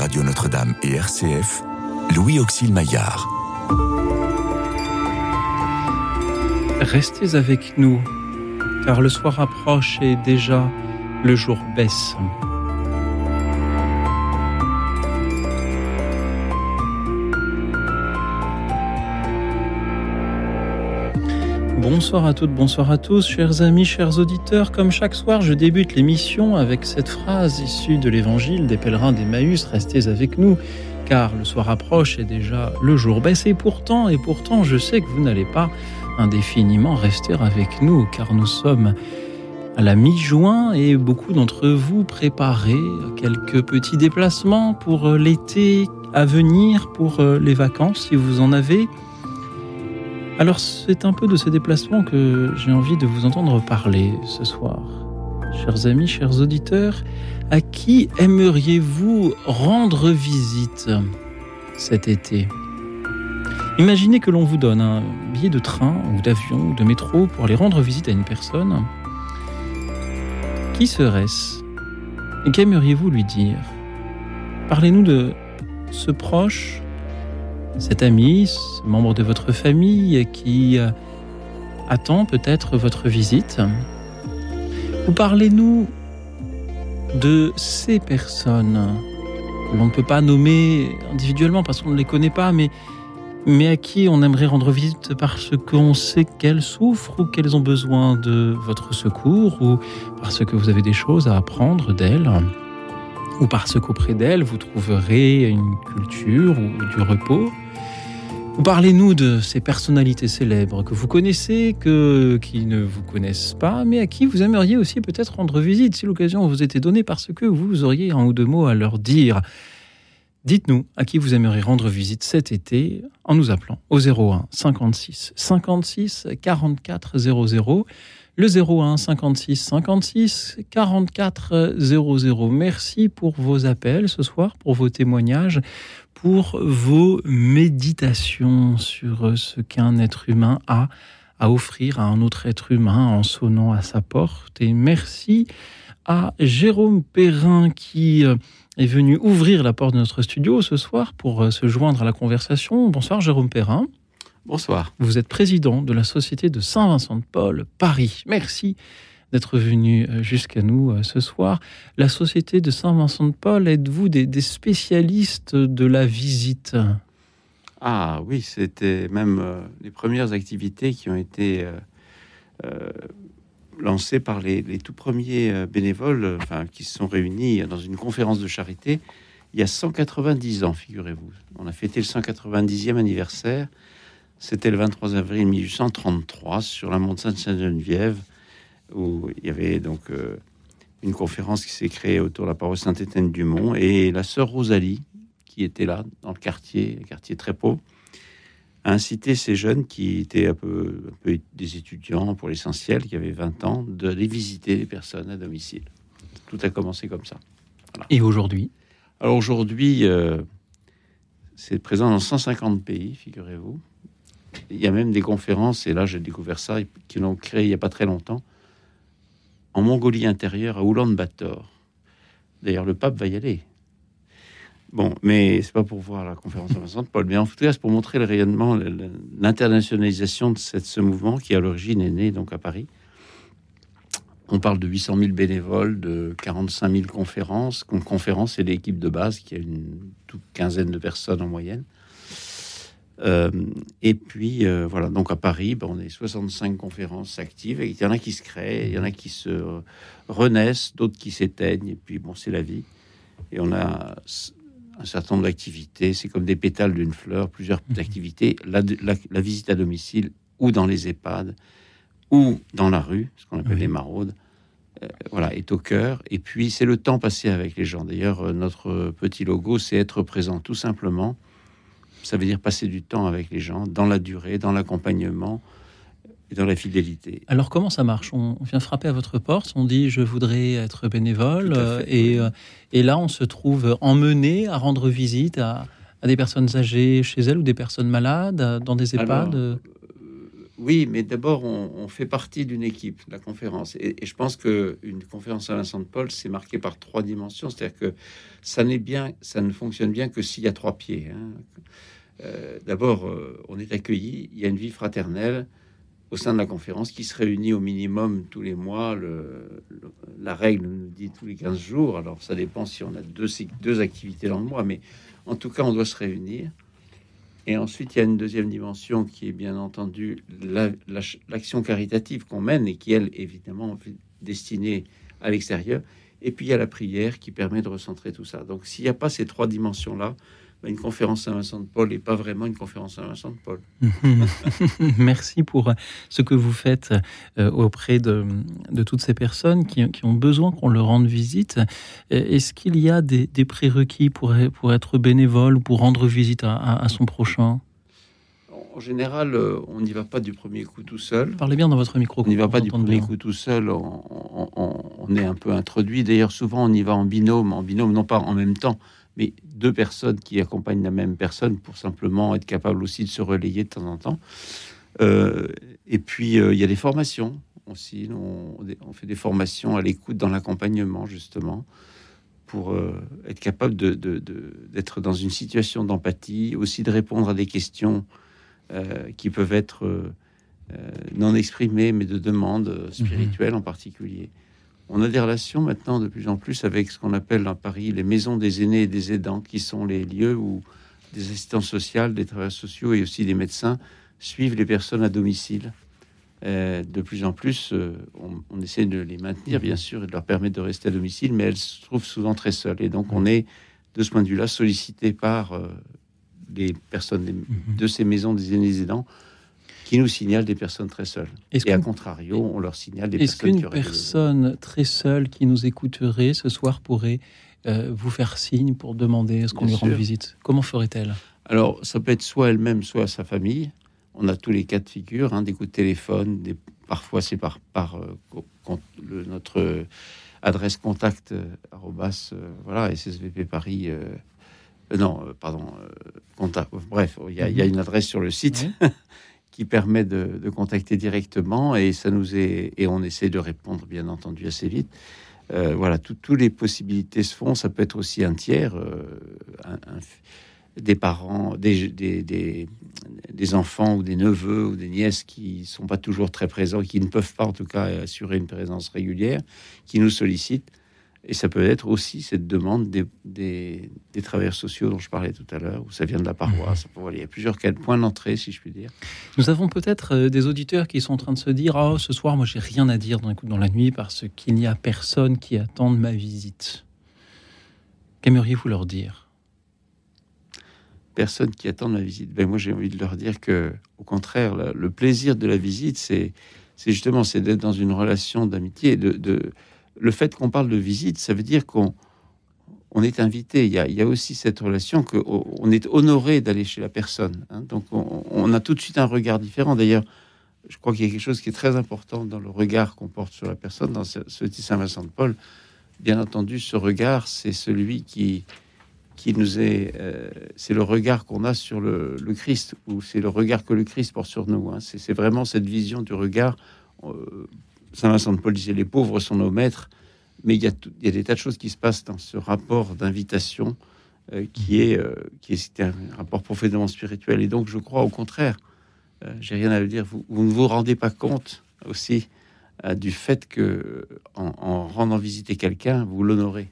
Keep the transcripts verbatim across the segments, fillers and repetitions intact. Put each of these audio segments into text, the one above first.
Radio Notre-Dame et R C F, Louis Auxil Maillard. Restez avec nous, car le soir approche et déjà le jour baisse. Bonsoir à toutes, bonsoir à tous, chers amis, chers auditeurs. Comme chaque soir, je débute l'émission avec cette phrase issue de l'évangile des pèlerins d'Emmaüs. Restez avec nous, car le soir approche et déjà le jour baisse. Et pourtant, et pourtant, je sais que vous n'allez pas indéfiniment rester avec nous, car nous sommes à la mi-juin et beaucoup d'entre vous préparez quelques petits déplacements pour l'été à venir, pour les vacances, si vous en avez. Alors, c'est un peu de ces déplacements que j'ai envie de vous entendre parler ce soir. Chers amis, chers auditeurs, à qui aimeriez-vous rendre visite cet été ? Imaginez que l'on vous donne un billet de train ou d'avion ou de métro pour aller rendre visite à une personne. Qui serait-ce ? Et qu'aimeriez-vous lui dire ? Parlez-nous de ce proche, cet ami, ce membre de votre famille qui attend peut-être votre visite. Ou parlez-nous de ces personnes que l'on ne peut pas nommer individuellement parce qu'on ne les connaît pas, mais, mais à qui on aimerait rendre visite parce qu'on sait qu'elles souffrent ou qu'elles ont besoin de votre secours, ou parce que vous avez des choses à apprendre d'elles, ou parce qu'auprès d'elles vous trouverez une culture ou du repos. Parlez-nous de ces personnalités célèbres que vous connaissez, que, qui ne vous connaissent pas, mais à qui vous aimeriez aussi peut-être rendre visite si l'occasion vous était donnée, parce que vous auriez un ou deux mots à leur dire. Dites-nous à qui vous aimeriez rendre visite cet été en nous appelant au zéro un cinquante-six cinquante-six quarante-quatre zéro zéro, le zéro un cinquante-six cinquante-six quarante-quatre zéro zéro. Merci pour vos appels ce soir, pour vos témoignages, pour vos méditations sur ce qu'un être humain a à offrir à un autre être humain en sonnant à sa porte. Et merci à Jérôme Perrin qui est venu ouvrir la porte de notre studio ce soir pour se joindre à la conversation. Bonsoir Jérôme Perrin. Bonsoir. Vous êtes président de la Société de Saint-Vincent-de-Paul, Paris. Merci d'être venu jusqu'à nous ce soir. La Société de Saint-Vincent-de-Paul, êtes-vous des, des spécialistes de la visite ? Ah oui, c'était même euh, les premières activités qui ont été euh, euh, lancées par les, les tout premiers euh, bénévoles euh, enfin, qui se sont réunis dans une conférence de charité il y a cent quatre-vingt-dix ans, figurez-vous. On a fêté le cent quatre-vingt-dixième anniversaire. C'était le vingt-trois avril mille huit cent trente-trois sur la montagne Sainte-Geneviève, où il y avait donc euh, une conférence qui s'est créée autour de la paroisse Saint-Étienne-du-Mont, et la sœur Rosalie, qui était là, dans le quartier, un quartier très pauvre, a incité ces jeunes qui étaient un peu, un peu des étudiants pour l'essentiel, qui avaient vingt ans, d'aller visiter les personnes à domicile. Tout a commencé comme ça. Voilà. Et aujourd'hui ? Alors aujourd'hui, euh, c'est présent dans cent cinquante pays, figurez-vous. Il y a même des conférences, et là j'ai découvert ça, qui l'ont créé il n'y a pas très longtemps, en Mongolie intérieure, à Oulan-Bator. D'ailleurs, le pape va y aller. Bon, mais c'est pas pour voir la conférence de Saint-Paul, mais en tout cas, c'est pour montrer le rayonnement, l'internationalisation de cette, ce mouvement qui, à l'origine, est né donc à Paris. On parle de huit cent mille bénévoles, de quarante-cinq mille conférences. Conférences, c'est l'équipe de base qui a une toute quinzaine de personnes en moyenne. Euh, et puis euh, voilà, donc à Paris, ben, on est soixante-cinq conférences actives, et il y en a qui se créent, il y en a qui se renaissent, d'autres qui s'éteignent, et puis bon, c'est la vie. Et on a un certain nombre d'activités, c'est comme des pétales d'une fleur, plusieurs mmh. activités, la, la, la visite à domicile, ou dans les EHPAD, ou dans la rue, ce qu'on appelle oui. les maraudes, euh, voilà, est au cœur. Et puis c'est le temps passé avec les gens. D'ailleurs, euh, notre petit logo, c'est être présent, tout simplement. Ça veut dire passer du temps avec les gens, dans la durée, dans l'accompagnement et dans la fidélité. Alors comment ça marche ? On vient frapper à votre porte, on dit « je voudrais être bénévole » fait, et, oui. et là on se trouve emmené à rendre visite à, à des personnes âgées chez elles ou des personnes malades dans des EHPAD. Alors, Oui, mais d'abord, on, on fait partie d'une équipe, la conférence. Et, et je pense qu'une conférence à Saint-Vincent-de-Paul, c'est marqué par trois dimensions. C'est-à-dire que ça, n'est bien, ça ne fonctionne bien que s'il y a trois pieds. Hein. Euh, d'abord, euh, on est accueilli, il y a une vie fraternelle au sein de la conférence qui se réunit au minimum tous les mois. Le, le, la règle nous dit tous les quinze jours. Alors, ça dépend si on a deux, deux activités dans le mois, mais en tout cas, on doit se réunir. Et ensuite, il y a une deuxième dimension qui est bien entendu la, la, l'action caritative qu'on mène et qui, elle, est évidemment destinée à l'extérieur. Et puis, il y a la prière qui permet de recentrer tout ça. Donc, s'il n'y a pas ces trois dimensions-là, ben, une conférence Saint-Vincent-de-Paul n'est pas vraiment une conférence Saint-Vincent-de-Paul. Merci pour ce que vous faites auprès de, de toutes ces personnes qui, qui ont besoin qu'on leur rende visite. Est-ce qu'il y a des, des prérequis pour, pour être bénévole ou pour rendre visite à, à, à son prochain ? En général, on n'y va pas du premier coup tout seul. Parlez bien dans votre micro. On n'y va pas du premier bien. coup tout seul. On, on, on est un peu introduit. D'ailleurs, souvent, on y va en binôme. En binôme, non pas en même temps, mais deux personnes qui accompagnent la même personne pour simplement être capable aussi de se relayer de temps en temps. Euh, et puis, euh, il y a des formations aussi. On, on fait des formations à l'écoute dans l'accompagnement, justement, pour euh, être capable de, de, de, d'être dans une situation d'empathie, aussi de répondre à des questions euh, qui peuvent être euh, non exprimées, mais de demandes spirituelles mmh. en particulier. On a des relations maintenant de plus en plus avec ce qu'on appelle à Paris les maisons des aînés et des aidants, qui sont les lieux où des assistants sociaux, des travailleurs sociaux et aussi des médecins suivent les personnes à domicile. Euh, de plus en plus, euh, on, on essaie de les maintenir, bien sûr, et de leur permettre de rester à domicile, mais elles se trouvent souvent très seules. Et donc, on est, de ce point de vue-là, sollicité par euh, les personnes des, de ces maisons des aînés et des aidants, qui nous signalent des personnes très seules. Est-ce et à contrario, on leur signale des est-ce personnes qu'une qui auraient personne des... très seule qui nous écouterait ce soir pourrait euh, vous faire signe pour demander est-ce qu'on Bien lui sûr. rende visite ? Comment ferait-elle ? Alors, ça peut être soit elle-même, soit sa famille. On a tous les cas de figure, hein, des coups de téléphone, des... parfois c'est par, par euh, con, le, notre euh, adresse contact, euh, arrobas, euh, voilà, S S V P Paris... Euh, euh, non, euh, pardon, euh, contact, bref, il y, mm-hmm. y a une adresse sur le site... Oui. qui permet de, de contacter directement et ça nous est et on essaie de répondre bien entendu assez vite. Euh, voilà, toutes les possibilités se font. Ça peut être aussi un tiers, euh, un, un, des parents, des, des, des, des enfants ou des neveux ou des nièces qui sont pas toujours très présents, qui ne peuvent pas en tout cas assurer une présence régulière, qui nous sollicitent. Et ça peut être aussi cette demande des, des, des travailleurs sociaux dont je parlais tout à l'heure, où ça vient de la paroisse. Mmh. Voilà, il y a plusieurs points d'entrée, si je puis dire. Nous avons peut-être des auditeurs qui sont en train de se dire « Oh, ce soir, moi, j'ai rien à dire dans Écoute dans la nuit parce qu'il n'y a personne qui attend ma visite. » Qu'aimeriez-vous leur dire ? Personne qui attend ma visite. Ben, moi, j'ai envie de leur dire que, au contraire, le, le plaisir de la visite, c'est, c'est justement c'est d'être dans une relation d'amitié, de... de le fait qu'on parle de visite, ça veut dire qu'on on est invité. Il y a, il y a aussi cette relation qu'on est honoré d'aller chez la personne. Hein. Donc, on, on a tout de suite un regard différent. D'ailleurs, je crois qu'il y a quelque chose qui est très important dans le regard qu'on porte sur la personne, dans ce, ce petit Saint-Vincent-de-Paul. Bien entendu, ce regard, c'est celui qui, qui nous est... Euh, c'est le regard qu'on a sur le, le Christ, ou c'est le regard que le Christ porte sur nous. Hein. C'est, c'est vraiment cette vision du regard... Euh, Saint-Vincent-de-Paul disait « Les pauvres sont nos maîtres », mais il y, a tout, il y a des tas de choses qui se passent dans ce rapport d'invitation euh, qui, est, euh, qui est un rapport profondément spirituel. Et donc, je crois au contraire, euh, j'ai rien à le dire, vous, vous ne vous rendez pas compte aussi euh, du fait que en, en rendant visiter quelqu'un, vous l'honorez.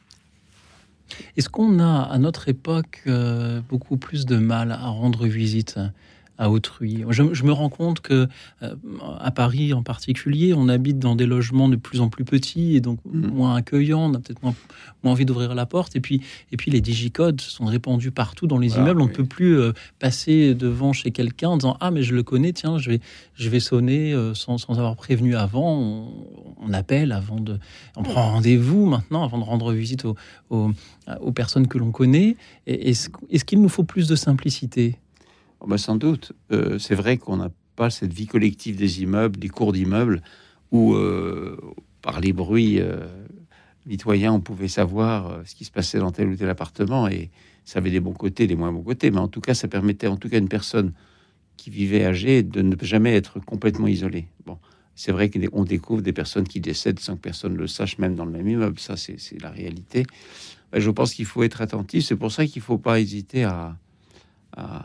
Est-ce qu'on a, à notre époque, euh, beaucoup plus de mal à rendre visite à autrui. Je, je me rends compte que euh, à Paris en particulier, on habite dans des logements de plus en plus petits et donc mmh. moins accueillants. On a peut-être moins, moins envie d'ouvrir la porte. Et puis, et puis les digicodes sont répandus partout dans les voilà, immeubles. On ne oui. peut plus euh, passer devant chez quelqu'un en disant ah mais je le connais, tiens je vais je vais sonner euh, sans, sans avoir prévenu avant. On, on appelle avant de, on prend rendez-vous maintenant avant de rendre visite aux, aux, aux personnes que l'on connaît. Et est-ce, est-ce qu'il nous faut plus de simplicité ? Oh ben sans doute. Euh, c'est vrai qu'on n'a pas cette vie collective des immeubles, des cours d'immeubles, où, euh, par les bruits euh, mitoyens, on pouvait savoir euh, ce qui se passait dans tel ou tel appartement, et ça avait des bons côtés, des moins bons côtés, mais en tout cas, ça permettait en tout cas à une personne qui vivaient âgés, de ne jamais être complètement isolés. Bon, c'est vrai qu'on découvre des personnes qui décèdent sans que personne le sache, même dans le même immeuble. Ça, c'est, c'est la réalité. Je pense qu'il faut être attentif. C'est pour ça qu'il ne faut pas hésiter à, à,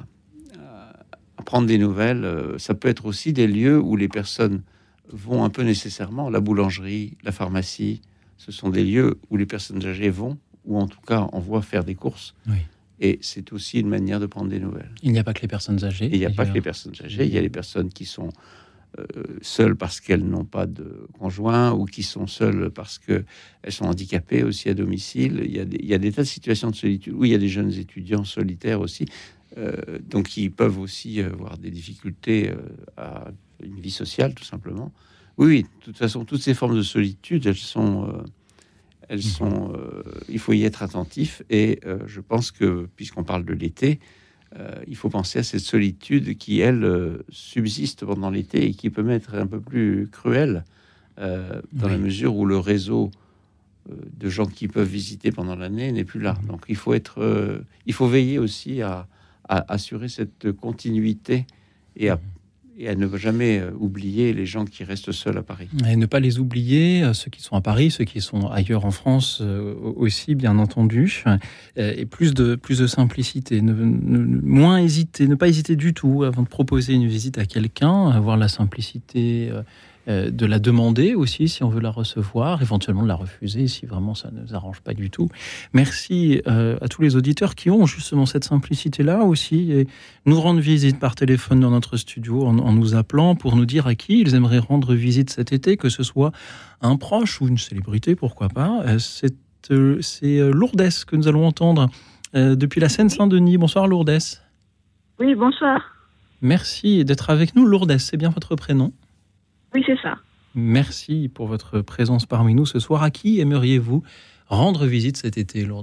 à prendre des nouvelles. Ça peut être aussi des lieux où les personnes vont un peu nécessairement. La boulangerie, la pharmacie, ce sont des lieux où les personnes âgées vont, ou en tout cas envoient faire des courses. Oui. Et c'est aussi une manière de prendre des nouvelles. Il n'y a pas que les personnes âgées. Et il n'y a pas que les personnes âgées. Il y a les personnes qui sont euh, seules parce qu'elles n'ont pas de conjoint, ou qui sont seules parce qu'elles sont handicapées aussi à domicile. Il y a des, il y a des tas de situations de solitude. Oui, il y a des jeunes étudiants solitaires aussi, euh, donc qui peuvent aussi avoir des difficultés euh, à une vie sociale, tout simplement. Oui, oui, de toute façon, toutes ces formes de solitude, elles sont... Euh, Elles sont, euh, il faut y être attentif, et euh, je pense que, puisqu'on parle de l'été, euh, il faut penser à cette solitude qui, elle, euh, subsiste pendant l'été et qui peut être un peu plus cruelle euh, dans oui. la mesure où le réseau euh, de gens qui peuvent visiter pendant l'année n'est plus là. Mmh. Donc il faut être, euh, il faut veiller aussi à, à assurer cette continuité et à mmh. et à ne jamais oublier les gens qui restent seuls à Paris. Et ne pas les oublier, ceux qui sont à Paris, ceux qui sont ailleurs en France aussi, bien entendu. Et plus de, plus de simplicité, ne, ne, moins hésiter, ne pas hésiter du tout avant de proposer une visite à quelqu'un, avoir la simplicité de la demander aussi si on veut la recevoir, éventuellement de la refuser si vraiment ça ne nous arrange pas du tout. Merci euh, à tous les auditeurs qui ont justement cette simplicité-là aussi, et nous rendre visite par téléphone dans notre studio en, en nous appelant pour nous dire à qui ils aimeraient rendre visite cet été, que ce soit un proche ou une célébrité, pourquoi pas. Euh, c'est, euh, c'est Lourdes que nous allons entendre euh, depuis la Seine-Saint-Denis. Bonsoir Lourdes. Oui, bonsoir. Merci d'être avec nous. Lourdes, c'est bien votre prénom ? Oui, c'est ça. Merci pour votre présence parmi nous ce soir. À qui aimeriez-vous rendre visite cet été, Lourdes ?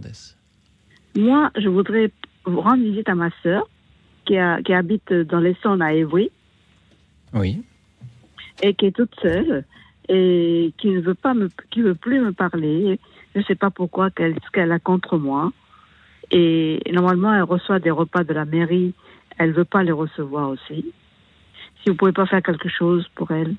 Moi, je voudrais rendre visite à ma sœur qui, a, qui habite dans l'Essonne à Évry. Oui. Et qui est toute seule et qui ne veut pas me, qui veut plus me parler. Je ne sais pas pourquoi, qu'elle, ce qu'elle a contre moi. Et normalement, elle reçoit des repas de la mairie. Elle ne veut pas les recevoir aussi. Si vous ne pouvez pas faire quelque chose pour elle.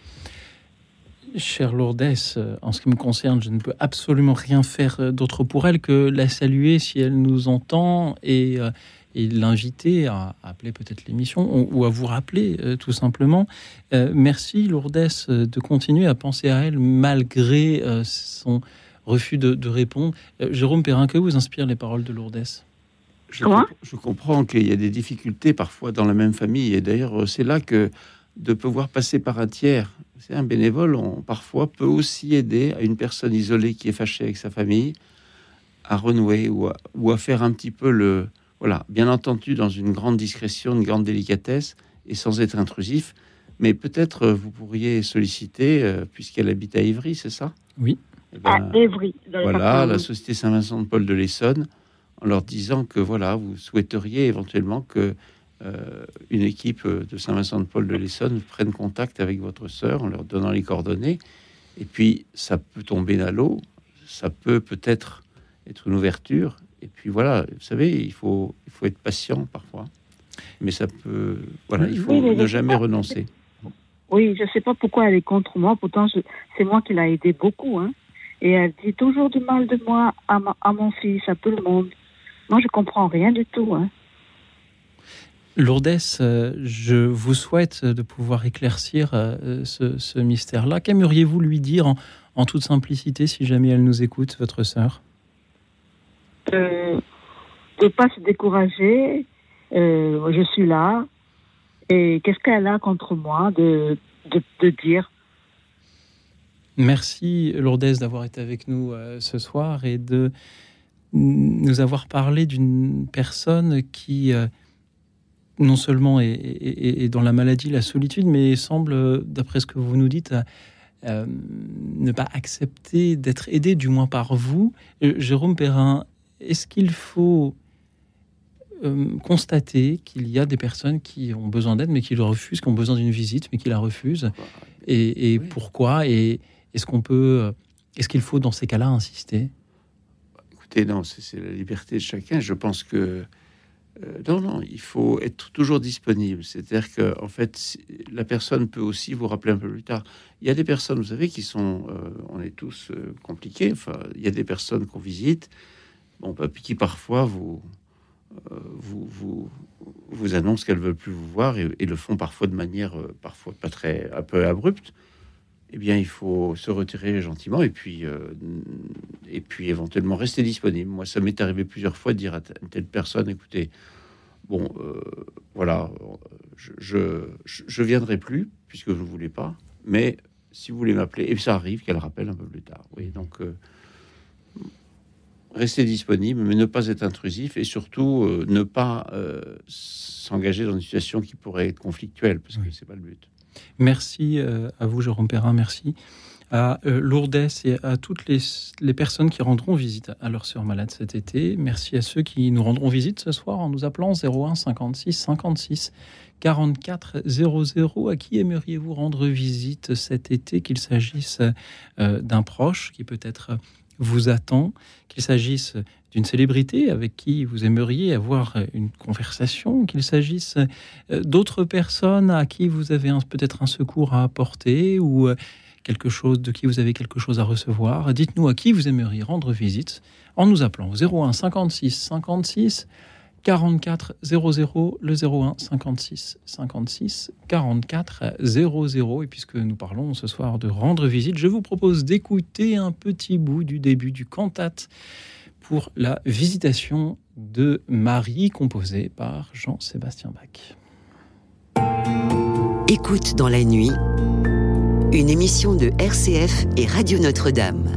Chère Lourdes, en ce qui me concerne, je ne peux absolument rien faire d'autre pour elle que la saluer si elle nous entend, et, et l'inviter à appeler peut-être l'émission, ou, ou à vous rappeler euh, tout simplement. Euh, merci Lourdes de continuer à penser à elle malgré euh, son refus de, de répondre. Euh, Jérôme Perrin, que vous inspirent les paroles de Lourdes ? Je, comp- je comprends qu'il y a des difficultés parfois dans la même famille, et d'ailleurs c'est là que de pouvoir passer par un tiers, c'est un bénévole, on parfois peut aussi aider à une personne isolée qui est fâchée avec sa famille à renouer ou à, ou à faire un petit peu le... Voilà, bien entendu dans une grande discrétion, une grande délicatesse et sans être intrusif, mais peut-être vous pourriez solliciter, euh, puisqu'elle habite à Évry, c'est ça ? Oui. Eh ben, à Évry. Voilà, la Société Saint-Vincent de Paul de l'Essonne, en leur disant que voilà, vous souhaiteriez éventuellement que euh, une équipe de Saint-Vincent de Paul de l'Essonne prenne contact avec votre sœur en leur donnant les coordonnées. Et puis, ça peut tomber dans l'eau, ça peut peut-être être une ouverture. Et puis voilà, vous savez, il faut, il faut être patient parfois. Mais ça peut... Voilà, il faut oui, ne jamais pas, renoncer. Oui, je ne sais pas pourquoi elle est contre moi. Pourtant, je, c'est moi qui l'ai aidé beaucoup. Hein. Et elle dit toujours du mal de moi à, ma, à mon fils, à tout le monde. Moi, je comprends rien du tout. Hein. Lourdes, euh, je vous souhaite de pouvoir éclaircir euh, ce, ce mystère-là. Qu'aimeriez-vous lui dire en, en toute simplicité, si jamais elle nous écoute, votre sœur ? euh, De ne pas se décourager. Euh, je suis là. Et qu'est-ce qu'elle a contre moi de, de, de dire ? Merci Lourdes d'avoir été avec nous euh, ce soir et de nous avoir parlé d'une personne qui euh, non seulement est, est, est dans la maladie, la solitude, mais semble, d'après ce que vous nous dites, euh, ne pas accepter d'être aidée, du moins par vous. Euh, Jérôme Perrin, est-ce qu'il faut euh, constater qu'il y a des personnes qui ont besoin d'aide, mais qui le refusent, qui ont besoin d'une visite, mais qui la refusent ? Et, et oui. Pourquoi ? Et est-ce qu'on peut, est-ce qu'il faut dans ces cas-là insister ? Écoutez, non, c'est, c'est la liberté de chacun. Je pense que Euh, non, non, il faut être toujours disponible. C'est-à-dire que, en fait, la personne peut aussi vous rappeler un peu plus tard. Il y a des personnes, vous savez, qui sont, euh, on est tous euh, compliqués. Enfin, il y a des personnes qu'on visite, bon, bah, qui parfois vous, euh, vous, vous, vous annoncent qu'elles veulent plus vous voir et, et le font parfois de manière, euh, parfois pas très, un peu abrupte. Eh bien, il faut se retirer gentiment et puis, euh, et puis éventuellement rester disponible. Moi, ça m'est arrivé plusieurs fois de dire à telle personne, écoutez, bon, euh, voilà, je, je, je viendrai plus puisque je ne voulais pas, mais si vous voulez m'appeler, et ça arrive qu'elle rappelle un peu plus tard. Oui, donc euh, rester disponible, mais ne pas être intrusif et surtout euh, ne pas euh, s'engager dans une situation qui pourrait être conflictuelle parce oui. que c'est pas le but. Merci euh, à vous, Jérôme Perrin. Merci à euh, Lourdes et à toutes les, les personnes qui rendront visite à leurs sœurs malades cet été. Merci à ceux qui nous rendront visite ce soir en nous appelant zéro un cinquante-six cinquante-six quarante-quatre zéro zéro. À qui aimeriez-vous rendre visite cet été, qu'il s'agisse euh, d'un proche qui peut-être vous attend, qu'il s'agisse d'une célébrité avec qui vous aimeriez avoir une conversation, qu'il s'agisse d'autres personnes à qui vous avez un, peut-être un secours à apporter ou quelque chose de qui vous avez quelque chose à recevoir. Dites-nous à qui vous aimeriez rendre visite en nous appelant au zéro un cinquante-six cinquante-six quarante-quatre zéro zéro, le zéro un cinquante-six cinquante-six quarante-quatre zéro zéro. Et puisque nous parlons ce soir de rendre visite, je vous propose d'écouter un petit bout du début du cantate pour la Visitation de Marie, composée par Jean-Sébastien Bach. Écoute dans la nuit, une émission de R C F et Radio Notre-Dame.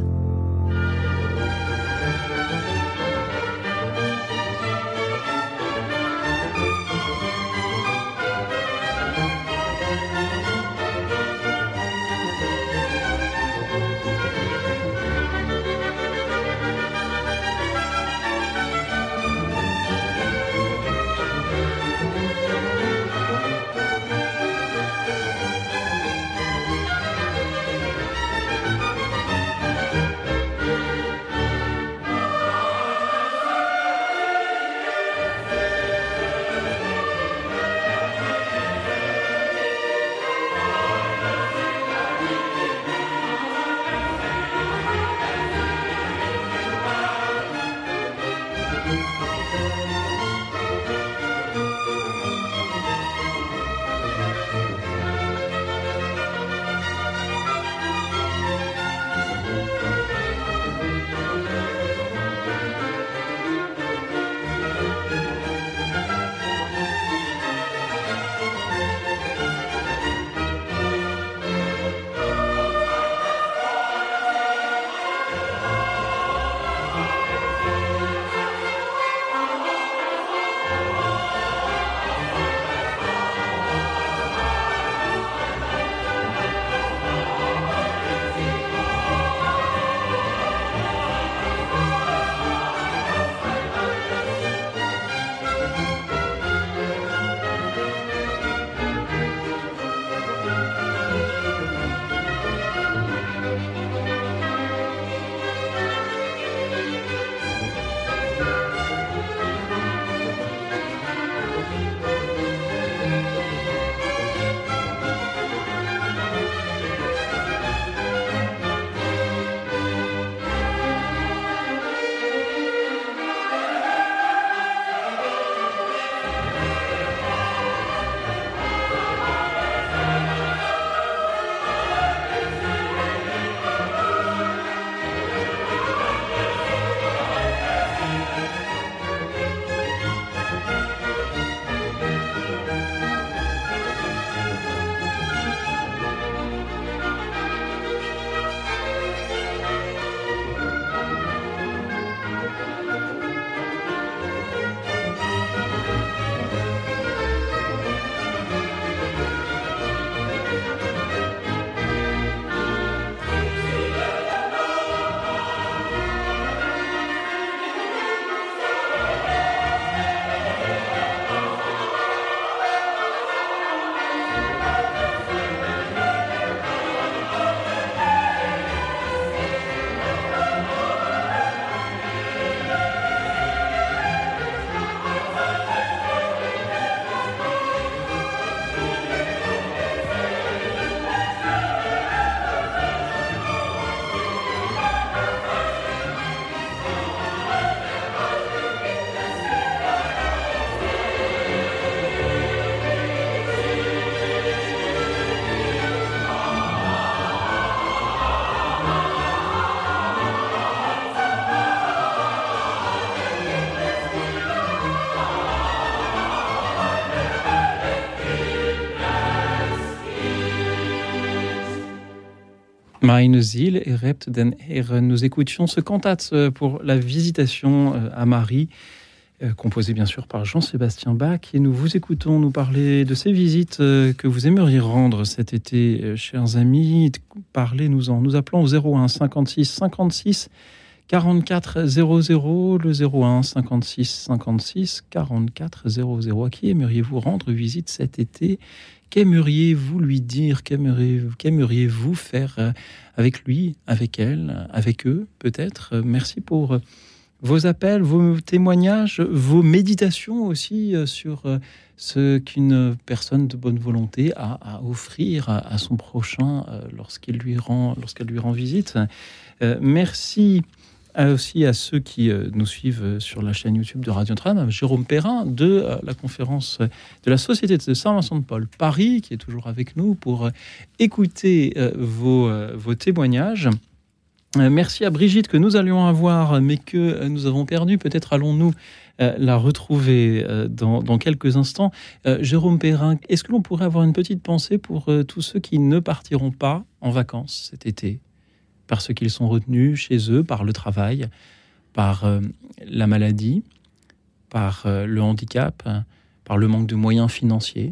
Meine Ziel erhebt den Herrn. Nous écoutions ce cantate pour la visitation à Marie, composé bien sûr par Jean-Sébastien Bach, et nous vous écoutons nous parler de ces visites que vous aimeriez rendre cet été, chers amis. Parlez-nous-en, nous appelons au zéro un cinquante-six cinquante-six quarante-quatre zéro zéro, le zéro un cinquante-six cinquante-six quarante-quatre zéro zéro. À qui aimeriez-vous rendre visite cet été ? Qu'aimeriez-vous lui dire ? Qu'aimeriez-vous, qu'aimeriez-vous faire avec lui, avec elle, avec eux, peut-être ? Merci pour vos appels, vos témoignages, vos méditations aussi sur ce qu'une personne de bonne volonté a à offrir à son prochain lorsqu'il lui rend, lorsqu'elle lui rend visite. Merci aussi à ceux qui nous suivent sur la chaîne YouTube de Radio Notre-Dame, Jérôme Perrin de la conférence de la Société de Saint-Vincent-de-Paul Paris, qui est toujours avec nous pour écouter vos, vos témoignages. Merci à Brigitte que nous allions avoir, mais que nous avons perdu. Peut-être allons-nous la retrouver dans, dans quelques instants. Jérôme Perrin, est-ce que l'on pourrait avoir une petite pensée pour tous ceux qui ne partiront pas en vacances cet été ? Parce qu'ils sont retenus chez eux par le travail, par euh, la maladie, par euh, le handicap, par le manque de moyens financiers.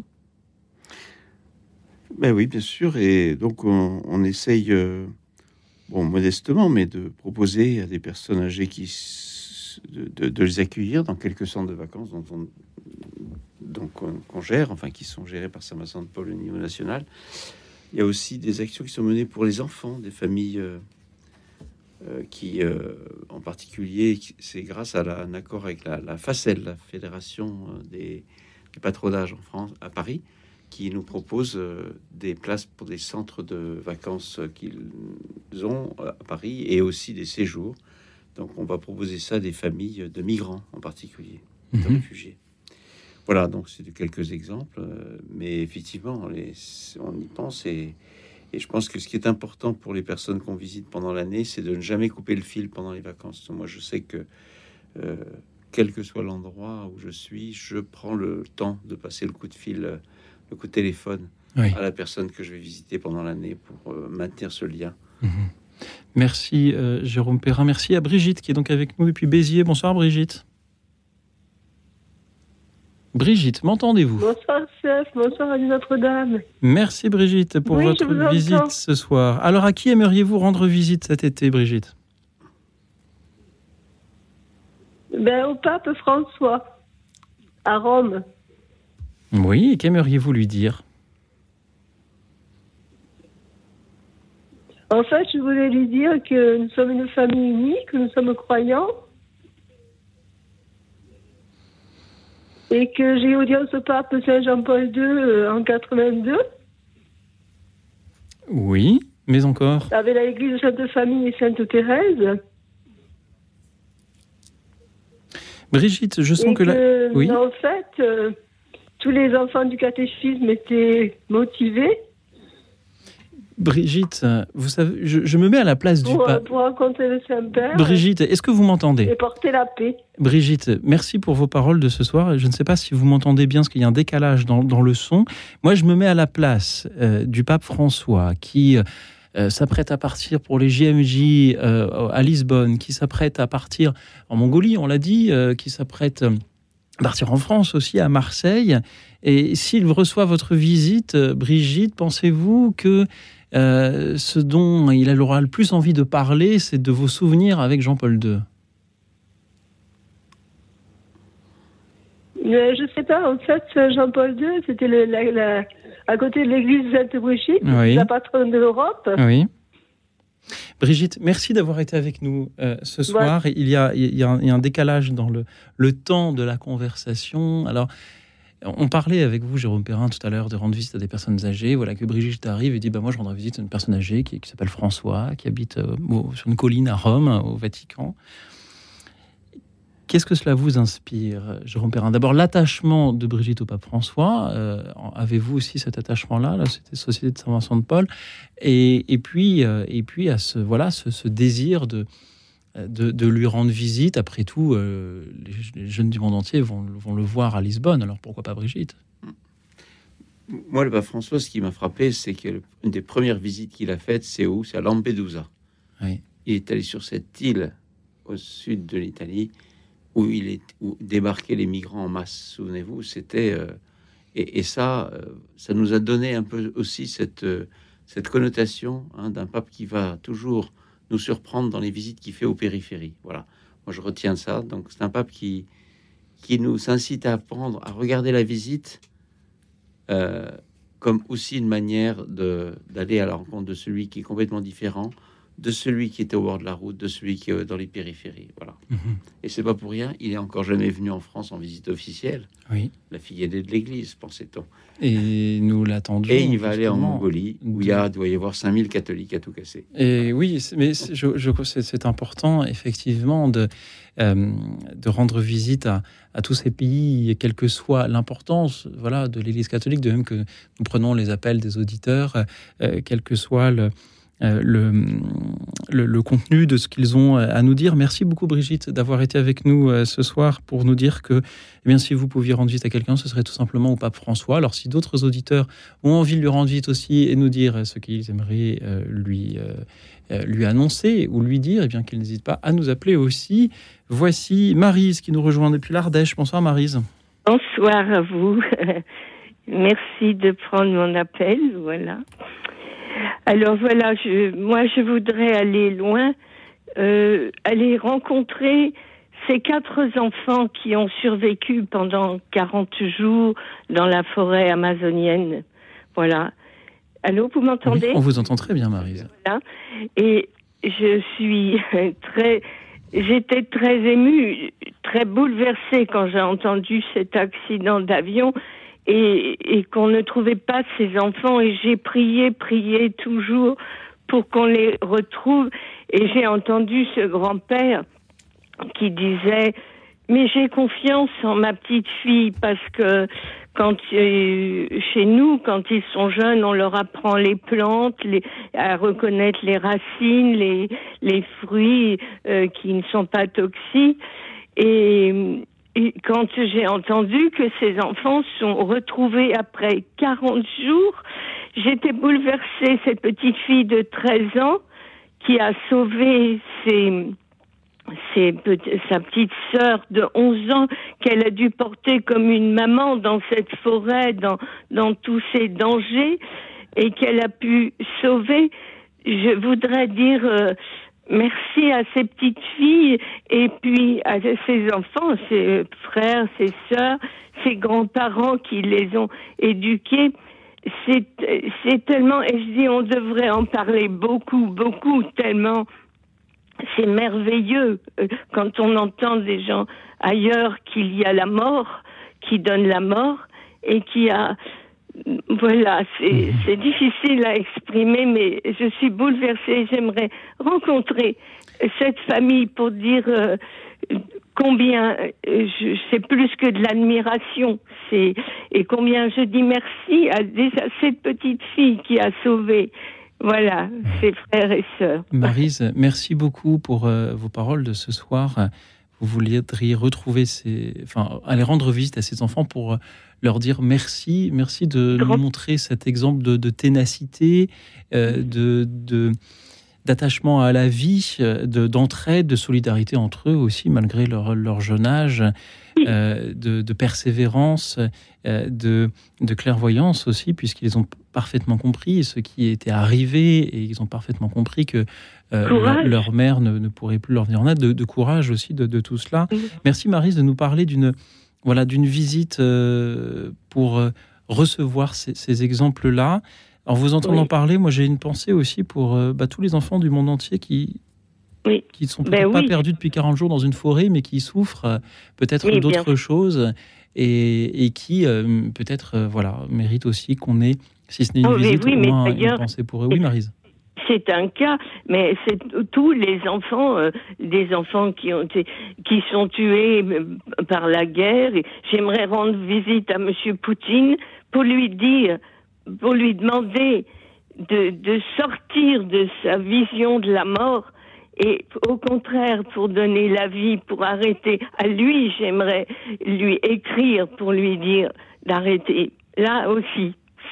Ben oui, bien sûr. Et donc, on, on essaye, euh, bon, modestement, mais de proposer à des personnes âgées qui, de, de, de les accueillir dans quelques centres de vacances dont on, donc, on, qu'on gère, enfin, qui sont gérés par Saint-Vincent-de-Paul au niveau national. Il y a aussi des actions qui sont menées pour les enfants, des familles euh, euh, qui, euh, en particulier, c'est grâce à la, un accord avec la, la FACEL, la Fédération des, des patronnages en France, à Paris, qui nous propose euh, des places pour des centres de vacances qu'ils ont à Paris et aussi des séjours. Donc, on va proposer ça à des familles de migrants, en particulier, de mmh. réfugiés. Voilà, donc c'est de quelques exemples, euh, mais effectivement, les, on y pense et, et je pense que ce qui est important pour les personnes qu'on visite pendant l'année, c'est de ne jamais couper le fil pendant les vacances. Moi, je sais que euh, quel que soit l'endroit où je suis, je prends le temps de passer le coup de fil, le coup de téléphone oui. à la personne que je vais visiter pendant l'année pour euh, maintenir ce lien. Mmh. Merci euh, Jérôme Perrin, merci à Brigitte qui est donc avec nous depuis Béziers. Bonsoir Brigitte. Brigitte, m'entendez-vous ? Bonsoir, chef. Bonsoir à Notre-Dame. Merci, Brigitte, pour oui, votre visite entends. ce soir. Alors, à qui aimeriez-vous rendre visite cet été, Brigitte ? Ben, au pape François, à Rome. Oui, et qu'aimeriez-vous lui dire ? En fait, je voulais lui dire que nous sommes une famille unie, que nous sommes croyants. Et que j'ai eu audience au pape Saint-Jean-Paul deux en quatre-vingt-deux. Oui, mais encore. Avec l'église Sainte-Famille et Sainte-Thérèse. Brigitte, je sens et que, que là... Oui. En fait, euh, tous les enfants du catéchisme étaient motivés. Brigitte, vous savez, je, je me mets à la place pour, du pape. Pour rencontrer le Saint-Père. Brigitte, est-ce que vous m'entendez ? Et porter la paix. Brigitte, merci pour vos paroles de ce soir. Je ne sais pas si vous m'entendez bien, parce qu'il y a un décalage dans, dans le son. Moi, je me mets à la place euh, du pape François, qui euh, s'apprête à partir pour les J M J euh, à Lisbonne, qui s'apprête à partir en Mongolie, on l'a dit, euh, qui s'apprête à partir en France aussi, à Marseille. Et s'il reçoit votre visite, Brigitte, pensez-vous que Euh, ce dont il aura le plus envie de parler, c'est de vos souvenirs avec Jean-Paul deux. Mais je sais pas, en fait, Jean-Paul deux, c'était le, la, la, à côté de l'église Sainte-Brigitte, oui. la patronne de l'Europe. Oui. Brigitte, merci d'avoir été avec nous euh, ce soir. Ouais. Il, y a, il, y a un, il y a un décalage dans le, le temps de la conversation. Alors, on parlait avec vous, Jérôme Perrin, tout à l'heure, de rendre visite à des personnes âgées. Voilà, que Brigitte arrive et dit bah, « moi, je rendrai visite à une personne âgée qui, qui s'appelle François, qui habite euh, au, sur une colline à Rome, au Vatican. » Qu'est-ce que cela vous inspire, Jérôme Perrin ? D'abord, l'attachement de Brigitte au pape François. Euh, avez-vous aussi cet attachement-là, là, c'était Société de Saint-Vincent-de-Paul, et, et puis, euh, et puis à ce, voilà, ce, ce désir de... De, de lui rendre visite. Après tout, euh, les, les jeunes du monde entier vont, vont le voir à Lisbonne, alors pourquoi pas Brigitte ? Moi, le pape François, ce qui m'a frappé, c'est qu'une des premières visites qu'il a faites, c'est où? C'est à Lampedusa. Oui. Il est allé sur cette île au sud de l'Italie où il est où débarquaient les migrants en masse. Souvenez-vous, c'était euh, et, et ça, euh, ça nous a donné un peu aussi cette euh, cette connotation hein, d'un pape qui va toujours nous surprendre dans les visites qu'il fait aux périphéries. Voilà, moi je retiens de ça. Donc c'est un pape qui qui nous incite à apprendre à regarder la visite euh, comme aussi une manière de d'aller à la rencontre de celui qui est complètement différent, de celui qui était au bord de la route, de celui qui est dans les périphéries. Voilà. Mmh. Et c'est pas pour rien, il est encore jamais venu en France en visite officielle. Oui. La fille aînée de l'Église, pensait-on. Et nous l'attendions. Et il va aller en Mongolie, où il y a, doit y avoir cinq mille catholiques à tout casser. Et oui, mais c'est, je, je, c'est, c'est important, effectivement, de, euh, de rendre visite à, à tous ces pays, quelle que soit l'importance voilà, de l'Église catholique, de même que nous prenons les appels des auditeurs, euh, quel que soit le... Euh, le, le, le contenu de ce qu'ils ont à nous dire. Merci beaucoup Brigitte d'avoir été avec nous euh, ce soir pour nous dire que eh bien, si vous pouviez rendre visite à quelqu'un, ce serait tout simplement au pape François. Alors si d'autres auditeurs ont envie de lui rendre visite aussi et nous dire ce qu'ils aimeraient euh, lui, euh, lui annoncer ou lui dire, eh bien qu'ils n'hésitent pas à nous appeler aussi. Voici Maryse qui nous rejoint depuis l'Ardèche. Bonsoir Maryse. Bonsoir à vous. Merci de prendre mon appel. Voilà. Alors voilà, je, moi je voudrais aller loin, euh, aller rencontrer ces quatre enfants qui ont survécu pendant quarante jours dans la forêt amazonienne. Voilà. Allô, vous m'entendez ? Oui, on vous entend très bien, Maryse. Voilà. Et je suis très, j'étais très émue, très bouleversée quand j'ai entendu cet accident d'avion. Et, et qu'on ne trouvait pas ces enfants, et j'ai prié, prié toujours pour qu'on les retrouve, et j'ai entendu ce grand-père qui disait « Mais j'ai confiance en ma petite fille, parce que quand euh, chez nous, quand ils sont jeunes, on leur apprend les plantes, les, à reconnaître les racines, les, les fruits euh, qui ne sont pas toxiques, et... Et quand j'ai entendu que ces enfants sont retrouvés après quarante jours, j'étais bouleversée. Cette petite fille de treize ans qui a sauvé ses, ses, sa petite sœur de onze ans qu'elle a dû porter comme une maman dans cette forêt, dans, dans tous ces dangers, et qu'elle a pu sauver. Je voudrais dire... Euh, Merci à ces petites filles et puis à ces enfants, ces frères, ces sœurs, ces grands-parents qui les ont éduqués. C'est, c'est tellement, et je dis, on devrait en parler beaucoup, beaucoup, tellement c'est merveilleux quand on entend des gens ailleurs qu'il y a la mort, qui donne la mort et qui a... Voilà, c'est, mmh. c'est difficile à exprimer, mais je suis bouleversée. J'aimerais rencontrer cette famille pour dire euh, combien je, c'est plus que de l'admiration. C'est, et combien je dis merci à déjà cette petite fille qui a sauvé, voilà, ses frères et sœurs. Maryse, merci beaucoup pour euh, vos paroles de ce soir. Vous vouliez retrouver ces, enfin, aller rendre visite à ces enfants pour leur dire merci, merci de nous montrer cet exemple de, de ténacité, euh, de, de, d'attachement à la vie, de, d'entraide, de solidarité entre eux aussi, malgré leur, leur jeune âge, euh, de, de persévérance, euh, de, de clairvoyance aussi, puisqu'ils ont parfaitement compris ce qui était arrivé et ils ont parfaitement compris que euh, leur, leur mère ne, ne pourrait plus leur venir en aide, de, de courage aussi de, de tout cela. Oui. Merci Maryse de nous parler d'une Voilà, d'une visite euh, pour euh, recevoir ces, ces exemples-là. En vous entendant oui. parler, moi j'ai une pensée aussi pour euh, bah, tous les enfants du monde entier qui oui. qui ne sont peut-être ben pas oui. perdus depuis quarante jours dans une forêt, mais qui souffrent euh, peut-être oui, d'autres choses et, et qui euh, peut-être euh, voilà, méritent aussi qu'on ait, si ce n'est une oh, visite, oui, au moins une pensée pour eux. Oui, Maryse. C'est un cas, mais c'est tous les enfants, euh, des enfants qui ont été, qui sont tués par la guerre. Et j'aimerais rendre visite à Monsieur Poutine pour lui dire, pour lui demander de, de sortir de sa vision de la mort et au contraire pour donner la vie, pour arrêter. À lui, j'aimerais lui écrire pour lui dire d'arrêter. Là aussi,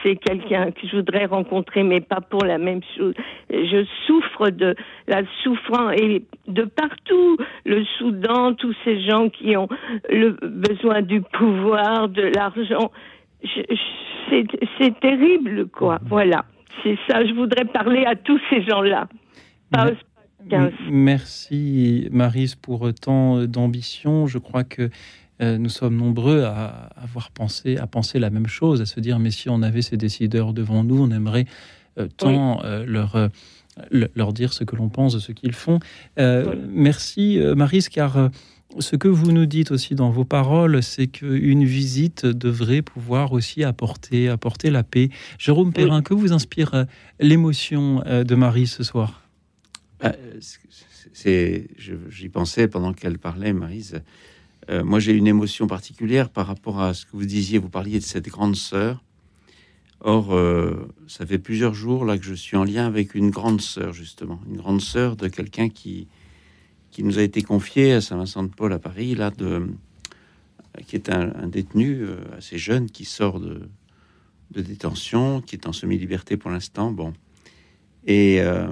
c'est quelqu'un que je voudrais rencontrer, mais pas pour la même chose. Je souffre de la souffrance et de partout, le Soudan, tous ces gens qui ont le besoin du pouvoir, de l'argent. Je, je, c'est, c'est terrible, quoi. Voilà, c'est ça. Je voudrais parler à tous ces gens-là. Pas M- Merci, Maryse, pour tant d'ambition. Je crois que Euh, nous sommes nombreux à avoir pensé, à penser la même chose, à se dire mais si on avait ces décideurs devant nous, on aimerait euh, tant oui. euh, leur, euh, leur dire ce que l'on pense de ce qu'ils font. Euh, oui. Merci, euh, Maryse, car euh, ce que vous nous dites aussi dans vos paroles, c'est qu'une visite devrait pouvoir aussi apporter, apporter la paix. Jérôme Perrin, oui. que vous inspire euh, l'émotion euh, de Maryse ce soir ? euh, c'est, je, J'y pensais pendant qu'elle parlait, Maryse. Euh, moi, j'ai une émotion particulière par rapport à ce que vous disiez. Vous parliez de cette grande sœur. Or, euh, ça fait plusieurs jours là que je suis en lien avec une grande sœur, justement. Une grande sœur de quelqu'un qui, qui nous a été confié à Saint-Vincent-de-Paul à Paris, là, de, qui est un, un détenu euh, assez jeune qui sort de, de détention, qui est en semi-liberté pour l'instant. Bon. Et... Euh,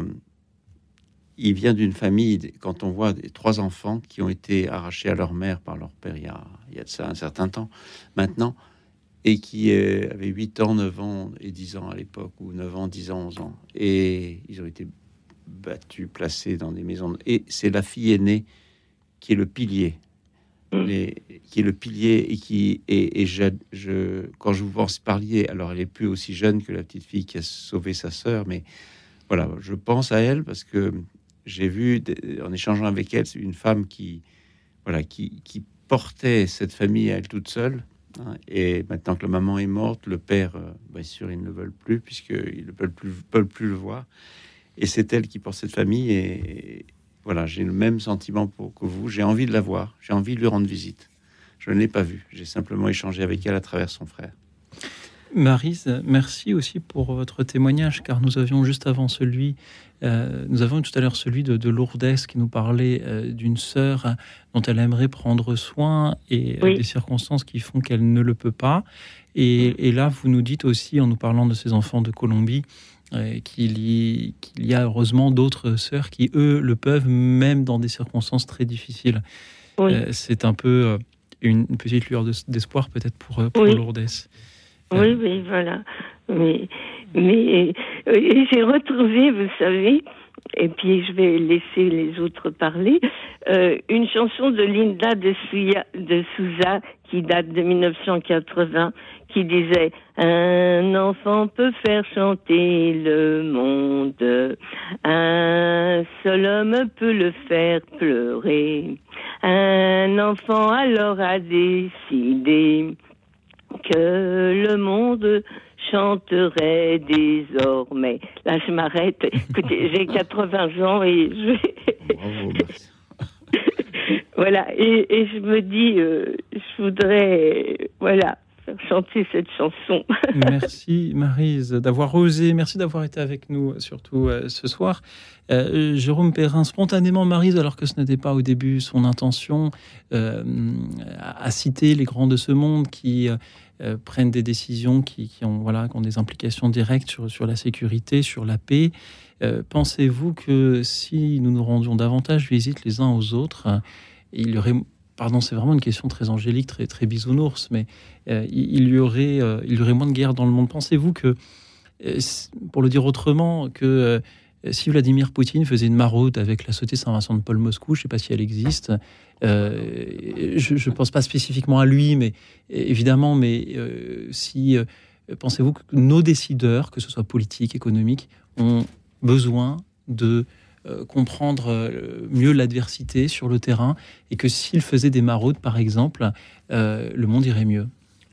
il vient d'une famille, quand on voit des, trois enfants qui ont été arrachés à leur mère par leur père il y a, il y a de ça un certain temps maintenant, et qui euh, avaient huit ans, neuf ans et dix ans à l'époque, ou neuf ans, dix ans, onze ans. Et ils ont été battus, placés dans des maisons. Et c'est la fille aînée qui est le pilier. Les, qui est le pilier et qui... Et, et je, je, quand je vous pense parliez, alors elle est plus aussi jeune que la petite fille qui a sauvé sa sœur, mais voilà, je pense à elle parce que j'ai vu, en échangeant avec elle, une femme qui, voilà, qui, qui portait cette famille à elle toute seule. Hein, et maintenant que la maman est morte, le père, euh, bien sûr, ils ne le veulent plus, puisqu'ils ne peuvent plus, peuvent plus le voir. Et c'est elle qui porte cette famille. Et, et voilà, j'ai le même sentiment pour, que vous. J'ai envie de la voir. J'ai envie de lui rendre visite. Je ne l'ai pas vue. J'ai simplement échangé avec elle à travers son frère. Maryse, merci aussi pour votre témoignage, car nous avions juste avant celui, euh, nous avons tout à l'heure celui de, de Lourdes qui nous parlait euh, d'une sœur dont elle aimerait prendre soin et oui. euh, des circonstances qui font qu'elle ne le peut pas. Et, et là, vous nous dites aussi, en nous parlant de ces enfants de Colombie, euh, qu'il, y, qu'il y a heureusement d'autres sœurs qui, eux, le peuvent, même dans des circonstances très difficiles. Oui. Euh, c'est un peu euh, une, une petite lueur de, d'espoir peut-être pour, pour oui. Lourdes. Oui, oui, voilà. Mais, mais euh, j'ai retrouvé, vous savez, et puis je vais laisser les autres parler, euh, une chanson de Linda de, Souya, de Souza qui date de dix-neuf cent quatre-vingts, qui disait « Un enfant peut faire chanter le monde, un seul homme peut le faire pleurer, un enfant alors a décidé que le monde chanterait désormais. » Là, je m'arrête. Écoutez, j'ai quatre-vingts ans et je... Bravo, voilà. Et, et je me dis, euh, je voudrais, voilà, faire chanter cette chanson. Merci, Maryse, d'avoir osé. Merci d'avoir été avec nous, surtout euh, ce soir. Euh, Jérôme Perrin, spontanément, Maryse, alors que ce n'était pas au début son intention, euh, a cité les grands de ce monde qui euh, prennent des décisions qui, qui, ont, voilà, qui ont des implications directes sur, sur la sécurité, sur la paix. Euh, pensez-vous que si nous nous rendions davantage visite les uns aux autres, euh, il y aurait... Pardon, c'est vraiment une question très angélique, très, très bisounours, mais euh, il, y aurait, euh, il y aurait moins de guerre dans le monde. Pensez-vous que, euh, pour le dire autrement, que euh, si Vladimir Poutine faisait une maraude avec la Société Saint-Vincent-de-Paul Moscou, je ne sais pas si elle existe, euh, je ne pense pas spécifiquement à lui, mais évidemment, mais euh, si euh, pensez-vous que nos décideurs, que ce soit politiques, économiques, ont besoin de Euh, comprendre euh, mieux l'adversité sur le terrain et que s'ils faisaient des maraudes, par exemple, euh, le monde irait mieux?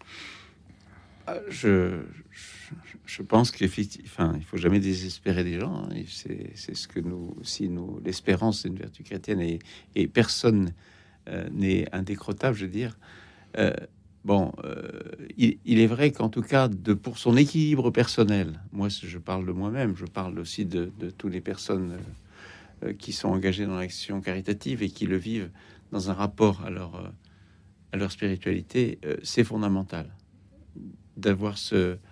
Je, je, je pense qu'effectivement, il ne faut jamais désespérer des gens. Hein, c'est, c'est ce que nous, si nous, l'espérance, c'est une vertu chrétienne et, et personne euh, n'est indécrottable, je veux dire. Euh, Bon, euh, il, il est vrai qu'en tout cas, de, pour son équilibre personnel, moi, je parle de moi-même, je parle aussi de, de toutes les personnes euh, qui sont engagées dans l'action caritative et qui le vivent dans un rapport à leur, euh, à leur spiritualité, euh, c'est fondamental d'avoir ce,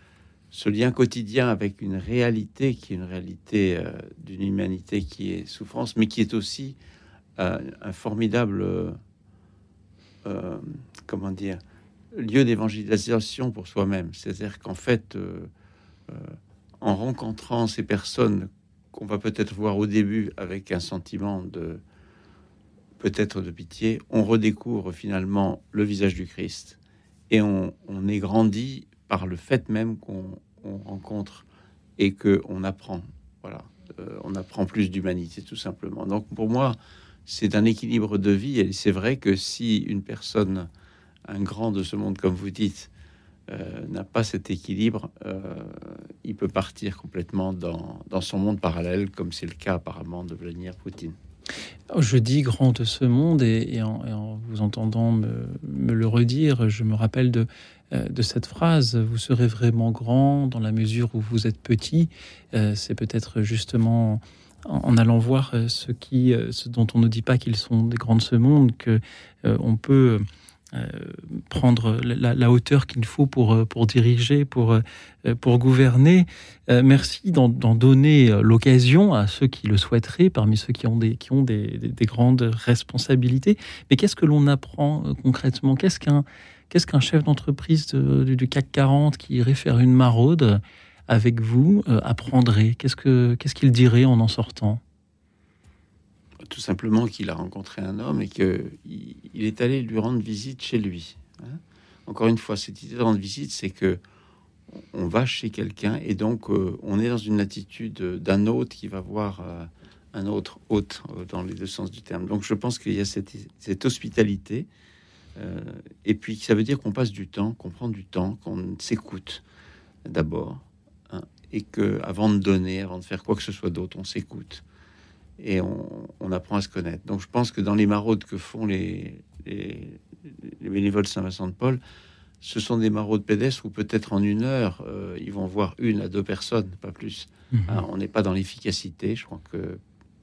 ce lien quotidien avec une réalité qui est une réalité euh, d'une humanité qui est souffrance, mais qui est aussi euh, un formidable, euh, euh, comment dire, lieu d'évangélisation pour soi-même. C'est-à-dire qu'en fait, euh, euh, en rencontrant ces personnes qu'on va peut-être voir au début avec un sentiment de peut-être de pitié, on redécouvre finalement le visage du Christ et on, on est grandi par le fait même qu'on on rencontre et que on apprend. Voilà, euh, on apprend plus d'humanité tout simplement. Donc pour moi, c'est un équilibre de vie et c'est vrai que si une personne, un grand de ce monde comme vous dites, euh, n'a pas cet équilibre, euh, il peut partir complètement dans, dans son monde parallèle, comme c'est le cas apparemment de Vladimir Poutine. Je dis grand de ce monde et, et, en, et en vous entendant me, me le redire, je me rappelle de, euh, de cette phrase: vous serez vraiment grand dans la mesure où vous êtes petit. Euh, c'est peut-être justement en, en allant voir ce, qui, ce dont on ne dit pas qu'ils sont des grands de ce monde que euh, on peut euh, prendre la, la hauteur qu'il faut pour, pour diriger, pour, pour gouverner. Euh, merci d'en, d'en donner l'occasion à ceux qui le souhaiteraient, parmi ceux qui ont des, qui ont des, des, des grandes responsabilités. Mais qu'est-ce que l'on apprend euh, concrètement ? Qu'est-ce qu'un, qu'est-ce qu'un chef d'entreprise de, du C A C quarante qui irait faire une maraude avec vous euh, apprendrait ? Qu'est-ce que, qu'est-ce qu'il dirait en en sortant ? Tout simplement qu'il a rencontré un homme et qu'il il est allé lui rendre visite chez lui. Hein. Encore une fois, cette idée de rendre visite, c'est que on va chez quelqu'un et donc euh, on est dans une attitude d'un hôte qui va voir euh, un autre hôte euh, dans les deux sens du terme. Donc je pense qu'il y a cette, cette hospitalité euh, et puis ça veut dire qu'on passe du temps, qu'on prend du temps, qu'on s'écoute d'abord, hein, et que avant de donner, avant de faire quoi que ce soit d'autre, on s'écoute. Et on, on apprend à se connaître. Donc je pense que dans les maraudes que font les, les, les bénévoles Saint-Vincent-de-Paul, ce sont des maraudes pédestres où peut-être en une heure, euh, ils vont voir une à deux personnes, pas plus. Mmh. Hein, on n'est pas dans l'efficacité, je crois que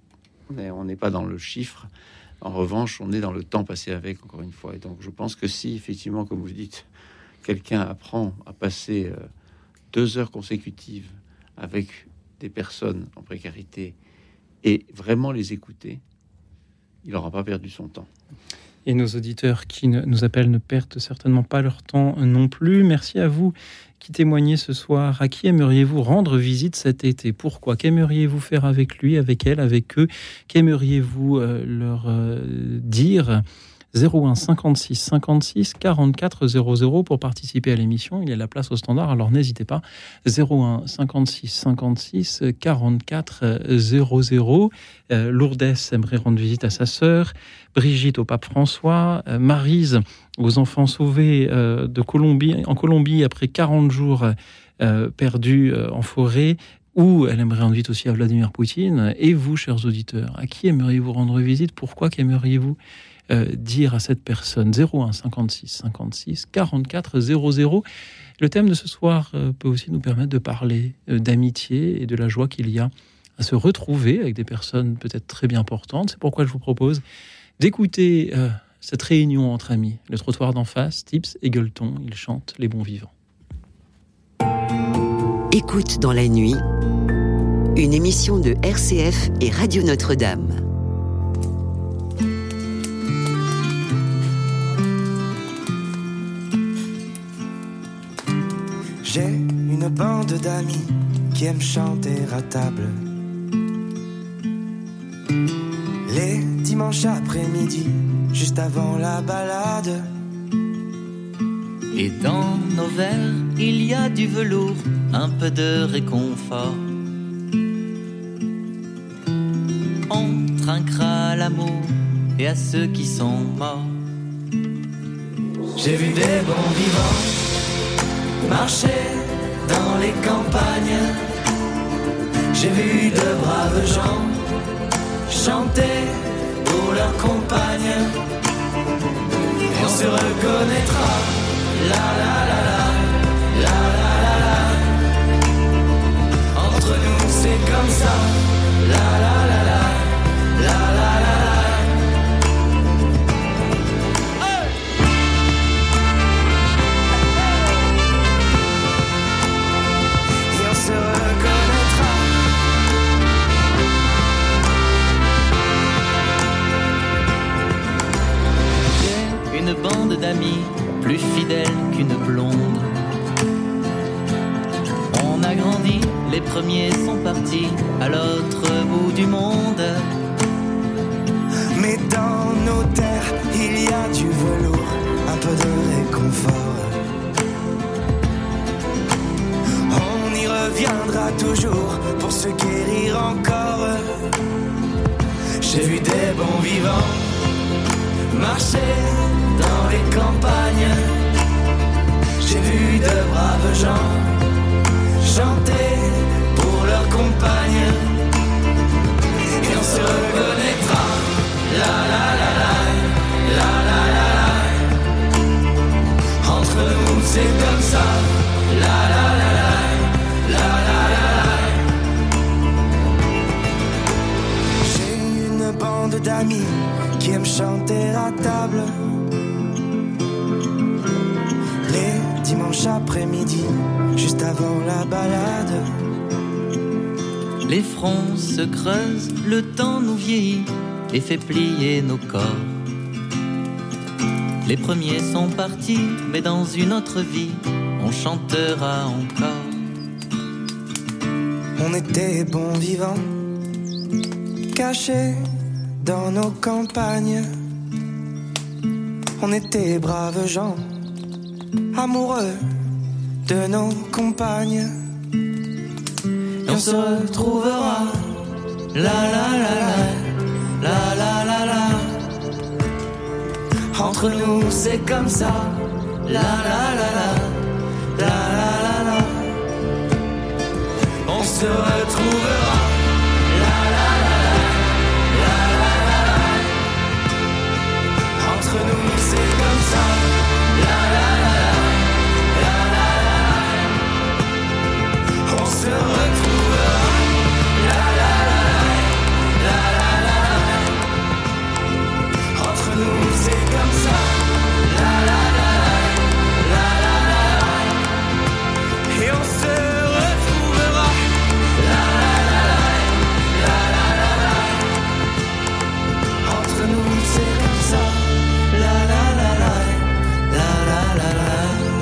on n'est pas dans le chiffre. En revanche, on est dans le temps passé avec, encore une fois. Et donc je pense que si, effectivement, comme vous dites, quelqu'un apprend à passer euh, deux heures consécutives avec des personnes en précarité, et vraiment les écouter, il n'aura pas perdu son temps. Et nos auditeurs qui nous appellent ne perdent certainement pas leur temps non plus. Merci à vous qui témoignez ce soir. À qui aimeriez-vous rendre visite cet été ? Pourquoi ? Qu'aimeriez-vous faire avec lui, avec elle, avec eux ? Qu'aimeriez-vous euh, leur euh, dire ? zéro un cinquante-six cinquante-six quarante-quatre zéro zéro pour participer à l'émission. Il y a la place au standard, alors n'hésitez pas. zéro un cinquante-six cinquante-six quarante-quatre zéro zéro. Euh, Lourdes aimerait rendre visite à sa sœur. Brigitte au pape François. Euh, Maryse aux enfants sauvés euh, de Colombie, en Colombie après quarante jours euh, perdus euh, en forêt. Ou elle aimerait rendre visite aussi à Vladimir Poutine. Et vous, chers auditeurs, à qui aimeriez-vous rendre visite ? Pourquoi ? Qu'aimeriez-vous Euh, dire à cette personne ? Zéro un cinquante-six cinquante-six quarante-quatre zéro zéro. Le thème de ce soir euh, peut aussi nous permettre de parler euh, d'amitié et de la joie qu'il y a à se retrouver avec des personnes peut-être très bien portantes. C'est pourquoi je vous propose d'écouter euh, cette réunion entre amis. Le trottoir d'en face, Tips et Gueuleton, ils chantent les bons vivants. Écoute dans la nuit, une émission de R C F et Radio Notre-Dame. J'ai une bande d'amis qui aiment chanter à table. Les dimanches après-midi, juste avant la balade. Et dans nos verres, il y a du velours, un peu de réconfort. On trinquera à l'amour et à ceux qui sont morts. J'ai vu des bons vivants marcher dans les campagnes. J'ai vu de braves gens chanter pour leurs compagnes. Et on se reconnaîtra. La la la la, la la la la. Entre nous c'est comme ça. La la la la, la la la la. premiers sont partis à l'autre bout du monde. Mais dans nos terres, il y a du velours, un peu de réconfort. On y reviendra toujours pour se guérir encore. J'ai vu des bons vivants marcher dans les campagnes. J'ai vu de braves gens chanter pour leurs compagnes. Et on se reconnaîtra. La la la la, la la la la. Entre nous c'est comme ça. La la la la, la la la la. J'ai une bande d'amis qui aiment chanter à table. Les dimanches après-midi, juste avant la balade. Les fronts se creusent, le temps nous vieillit et fait plier nos corps. Les premiers sont partis, mais dans une autre vie, on chantera encore. On était bons vivants, cachés dans nos campagnes. On était braves gens, amoureux de nos compagnes. Et on se retrouvera, la la la la, la la la la. Entre nous c'est comme ça, la la la la, la la la la. On se retrouvera, la la la la, la la la la. Entre nous c'est comme ça, la la la la, la la la la. On se retrouvera, la la la la, la la la la. Entre nous c'est comme ça, la la la la, la la la la. Et on se retrouvera, la la la la, la la la la. Entre nous c'est comme ça, la la la la, la la la la.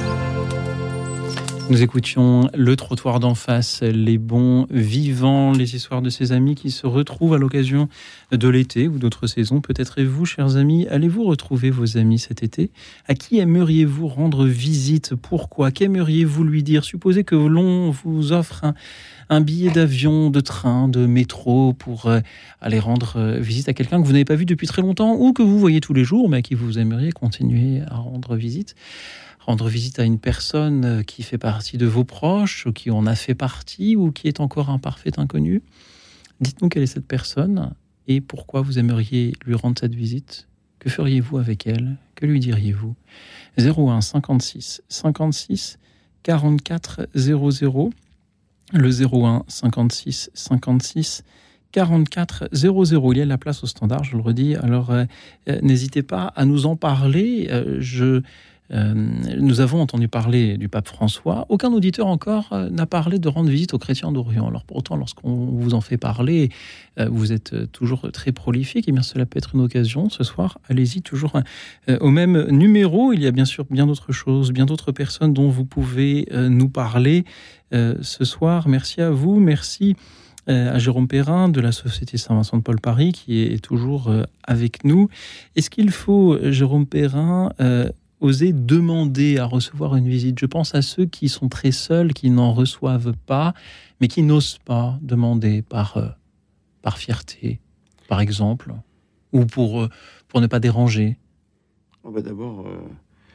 Nous écoutions Le Trottoir d'en face, les bons vivants, les histoires de ces amis qui se retrouvent à l'occasion de l'été ou d'autres saisons. Peut-être et vous, chers amis, allez-vous retrouver vos amis cet été? À qui aimeriez-vous rendre visite? Pourquoi? Qu'aimeriez-vous lui dire? Supposez que l'on vous offre un, un billet d'avion, de train, de métro pour euh, aller rendre euh, visite à quelqu'un que vous n'avez pas vu depuis très longtemps ou que vous voyez tous les jours, mais à qui vous aimeriez continuer à rendre visite. Rendre visite à une personne qui fait partie de vos proches, ou qui en a fait partie, ou qui est encore un parfait inconnu. Dites-nous quelle est cette personne et pourquoi vous aimeriez lui rendre cette visite. Que feriez-vous avec elle? Que lui diriez-vous? zéro un cinquante-six cinquante-six quarante-quatre zéro zéro, le zéro un cinquante-six cinquante-six quarante-quatre zéro zéro. Il y a de la place au standard, je le redis. Alors, euh, euh, n'hésitez pas à nous en parler. Euh, je... Euh, nous avons entendu parler du pape François. Aucun auditeur encore euh, n'a parlé de rendre visite aux chrétiens d'Orient. Alors pourtant, lorsqu'on vous en fait parler, euh, vous êtes toujours très prolifique. Et bien, cela peut être une occasion. Ce soir, allez-y toujours euh, au même numéro. Il y a bien sûr bien d'autres choses, bien d'autres personnes dont vous pouvez euh, nous parler euh, ce soir. Merci à vous. Merci à Jérôme Perrin de la Société Saint-Vincent de Paul Paris qui est toujours euh, avec nous. Est-ce qu'il faut, Jérôme Perrin, euh, oser demander à recevoir une visite? Je pense à ceux qui sont très seuls, qui n'en reçoivent pas, mais qui n'osent pas demander par, euh, par fierté, par exemple, ou pour, euh, pour ne pas déranger. Oh bah d'abord, euh,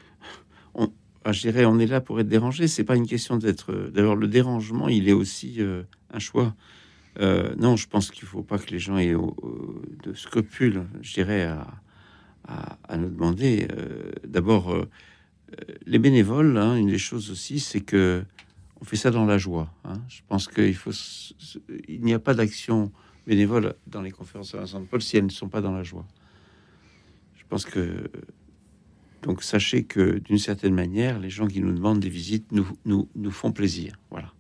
on, ah, je dirais, on est là pour être dérangé. C'est pas une question d'être... D'ailleurs, le dérangement, il est aussi euh, un choix. Euh, non, je pense qu'il faut pas que les gens aient euh, de scrupules, je dirais, à... À, à nous demander. Euh, d'abord, euh, les bénévoles, hein, une des choses aussi, c'est que on fait ça dans la joie. Hein. Je pense qu'il faut, il n'y a pas d'action bénévole dans les conférences à Saint Paul si elles ne sont pas dans la joie. Je pense que donc sachez que d'une certaine manière, les gens qui nous demandent des visites nous nous, nous font plaisir. Voilà.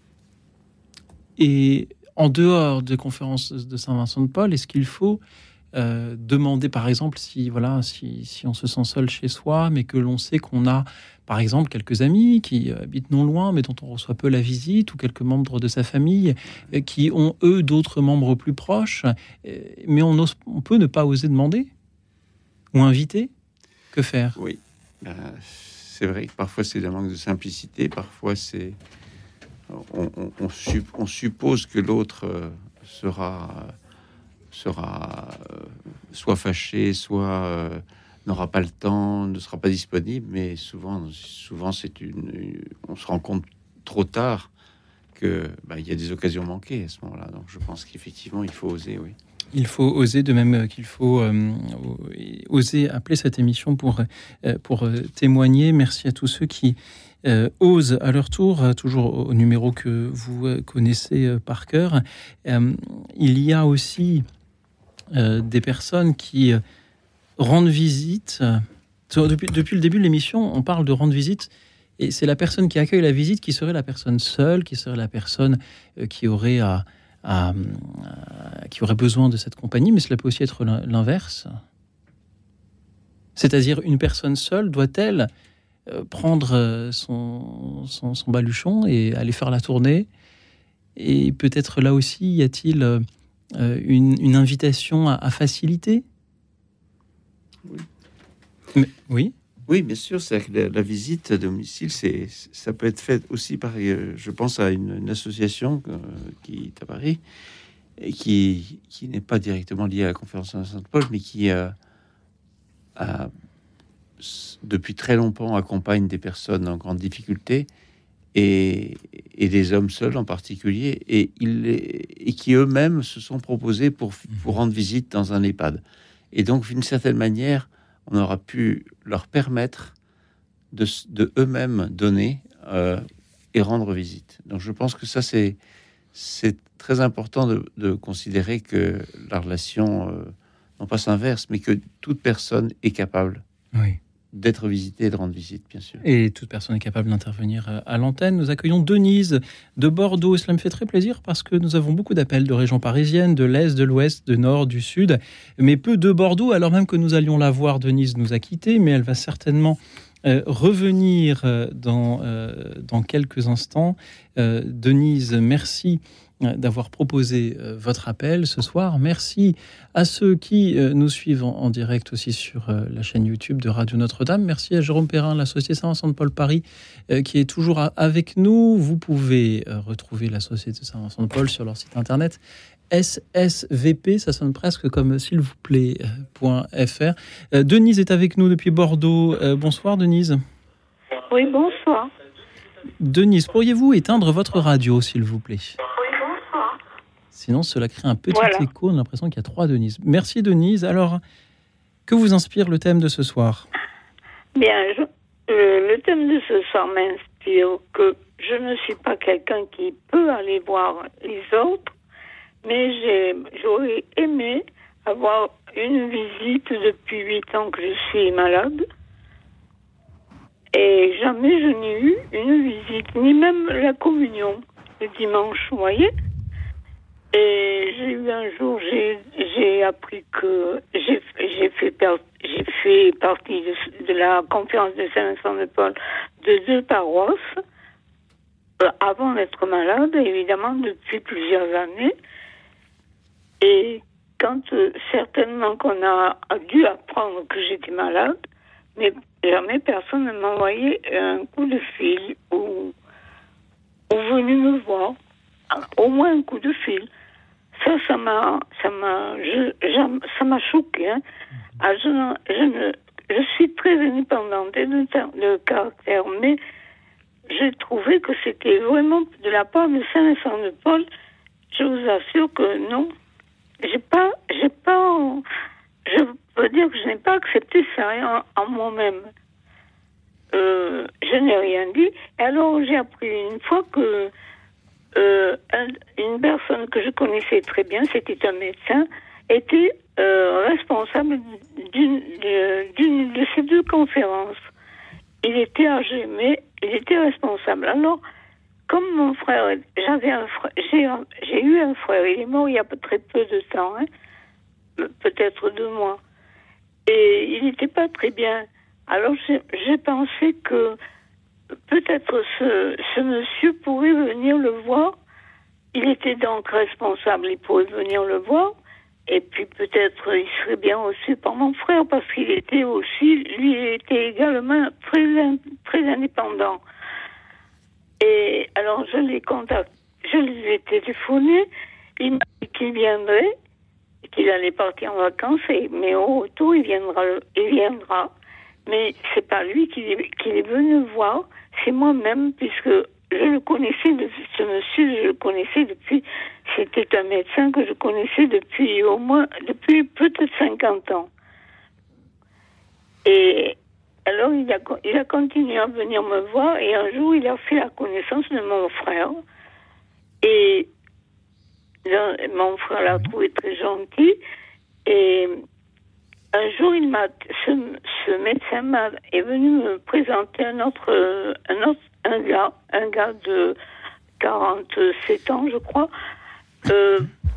Et en dehors des conférences de Saint Vincent de Paul, est-ce qu'il faut euh, demander, par exemple, si, voilà, si, si on se sent seul chez soi, mais que l'on sait qu'on a, par exemple, quelques amis qui habitent non loin, mais dont on reçoit peu la visite, ou quelques membres de sa famille euh, qui ont, eux, d'autres membres plus proches, euh, mais on, ose, on peut ne pas oser demander ou inviter. Que faire ? Oui, euh, c'est vrai que parfois c'est un manque de simplicité, parfois c'est... On, on, on, sup, on suppose que l'autre euh, sera, sera euh, soit fâché, soit euh, n'aura pas le temps, ne sera pas disponible, mais souvent, souvent c'est une, une, on se rend compte trop tard que bah, il y a des occasions manquées à ce moment-là. Donc je pense qu'effectivement il faut oser, oui. Il faut oser, de même qu'il faut euh, oser appeler cette émission pour, euh, pour témoigner. Merci à tous ceux qui euh, osent à leur tour, toujours au numéro que vous connaissez euh, par cœur. Euh, il y a aussi euh, des personnes qui euh, rendent visite. Depuis, depuis le début de l'émission, on parle de rendre visite. Et c'est la personne qui accueille la visite qui serait la personne seule, qui serait la personne euh, qui aurait à... À, à, qui aurait besoin de cette compagnie, mais cela peut aussi être l'inverse. C'est-à-dire, une personne seule doit-elle euh, prendre son, son, son baluchon et aller faire la tournée ? Et peut-être là aussi, y a-t-il euh, une, une invitation à, à faciliter ? Oui. Mais, oui. Oui, bien sûr, c'est que la, la visite à domicile, c'est, ça peut être fait aussi par, je pense à une, une association euh, qui est à Paris et qui, qui n'est pas directement liée à la conférence de Saint-Paul, mais qui euh, a, depuis très longtemps accompagne des personnes en grande difficulté et, et des hommes seuls en particulier, et, il, et qui eux-mêmes se sont proposés pour, pour rendre visite dans un EHPAD. Et donc, d'une certaine manière, on aura pu leur permettre de, de eux-mêmes donner euh, et rendre visite. Donc je pense que ça, c'est, c'est très important de, de considérer que la relation, euh, non pas s'inverse, mais que toute personne est capable oui. d'être visitée et de rendre visite, bien sûr. Et toute personne est capable d'intervenir à l'antenne. Nous accueillons Denise de Bordeaux. Cela me fait très plaisir parce que nous avons beaucoup d'appels de régions parisiennes, de l'Est, de l'Ouest, de Nord, du Sud, mais peu de Bordeaux, alors même que nous allions la voir. Denise nous a quittés, mais elle va certainement euh, revenir euh, dans, euh, dans quelques instants. Euh, Denise, merci d'avoir proposé euh, votre appel ce soir. Merci à ceux qui euh, nous suivent en, en direct aussi sur euh, la chaîne YouTube de Radio Notre-Dame. Merci à Jérôme Perrin, la Société Saint-Vincent-de-Paul Paris, euh, qui est toujours a- avec nous. Vous pouvez euh, retrouver la Société Saint-Vincent-de-Paul sur leur site internet S S V P, ça sonne presque comme s'il vous plaît point F R. Euh, Denise est avec nous depuis Bordeaux. Euh, bonsoir Denise. Oui, bonsoir. Denise, pourriez-vous éteindre votre radio s'il vous plaît ? Sinon, cela crée un petit voilà. écho. On a l'impression qu'il y a trois Denise. Merci Denise. Alors, que vous inspire le thème de ce soir ? Bien, je, euh, le thème de ce soir m'inspire que je ne suis pas quelqu'un qui peut aller voir les autres, mais j'ai, j'aurais aimé avoir une visite depuis huit ans que je suis malade. Et jamais je n'ai eu une visite, ni même la communion le dimanche, vous voyez ? Et j'ai eu un jour, j'ai, j'ai appris que j'ai, j'ai, fait, per, j'ai fait partie de, de la conférence de Saint-Vincent-de-Paul de deux paroisses, euh, avant d'être malade, évidemment, depuis plusieurs années. Et quand, euh, certainement qu'on a, a dû apprendre que j'étais malade, mais jamais personne ne m'a envoyé un coup de fil ou, ou venu me voir. Au moins un coup de fil. Ça, ça m'a, ça m'a, je, je, ça m'a choqué. Hein. Ah, je, je, ne, je suis très indépendante et de, de caractère, mais j'ai trouvé que c'était vraiment de la part de Saint-Vincent-de-Paul. Je vous assure que non, j'ai pas, j'ai pas, je peux dire que je n'ai pas accepté ça en, en moi-même. Euh, je n'ai rien dit. Et alors j'ai appris une fois que Euh, un, une personne que je connaissais très bien, c'était un médecin, était euh, responsable d'une, de, d'une de ces deux conférences. Il était âgé, mais il était responsable. Alors, comme mon frère, j'avais un frère, j'ai, j'ai eu un frère, il est mort il y a très peu de temps, hein, peut-être deux mois. Et il n'était pas très bien. Alors j'ai, j'ai pensé que peut-être ce, ce monsieur pourrait venir le voir. Il était donc responsable, il pourrait venir le voir. Et puis peut-être il serait bien reçu par mon frère parce qu'il était aussi, lui était également très, très indépendant. Et alors je l'ai contacté, je lui ai téléphoné, il m'a dit qu'il viendrait, qu'il allait partir en vacances, et, mais au retour il viendra, il viendra. Mais c'est pas lui qui est, qui est venu voir, c'est moi-même, puisque je le connaissais, de, ce monsieur, je le connaissais depuis, c'était un médecin que je connaissais depuis au moins, depuis peut-être cinquante ans. Et alors il a, il a continué à venir me voir, et un jour il a fait la connaissance de mon frère. Et là, mon frère l'a trouvé très gentil, et un jour, il m'a, ce, ce médecin m'a, est venu me présenter un autre, un autre, un gars, un gars de quarante-sept ans, je crois. Euh,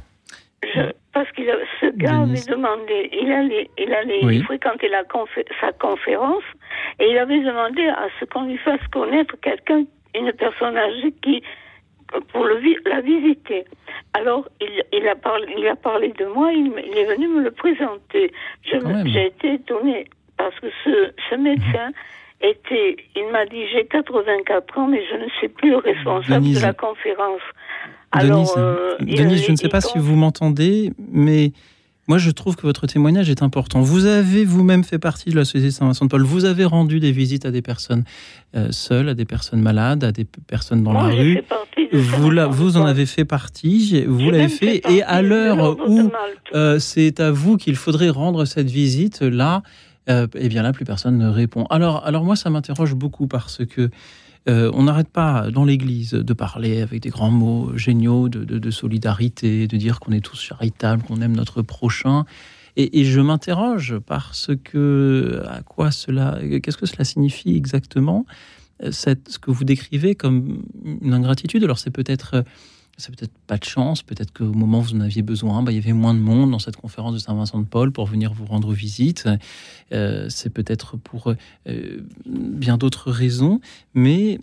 je, parce qu'il a, ce gars avait demandé, il allait, il allait oui. fréquenter la confé, sa conférence, et il avait demandé à ce qu'on lui fasse connaître quelqu'un, une personne âgée qui, pour le, la visiter. Alors, il, il, a parlé, il a parlé de moi, il, il est venu me le présenter. Je me, j'ai été étonnée, parce que ce, ce médecin était, il m'a dit, j'ai quatre-vingt-quatre ans, mais je ne suis plus le responsable Denise, de la conférence. Alors, Alors, euh, Denise, il, je ne sais pas si vous m'entendez, mais moi, je trouve que votre témoignage est important. Vous avez vous-même fait partie de la Société Saint-Vincent-de-Paul. Vous avez rendu des visites à des personnes euh, seules, à des personnes malades, à des personnes dans moi, la rue. Vous, la, vous en avez fait partie, vous j'ai l'avez fait. fait et à l'heure où euh, c'est à vous qu'il faudrait rendre cette visite, là, euh, eh bien là, plus personne ne répond. Alors, alors moi, ça m'interroge beaucoup parce que Euh, on n'arrête pas dans l'Église de parler avec des grands mots géniaux de, de, de solidarité, de dire qu'on est tous charitables, qu'on aime notre prochain. Et, et je m'interroge parce que à quoi cela, qu'est-ce que cela signifie exactement, cette, ce que vous décrivez comme une ingratitude. Alors c'est peut-être, c'est peut-être pas de chance, peut-être qu'au moment où vous en aviez besoin, bah, il y avait moins de monde dans cette conférence de Saint-Vincent-de-Paul pour venir vous rendre visite. Euh, c'est peut-être pour euh, bien d'autres raisons, mais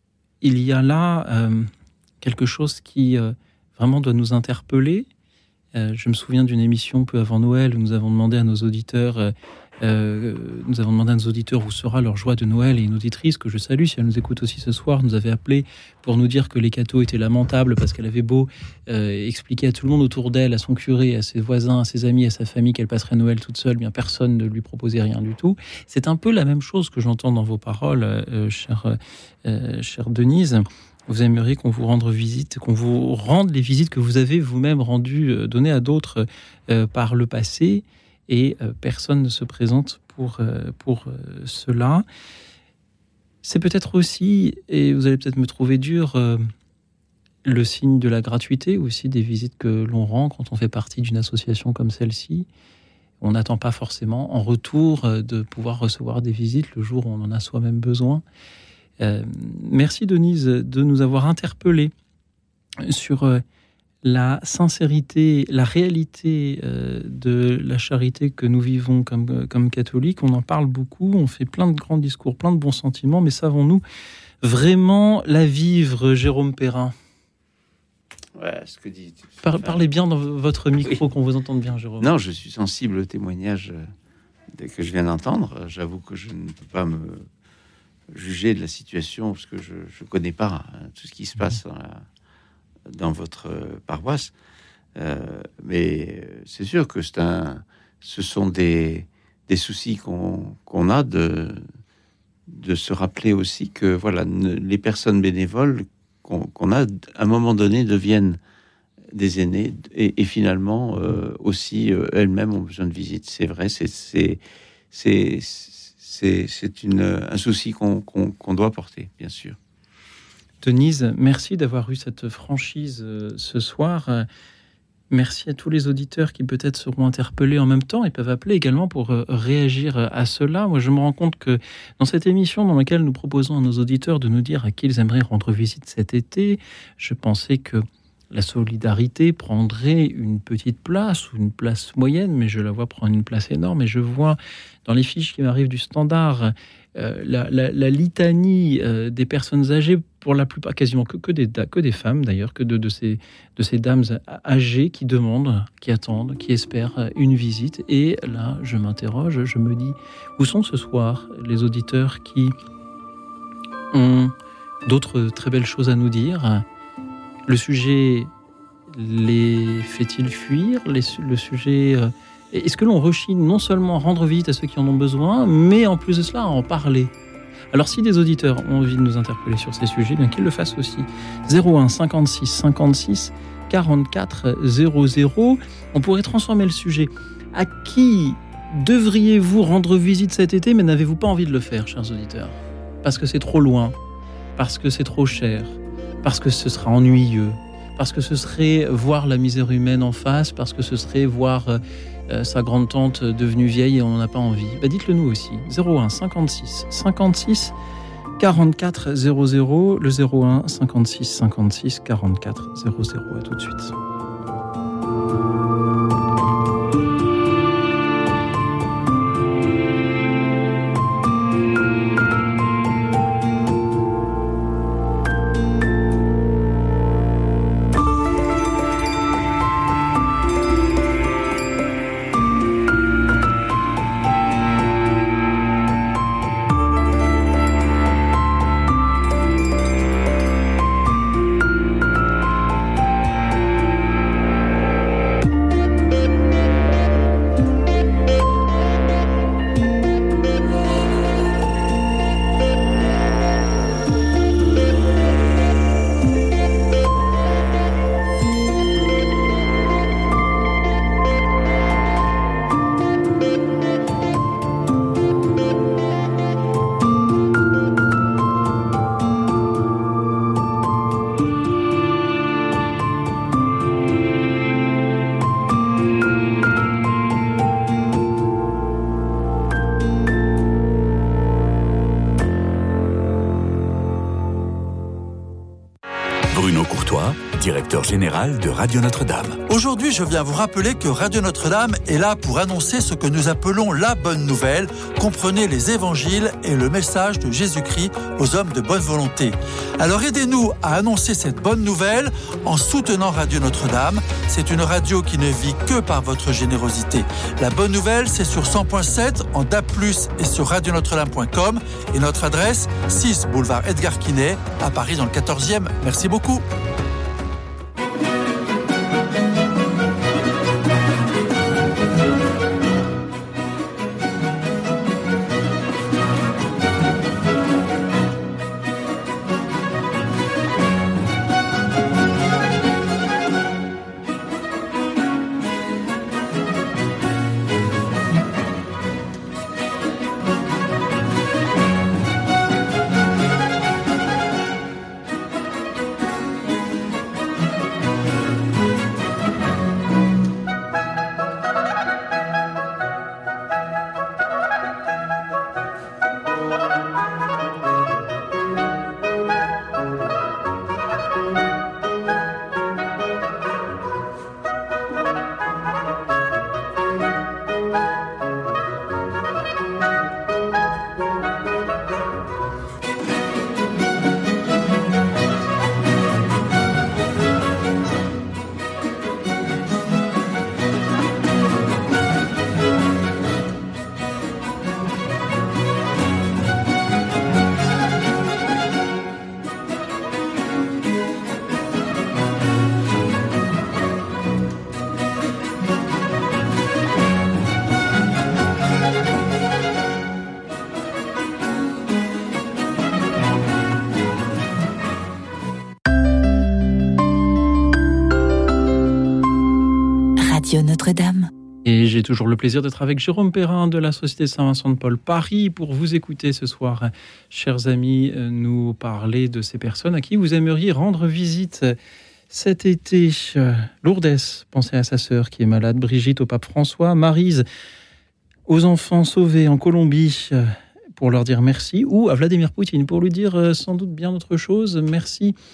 il y a là euh, quelque chose qui euh, vraiment doit nous interpeller. Euh, je me souviens d'une émission peu avant Noël où nous avons demandé à nos auditeurs, euh, euh, nous avons demandé à nos auditeurs où sera leur joie de Noël, et une auditrice que je salue, si elle nous écoute aussi ce soir, nous avait appelé pour nous dire que les cathos étaient lamentables parce qu'elle avait beau euh, expliquer à tout le monde autour d'elle, à son curé, à ses voisins, à ses amis, à sa famille qu'elle passerait Noël toute seule, bien personne ne lui proposait rien du tout. C'est un peu la même chose que j'entends dans vos paroles, euh, chère, euh, chère Denise. Vous aimeriez qu'on vous rende visite, qu'on vous rende les visites que vous avez vous-même rendues, euh, données à d'autres euh, par le passé, et euh, personne ne se présente pour, euh, pour euh, cela. C'est peut-être aussi, et vous allez peut-être me trouver dur, euh, le signe de la gratuité aussi des visites que l'on rend quand on fait partie d'une association comme celle-ci. On n'attend pas forcément en retour euh, de pouvoir recevoir des visites le jour où on en a soi-même besoin. Euh, merci Denise de nous avoir interpellés sur euh, la sincérité, la réalité euh, de la charité que nous vivons comme, comme catholiques. On en parle beaucoup, on fait plein de grands discours, plein de bons sentiments, mais savons-nous vraiment la vivre, Jérôme Perrin? Ouais, ce que dit... Par, parlez bien dans votre micro, oui. Qu'on vous entende bien, Jérôme. Non, je suis sensible au témoignage que je viens d'entendre. J'avoue que je ne peux pas me juger de la situation parce que je ne connais pas hein, tout ce qui se passe dans, la, dans votre paroisse. Euh, mais c'est sûr que c'est un, ce sont des, des soucis qu'on, qu'on a de, de se rappeler aussi que voilà, ne, les personnes bénévoles qu'on, qu'on a, à un moment donné, deviennent des aînés et, et finalement euh, aussi euh, elles-mêmes ont besoin de visite. C'est vrai, c'est... c'est, c'est, c'est C'est, c'est une, un souci qu'on, qu'on, qu'on doit porter, bien sûr. Denise, merci d'avoir eu cette franchise euh, ce soir. Euh, merci à tous les auditeurs qui peut-être seront interpellés en même temps et peuvent appeler également pour euh, réagir à cela. Moi, je me rends compte que dans cette émission dans laquelle nous proposons à nos auditeurs de nous dire à qui ils aimeraient rendre visite cet été, je pensais que la solidarité prendrait une petite place ou une place moyenne, mais je la vois prendre une place énorme. Et je vois dans les fiches qui m'arrivent du Standard euh, la, la, la litanie euh, des personnes âgées, pour la plupart quasiment que, que, des, que des femmes d'ailleurs, que de, de, ces, de ces dames âgées qui demandent, qui attendent, qui espèrent une visite. Et là, je m'interroge, je me dis, où sont ce soir les auditeurs qui ont d'autres très belles choses à nous dire? Le sujet les fait-il fuir? les, Le sujet... Euh, est-ce que l'on rechigne non seulement à rendre visite à ceux qui en ont besoin, mais en plus de cela à en parler? Alors si des auditeurs ont envie de nous interpeller sur ces sujets, bien qu'ils le fassent aussi. zéro un cinquante-six cinquante-six quarante-quatre zéro zéro. On pourrait transformer le sujet. À qui devriez-vous rendre visite cet été, mais n'avez-vous pas envie de le faire, chers auditeurs? Parce que c'est trop loin, parce que c'est trop cher, parce que ce sera ennuyeux, parce que ce serait voir la misère humaine en face, parce que ce serait voir euh, sa grande-tante devenue vieille et on n'en a pas envie. Bah dites-le nous aussi. zéro un cinquante-six cinquante-six quarante-quatre zéro zéro, le zéro un cinquante-six cinquante-six quarante-quatre zéro zéro. À tout de suite. Directeur général de Radio Notre-Dame. Aujourd'hui, je viens vous rappeler que Radio Notre-Dame est là pour annoncer ce que nous appelons la bonne nouvelle. Comprenez les évangiles et le message de Jésus-Christ aux hommes de bonne volonté. Alors aidez-nous à annoncer cette bonne nouvelle en soutenant Radio Notre-Dame. C'est une radio qui ne vit que par votre générosité. La bonne nouvelle, c'est sur cent point sept en D A B plus, et sur radio notre dame point com. Et notre adresse, six boulevard Edgar Quinet, à Paris dans le quatorzième. Merci beaucoup. Notre-Dame. Et j'ai toujours le plaisir d'être avec Jérôme Perrin de la Société Saint-Vincent-de-Paul Paris pour vous écouter ce soir, chers amis, nous parler de ces personnes à qui vous aimeriez rendre visite cet été. Lourdes, pensez à sa sœur qui est malade, Brigitte au pape François, Maryse aux enfants sauvés en Colombie pour leur dire merci, ou à Vladimir Poutine pour lui dire sans doute bien autre chose. Merci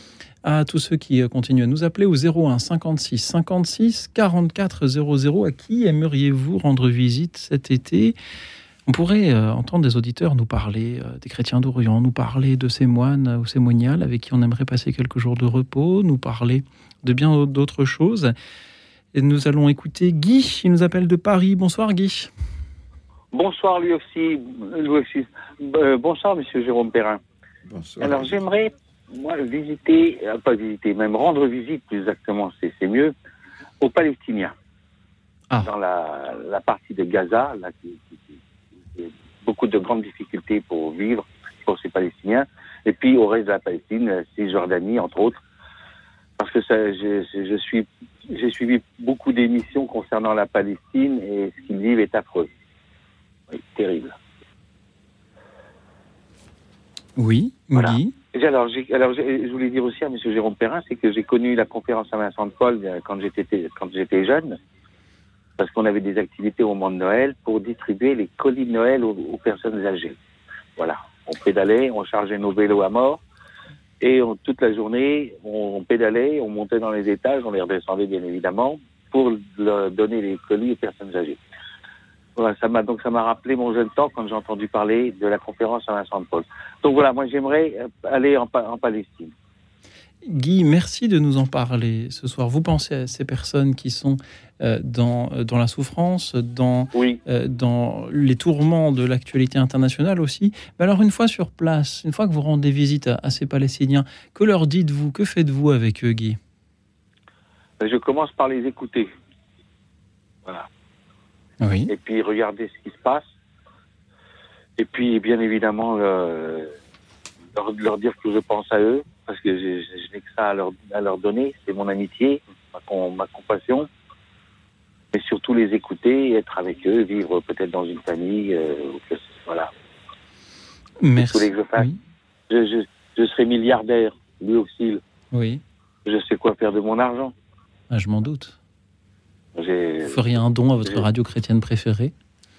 à tous ceux qui continuent à nous appeler au zéro un cinquante-six cinquante-six quarante-quatre zéro zéro. À qui aimeriez-vous rendre visite cet été ? On pourrait euh, entendre des auditeurs nous parler euh, des chrétiens d'Orient, nous parler de ces moines ou ces moniales avec qui on aimerait passer quelques jours de repos, nous parler de bien d'autres choses. Et nous allons écouter Guy, il nous appelle de Paris. Bonsoir Guy. Bonsoir lui aussi. Lui aussi. Euh, bonsoir Monsieur Jérôme Perrin. Bonsoir. Alors j'aimerais, moi, visiter, euh, pas visiter, même rendre visite, plus exactement, c'est, c'est mieux, aux Palestiniens. Ah. Dans la, la partie de Gaza, là, qui, qui, qui, qui beaucoup de grandes difficultés pour vivre pour ces Palestiniens, et puis au reste de la Palestine, Cisjordanie, entre autres, parce que ça, je, je suis, j'ai suivi beaucoup d'émissions concernant la Palestine, et ce qu'ils vivent est affreux. Oui, terrible. Oui, voilà. Oui. Alors, j'ai, alors j'ai, je voulais dire aussi à M. Jérôme Perrin, c'est que j'ai connu la conférence Saint-Vincent-de-Paul quand j'étais, quand j'étais jeune, parce qu'on avait des activités au moment de Noël pour distribuer les colis de Noël aux, aux personnes âgées. Voilà. On pédalait, on chargeait nos vélos à mort, et on, toute la journée, on, on pédalait, on montait dans les étages, on les redescendait bien évidemment, pour le, donner les colis aux personnes âgées. Voilà, ça m'a, donc ça m'a rappelé mon jeune temps quand j'ai entendu parler de la conférence Saint-Vincent-de-Paul. Donc voilà, moi j'aimerais aller en, en Palestine. Guy, merci de nous en parler ce soir. Vous pensez à ces personnes qui sont euh, dans, dans la souffrance, dans, oui. euh, dans les tourments de l'actualité internationale aussi. Mais alors une fois sur place, une fois que vous rendez visite à, à ces Palestiniens, que leur dites-vous, que faites-vous avec eux, Guy ? Je commence par les écouter. Voilà. Oui. Et puis regarder ce qui se passe. Et puis bien évidemment euh, leur, leur dire que je pense à eux, parce que je, je, je n'ai que ça à leur, à leur donner, c'est mon amitié, ma, ma compassion, et surtout les écouter, être avec eux, vivre peut-être dans une famille, euh, que, voilà. Merci. Que je, fasse. Oui. Je, je, je serai milliardaire, lui aussi. Oui. Je sais quoi faire de mon argent. Ah, je m'en doute. J'ai... Vous feriez un don à votre j'ai... radio chrétienne préférée ?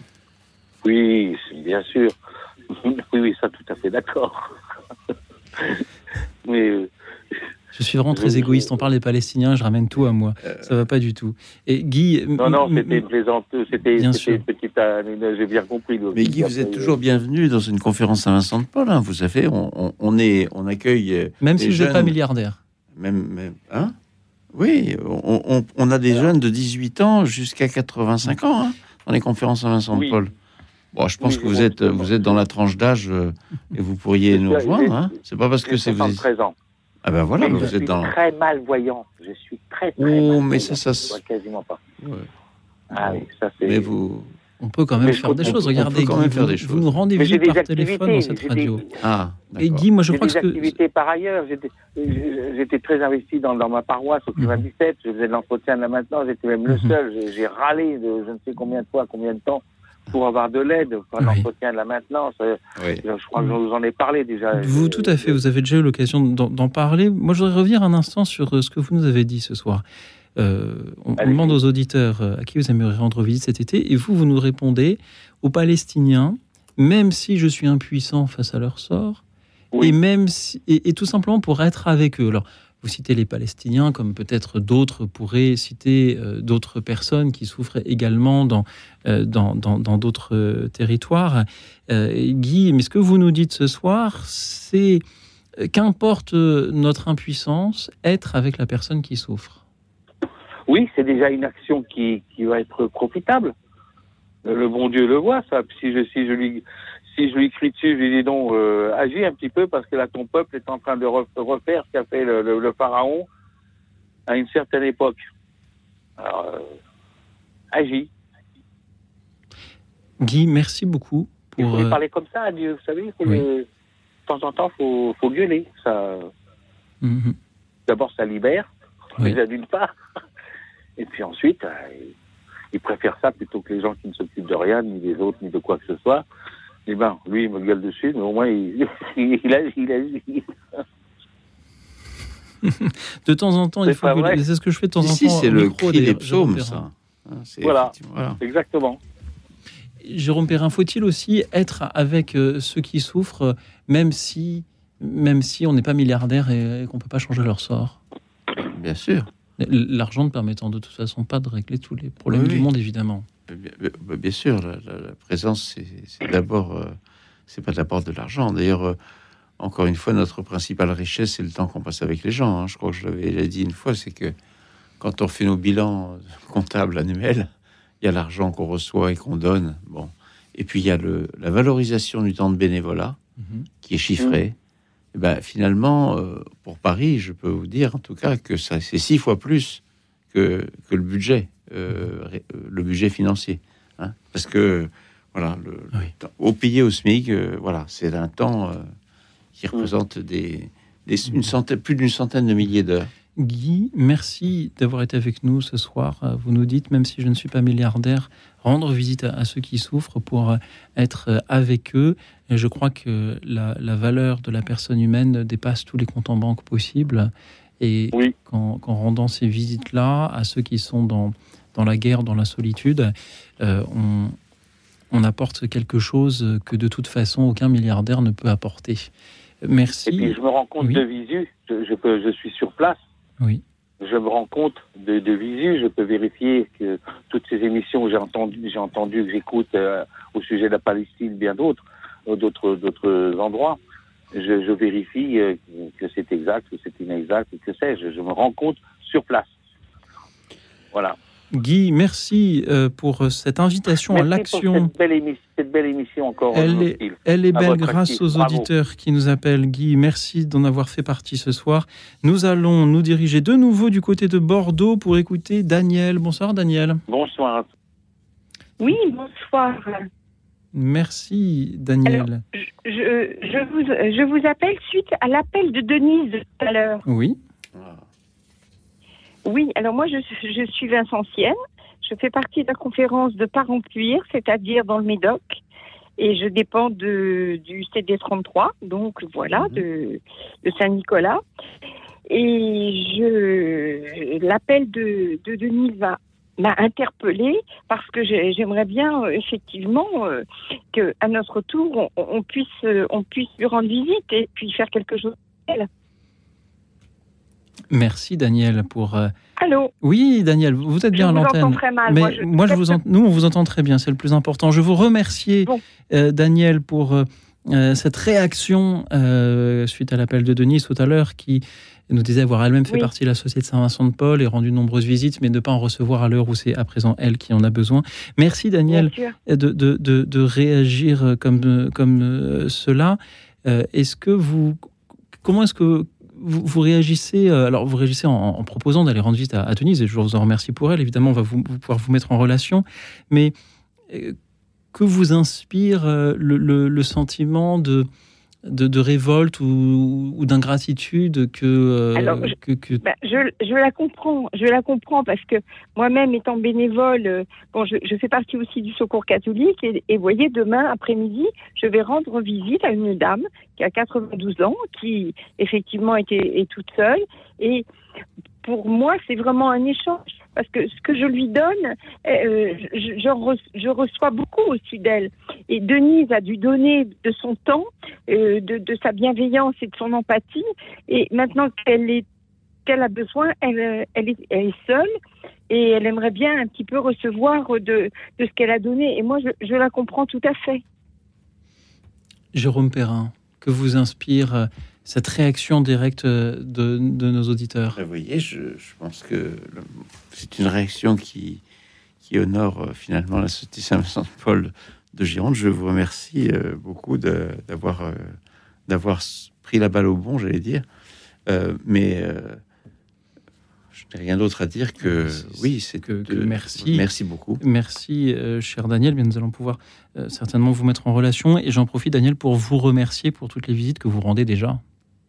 Oui, bien sûr. Oui, oui, ça, tout à fait d'accord. Mais... Euh... Je suis vraiment très égoïste. On parle des Palestiniens, je ramène tout à moi. Ça va pas du tout. Et Guy... Non, non, c'était une plaisanteuse. C'était, bien c'était une petite... Euh, j'ai bien compris. Mais Guy, vous êtes toujours bienvenu dans une conférence Saint-Vincent-de-Paul. Hein. Vous savez, on, on, on, est, on accueille... Même si je n'êtes pas milliardaire. Même... même hein Oui, on, on, on a des Alors. jeunes de dix-huit ans jusqu'à quatre-vingt-cinq ans hein, dans les conférences Saint-Vincent-de-Paul. Oui. Bon, je pense oui, que vous êtes, vous êtes dans la tranche d'âge euh, et vous pourriez nous rejoindre. Hein. C'est pas parce que c'est vous. treize ans. Ah ben voilà, mais vous je êtes suis dans. Très malvoyant. Je suis très très. Oh, mais ça, ça. Je vois quasiment pas. Ouais. Ah oui, ça c'est. Mais vous. On peut quand même mais faire des choses. Regardez, quand Guy, même faire vous, des choses. Vous nous rendez visite par téléphone dans cette radio. Des... Ah. D'accord. Et Guy, moi je j'ai crois des que activités par ailleurs. J'étais, j'étais très investi dans, dans ma paroisse au quatre-vingt-dix-sept. Je faisais de l'entretien de la maintenance. J'étais même le seul. J'ai, j'ai râlé de je ne sais combien de fois, combien de temps pour avoir de l'aide pour oui. l'entretien de la maintenance. Oui. Je crois que je vous en ai parlé déjà. Vous, je, tout à fait. Je... Vous avez déjà eu l'occasion d'en, d'en parler. Moi, je voudrais revenir un instant sur ce que vous nous avez dit ce soir. Euh, on, on demande aux auditeurs à qui vous aimeriez rendre visite cet été, et vous, vous nous répondez aux Palestiniens, même si je suis impuissant face à leur sort, oui. et même si, et, et tout simplement pour être avec eux. Alors, vous citez les Palestiniens, comme peut-être d'autres pourraient citer euh, d'autres personnes qui souffrent également dans, euh, dans, dans, dans d'autres euh, territoires. Euh, Guy, mais ce que vous nous dites ce soir, c'est euh, qu'importe notre impuissance, être avec la personne qui souffre. Oui, c'est déjà une action qui, qui va être profitable. Le bon Dieu le voit, ça. Si je, si je lui, si je lui crie dessus, je lui dis donc, euh, agis un petit peu parce que là, ton peuple est en train de refaire ce qu'a fait le, le, le pharaon à une certaine époque. Alors, euh, agis. Guy, merci beaucoup. Pour, il faut lui euh... parler comme ça à Dieu, vous savez. Il faut oui. le, de temps en temps, il faut, faut gueuler. Ça, mm-hmm. D'abord, ça libère, oui. déjà d'une part. Et puis ensuite, euh, il préfère ça plutôt que les gens qui ne s'occupent de rien, ni des autres, ni de quoi que ce soit. Eh ben, lui, il me gueule dessus, mais au moins, il, il agit, il agit. De temps en temps, c'est il faut que... C'est ce que je fais de temps en Ici, temps. c'est le cri des psaumes, ça. C'est voilà. voilà, exactement. Jérôme Perrin, faut-il aussi être avec euh, ceux qui souffrent, même si même si on n'est pas milliardaire et, et qu'on ne peut pas changer leur sort. Bien sûr. L'argent ne permettant de toute façon pas de régler tous les problèmes oui, du oui. monde, évidemment. Bien, bien sûr, la, la, la présence, c'est, c'est d'abord, euh, c'est pas d'abord de l'argent. D'ailleurs, euh, encore une fois, notre principale richesse, c'est le temps qu'on passe avec les gens. Hein. Je crois que je l'avais déjà dit une fois, c'est que quand on fait nos bilans comptables annuels, il y a l'argent qu'on reçoit et qu'on donne. Bon, et puis il y a le, la valorisation du temps de bénévolat mm-hmm. qui est chiffrée. Mm-hmm. Et ben finalement, euh, pour Paris, je peux vous dire en tout cas que ça, c'est six fois plus que que le budget. Euh, le budget financier, hein, parce que voilà, le, oui. le temps, au payé au SMIC, euh, voilà, c'est un temps euh, qui représente des, des une centaine, plus d'une centaine de milliers d'heures. Guy, merci d'avoir été avec nous ce soir. Vous nous dites, même si je ne suis pas milliardaire, rendre visite à, à ceux qui souffrent pour être avec eux. Et je crois que la, la valeur de la personne humaine dépasse tous les comptes en banque possibles. Et oui. qu'en, qu'en rendant ces visites-là à ceux qui sont dans, dans la guerre, dans la solitude, euh, on, on apporte quelque chose que de toute façon aucun milliardaire ne peut apporter. Merci. Et puis je me rends compte oui. de visu, je, je, peux, je suis sur place. Oui. Je me rends compte de, de visu, je peux vérifier que toutes ces émissions que j'ai entendues, j'ai entendu, que j'écoute euh, au sujet de la Palestine, bien d'autres, d'autres, d'autres endroits. Je, je vérifie euh, que c'est exact, que c'est inexact, que sais-je. Je me rends compte sur place. Voilà. Guy, merci euh, pour cette invitation merci à l'action. Pour cette belle, émission, cette belle émission encore. Elle est, elle est belle grâce actif. aux Bravo. auditeurs qui nous appellent. Guy, merci d'en avoir fait partie ce soir. Nous allons nous diriger de nouveau du côté de Bordeaux pour écouter Daniel. Bonsoir Daniel. Bonsoir. Oui, bonsoir. Merci Daniel. Alors, je, je, je, vous, je vous appelle suite à l'appel de Denise tout à l'heure. Oui. Oui, alors moi je, je suis Vincentienne. Je fais partie de la conférence de Parencuire, c'est-à-dire dans le Médoc. Et je dépends de, du C D trente-trois, donc voilà, mmh. de, de Saint-Nicolas. Et je, l'appel de, de Denise va m'a interpellée parce que j'aimerais bien euh, effectivement euh, que à notre tour on, on puisse euh, on puisse lui rendre visite et puis faire quelque chose d'elle. Merci Daniel pour. Euh... Allô. Oui Daniel, vous êtes bien je à l'antenne. Je vous entends très mal. Mais moi, je, moi, je vous en... nous on vous entend très bien, c'est le plus important. Je vous remercie bon. euh, Daniel pour euh, cette réaction euh, suite à l'appel de Denise tout à l'heure qui nous disait avoir elle-même fait oui. partie de la Société de Saint-Vincent-de-Paul et rendu de nombreuses visites, mais ne pas en recevoir à l'heure où c'est à présent elle qui en a besoin. Merci Daniel de, de, de, de réagir comme, comme cela. Euh, est-ce que vous, comment est-ce que vous, vous réagissez Alors vous réagissez en, en proposant d'aller rendre visite à, à Denise, et je vous en remercie pour elle. Évidemment, on va vous, vous pouvoir vous mettre en relation, mais euh, que vous inspire euh, le, le, le sentiment de De, de révolte ou, ou d'ingratitude que, euh, Alors, je, que, que... Ben, je, je la comprends, je la comprends parce que moi-même étant bénévole, euh, bon, je, je fais partie aussi du Secours catholique et, et voyez, demain après-midi, je vais rendre visite à une dame qui a quatre-vingt-douze ans, qui effectivement était, est toute seule et pour moi, c'est vraiment un échange parce que ce que je lui donne, euh, je, je, re, je reçois beaucoup aussi d'elle. Et Denise a dû donner de son temps, euh, de, de sa bienveillance et de son empathie. Et maintenant qu'elle est, qu'elle a besoin, elle, elle, est, elle est seule et elle aimerait bien un petit peu recevoir de, de ce qu'elle a donné. Et moi, je, je la comprends tout à fait. Jérôme Perrin, que vous inspire cette réaction directe de, de nos auditeurs? Vous voyez, je, je pense que le, c'est une réaction qui, qui honore euh, finalement la Société Saint-Vincent-de-Paul de Gironde. Je vous remercie euh, beaucoup de, d'avoir, euh, d'avoir pris la balle au bon, j'allais dire. Euh, mais euh, je n'ai rien d'autre à dire que c'est, oui, c'est que, de, que merci. Merci beaucoup. Merci, euh, cher Daniel. Bien, nous allons pouvoir euh, certainement vous mettre en relation. Et j'en profite, Daniel, pour vous remercier pour toutes les visites que vous rendez déjà.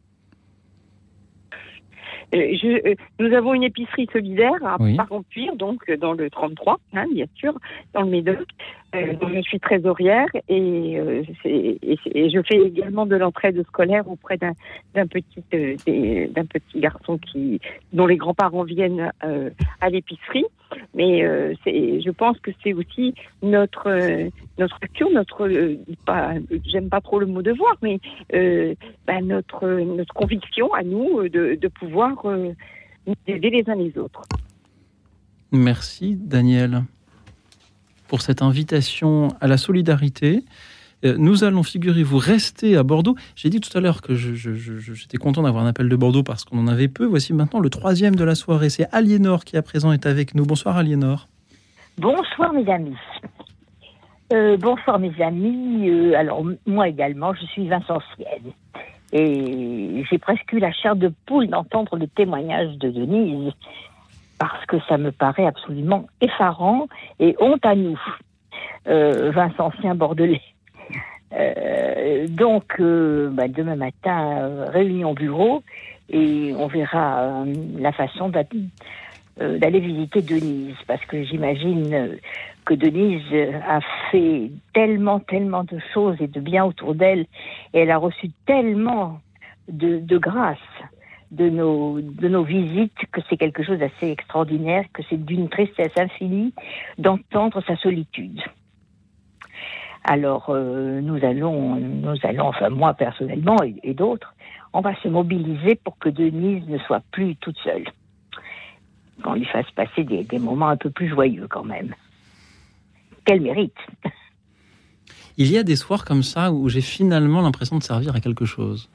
Euh, je, euh, nous avons une épicerie solidaire à oui. Parencuire, donc euh, dans le trente-trois, hein, bien sûr, dans le Médoc. Euh, je suis trésorière et, euh, c'est, et, et je fais également de l'entraide scolaire auprès d'un, d'un, petit, euh, des, d'un petit garçon qui, dont les grands-parents viennent euh, à l'épicerie. Mais euh, c'est, je pense que c'est aussi notre, euh, notre action, notre, euh, pas, j'aime pas trop le mot devoir, mais euh, bah, notre, notre conviction à nous de, de pouvoir euh, nous aider les uns les autres. Merci Daniel pour cette invitation à la solidarité. Euh, nous allons, figurez-vous, rester à Bordeaux. J'ai dit tout à l'heure que je, je, je, j'étais content d'avoir un appel de Bordeaux parce qu'on en avait peu. Voici maintenant le troisième de la soirée. C'est Aliénor qui à présent est avec nous. Bonsoir Aliénor. Bonsoir mes amis. Euh, bonsoir mes amis. Euh, alors moi également, je suis Vincencienne. Et j'ai presque eu la chair de poule d'entendre le témoignage de Denise, parce que ça me paraît absolument effarant et honte à nous, euh, Vincencien bordelais. Euh, donc, euh, bah, demain matin, euh, réunion bureau, et on verra euh, la façon d'aller, euh, d'aller visiter Denise, parce que j'imagine euh, que Denise a fait tellement, tellement de choses et de bien autour d'elle, et elle a reçu tellement de, de grâce de nos, de nos visites, que c'est quelque chose d'assez extraordinaire, que c'est d'une tristesse infinie d'entendre sa solitude. Alors, euh, nous allons, nous allons, enfin moi personnellement et, et d'autres, on va se mobiliser pour que Denise ne soit plus toute seule. Qu'on lui fasse passer des, des moments un peu plus joyeux quand même. Qu'elle mérite. Il y a des soirs comme ça où j'ai finalement l'impression de servir à quelque chose.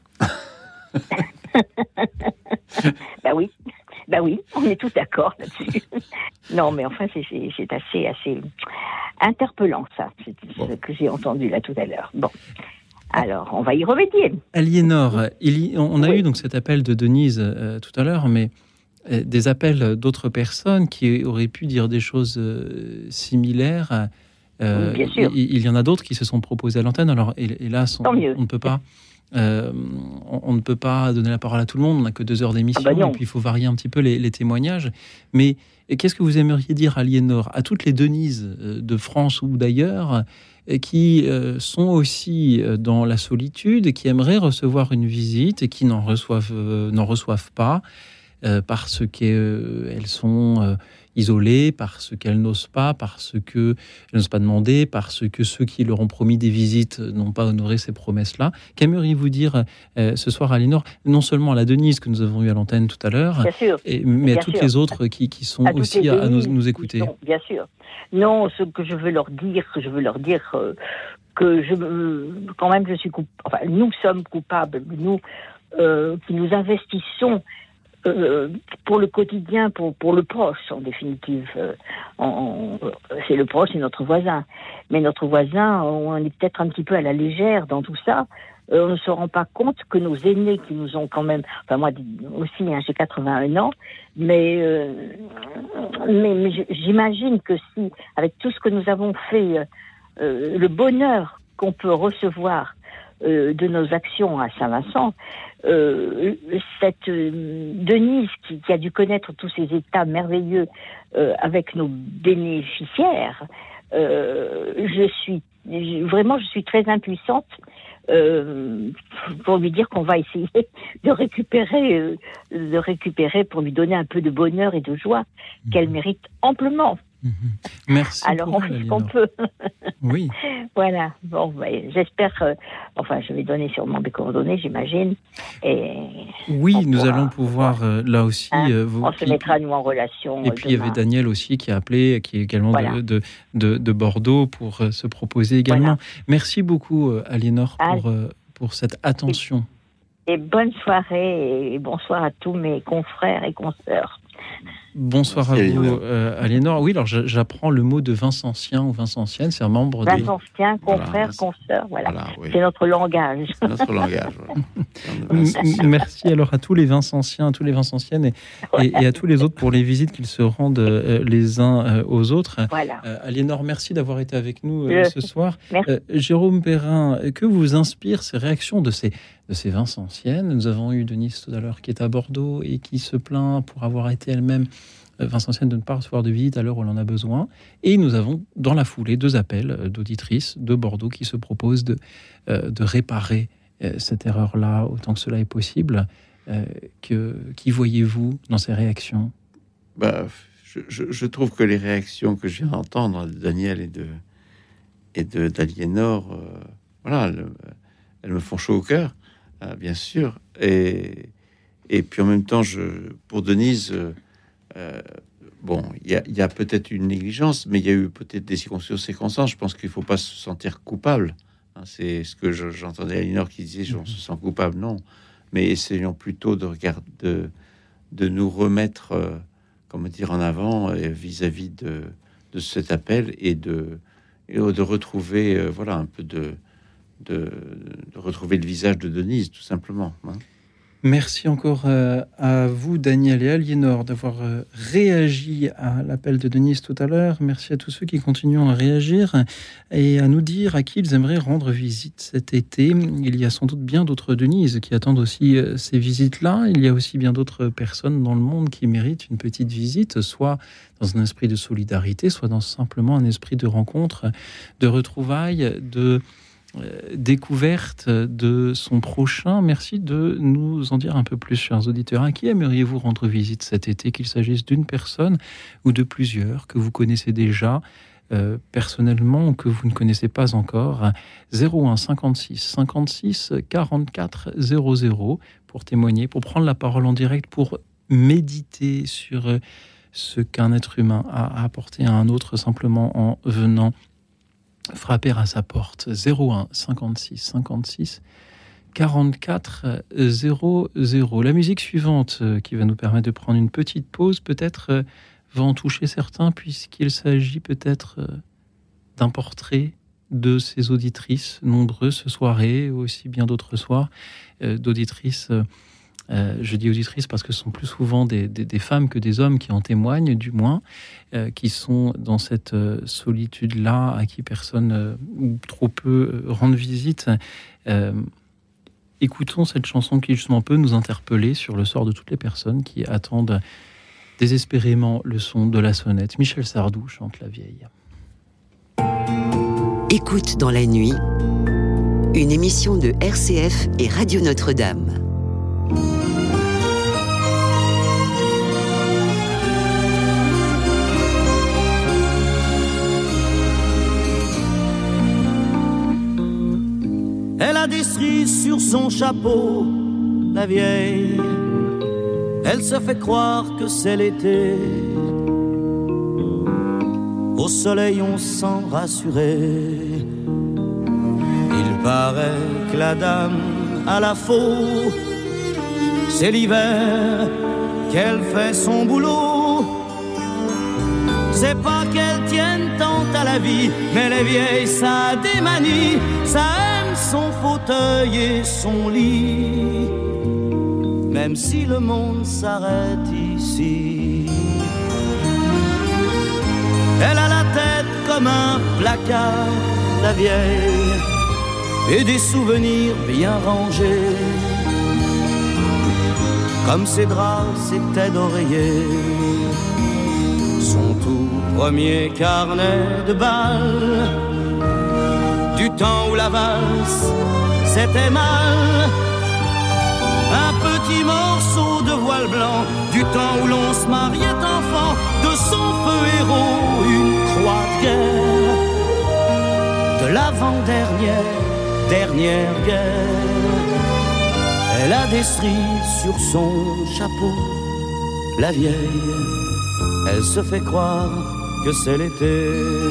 Bah oui, bah oui, on est tous d'accord là-dessus. Non, mais enfin, c'est, c'est, c'est assez, assez interpellant, ça, c'est bon. Ce que j'ai entendu là tout à l'heure. Bon, alors, on va y remédier. Aliénor, il y, on a oui. eu donc cet appel de Denise euh, tout à l'heure, mais euh, des appels d'autres personnes qui auraient pu dire des choses euh, similaires. Euh, oui, bien sûr. Il, il y en a d'autres qui se sont proposés à l'antenne. Alors, hélas, on, on ne peut pas. Euh, on, on ne peut pas donner la parole à tout le monde, on n'a que deux heures d'émission, ah bah et puis il faut varier un petit peu les, les témoignages. Mais qu'est-ce que vous aimeriez dire, Aliénor, à toutes les Denises de France ou d'ailleurs, qui euh, sont aussi dans la solitude, qui aimeraient recevoir une visite et qui n'en reçoivent, euh, n'en reçoivent pas euh, parce qu'elles sont euh, isolées, parce qu'elles n'osent pas, parce qu'elles n'osent pas demander, parce que ceux qui leur ont promis des visites n'ont pas honoré ces promesses-là. Qu'aimeriez-vous dire euh, ce soir à Aliénor, non seulement à la Denise que nous avons eue à l'antenne tout à l'heure, et, mais bien à toutes sûr. Les autres qui, qui sont à aussi à, à nous, nous écouter. Sont, bien sûr. Non, ce que je veux leur dire, que je veux leur dire euh, que je, euh, quand même, je suis coup... enfin, nous sommes coupables, nous euh, qui nous investissons. Euh, pour le quotidien, pour, pour le proche, en définitive. Euh, on, on, c'est le proche, c'est notre voisin. Mais notre voisin, on est peut-être un petit peu à la légère dans tout ça. Euh, on ne se rend pas compte que nos aînés qui nous ont quand même... Enfin, moi aussi, hein, j'ai quatre-vingt-un ans, mais, euh, mais, mais j'imagine que si, avec tout ce que nous avons fait, euh, le bonheur qu'on peut recevoir euh, de nos actions à Saint-Vincent, Euh, cette euh, Denise qui, qui a dû connaître tous ces états merveilleux euh, avec nos bénéficiaires, euh, je suis vraiment je suis très impuissante euh, pour lui dire qu'on va essayer de récupérer euh, de récupérer pour lui donner un peu de bonheur et de joie mmh. qu'elle mérite amplement. Mmh. Merci. Alors on fait ce qu'on peut. Oui. Voilà. Bon, ben, j'espère. Euh, enfin, je vais donner sûrement des coordonnées, j'imagine. Et oui, nous pourra, allons pouvoir euh, là aussi. Hein, euh, vous, on se mettra nous en relation. Et puis il y avait Daniel aussi qui a appelé, qui est également voilà. de, de, de, de Bordeaux pour euh, se proposer également. Voilà. Merci beaucoup, euh, Aliénor, pour euh, pour cette attention. Et, et bonne soirée et bonsoir à tous mes confrères et consoeurs. Bonsoir à vous, euh, Aliénor. Oui, alors j'apprends le mot de Vincencien ou Vincencienne, c'est un membre des... Vincencien, confrère, voilà, consoeur, voilà. voilà oui. C'est notre langage. C'est notre langage, voilà. Merci alors à tous les Vincenciens, à tous les Vincenciennes et, voilà. et, et à tous les autres pour les visites qu'ils se rendent euh, les uns euh, aux autres. Voilà. Euh, Aliénor, merci d'avoir été avec nous euh, ce soir. Euh, Jérôme Perrin, que vous inspirent ces réactions de ces, de ces Vincenciennes ? Nous avons eu Denise tout à l'heure qui est à Bordeaux et qui se plaint pour avoir été elle-même Vincenzienne de ne pas recevoir de visite à l'heure où l'on en a besoin. Et nous avons dans la foulée deux appels d'auditrices de Bordeaux qui se proposent de, euh, de réparer euh, cette erreur-là autant que cela est possible. Euh, que, qui voyez-vous dans ces réactions ? bah, je, je, je trouve que les réactions que je viens d'entendre de Daniel et de, et de, d'Aliénor, euh, voilà, elles, elles me font chaud au cœur, euh, bien sûr. Et, et puis en même temps, je, pour Denise, euh, euh, bon, il y a, y a peut-être une négligence, mais il y a eu peut-être des circonstances. Je pense qu'il ne faut pas se sentir coupable. Hein, c'est ce que je, j'entendais Aliénor qui disait, on se sent coupable. Non. Mais essayons plutôt de regarder, de, de nous remettre, euh, comment dire, en avant euh, vis-à-vis de, de cet appel et de, et de retrouver, euh, voilà, un peu de, de, de retrouver le visage de Denise, tout simplement. Hein. Merci encore euh, à vous, Daniel et Aliénor, d'avoir euh, réagi à l'appel de Denise tout à l'heure. Merci à tous ceux qui continuent à réagir et à nous dire à qui ils aimeraient rendre visite cet été. Il y a sans doute bien d'autres Denise qui attendent aussi euh, ces visites-là. Il y a aussi bien d'autres personnes dans le monde qui méritent une petite visite, soit dans un esprit de solidarité, soit dans simplement un esprit de rencontre, de retrouvailles, de découverte de son prochain. Merci de nous en dire un peu plus, chers auditeurs. À qui aimeriez-vous rendre visite cet été, qu'il s'agisse d'une personne ou de plusieurs que vous connaissez déjà euh, personnellement ou que vous ne connaissez pas encore? Zéro un cinquante-six cinquante-six quarante-quatre zéro zéro pour témoigner, pour prendre la parole en direct, pour méditer sur ce qu'un être humain a apporté à un autre simplement en venant frapper à sa porte. Zéro un cinquante-six cinquante-six quarante-quatre zéro zéro. La musique suivante qui va nous permettre de prendre une petite pause peut-être va en toucher certains puisqu'il s'agit peut-être d'un portrait de ces auditrices nombreuses ce soirée, aussi bien d'autres soirs, d'auditrices. Euh, je dis auditrices parce que ce sont plus souvent des, des, des femmes que des hommes qui en témoignent, du moins, euh, qui sont dans cette euh, solitude-là, à qui personne euh, ou trop peu euh, rend visite. Euh, écoutons cette chanson qui justement peut nous interpeller sur le sort de toutes les personnes qui attendent désespérément le son de la sonnette. Michel Sardou chante La Vieille. Écoute dans la nuit, une émission de R C F et Radio Notre-Dame. Elle a des cerises sur son chapeau, la vieille. Elle se fait croire que c'est l'été. Au soleil on se sent rassuré. Il paraît que la dame à la faux, c'est l'hiver qu'elle fait son boulot. C'est pas qu'elle tienne tant à la vie, mais les vieilles ça a des manies. Ça aime son fauteuil et son lit, même si le monde s'arrête ici. Elle a la tête comme un placard, la vieille, et des souvenirs bien rangés, comme ses draps, ses têtes d'oreiller, son tout premier carnet de bal, du temps où la valse c'était mal, un petit morceau de voile blanc, du temps où l'on se mariait enfant, de son feu héros une croix de guerre, de l'avant-dernière dernière guerre. Elle a des cerises sur son chapeau, la vieille. Elle se fait croire que c'est l'été.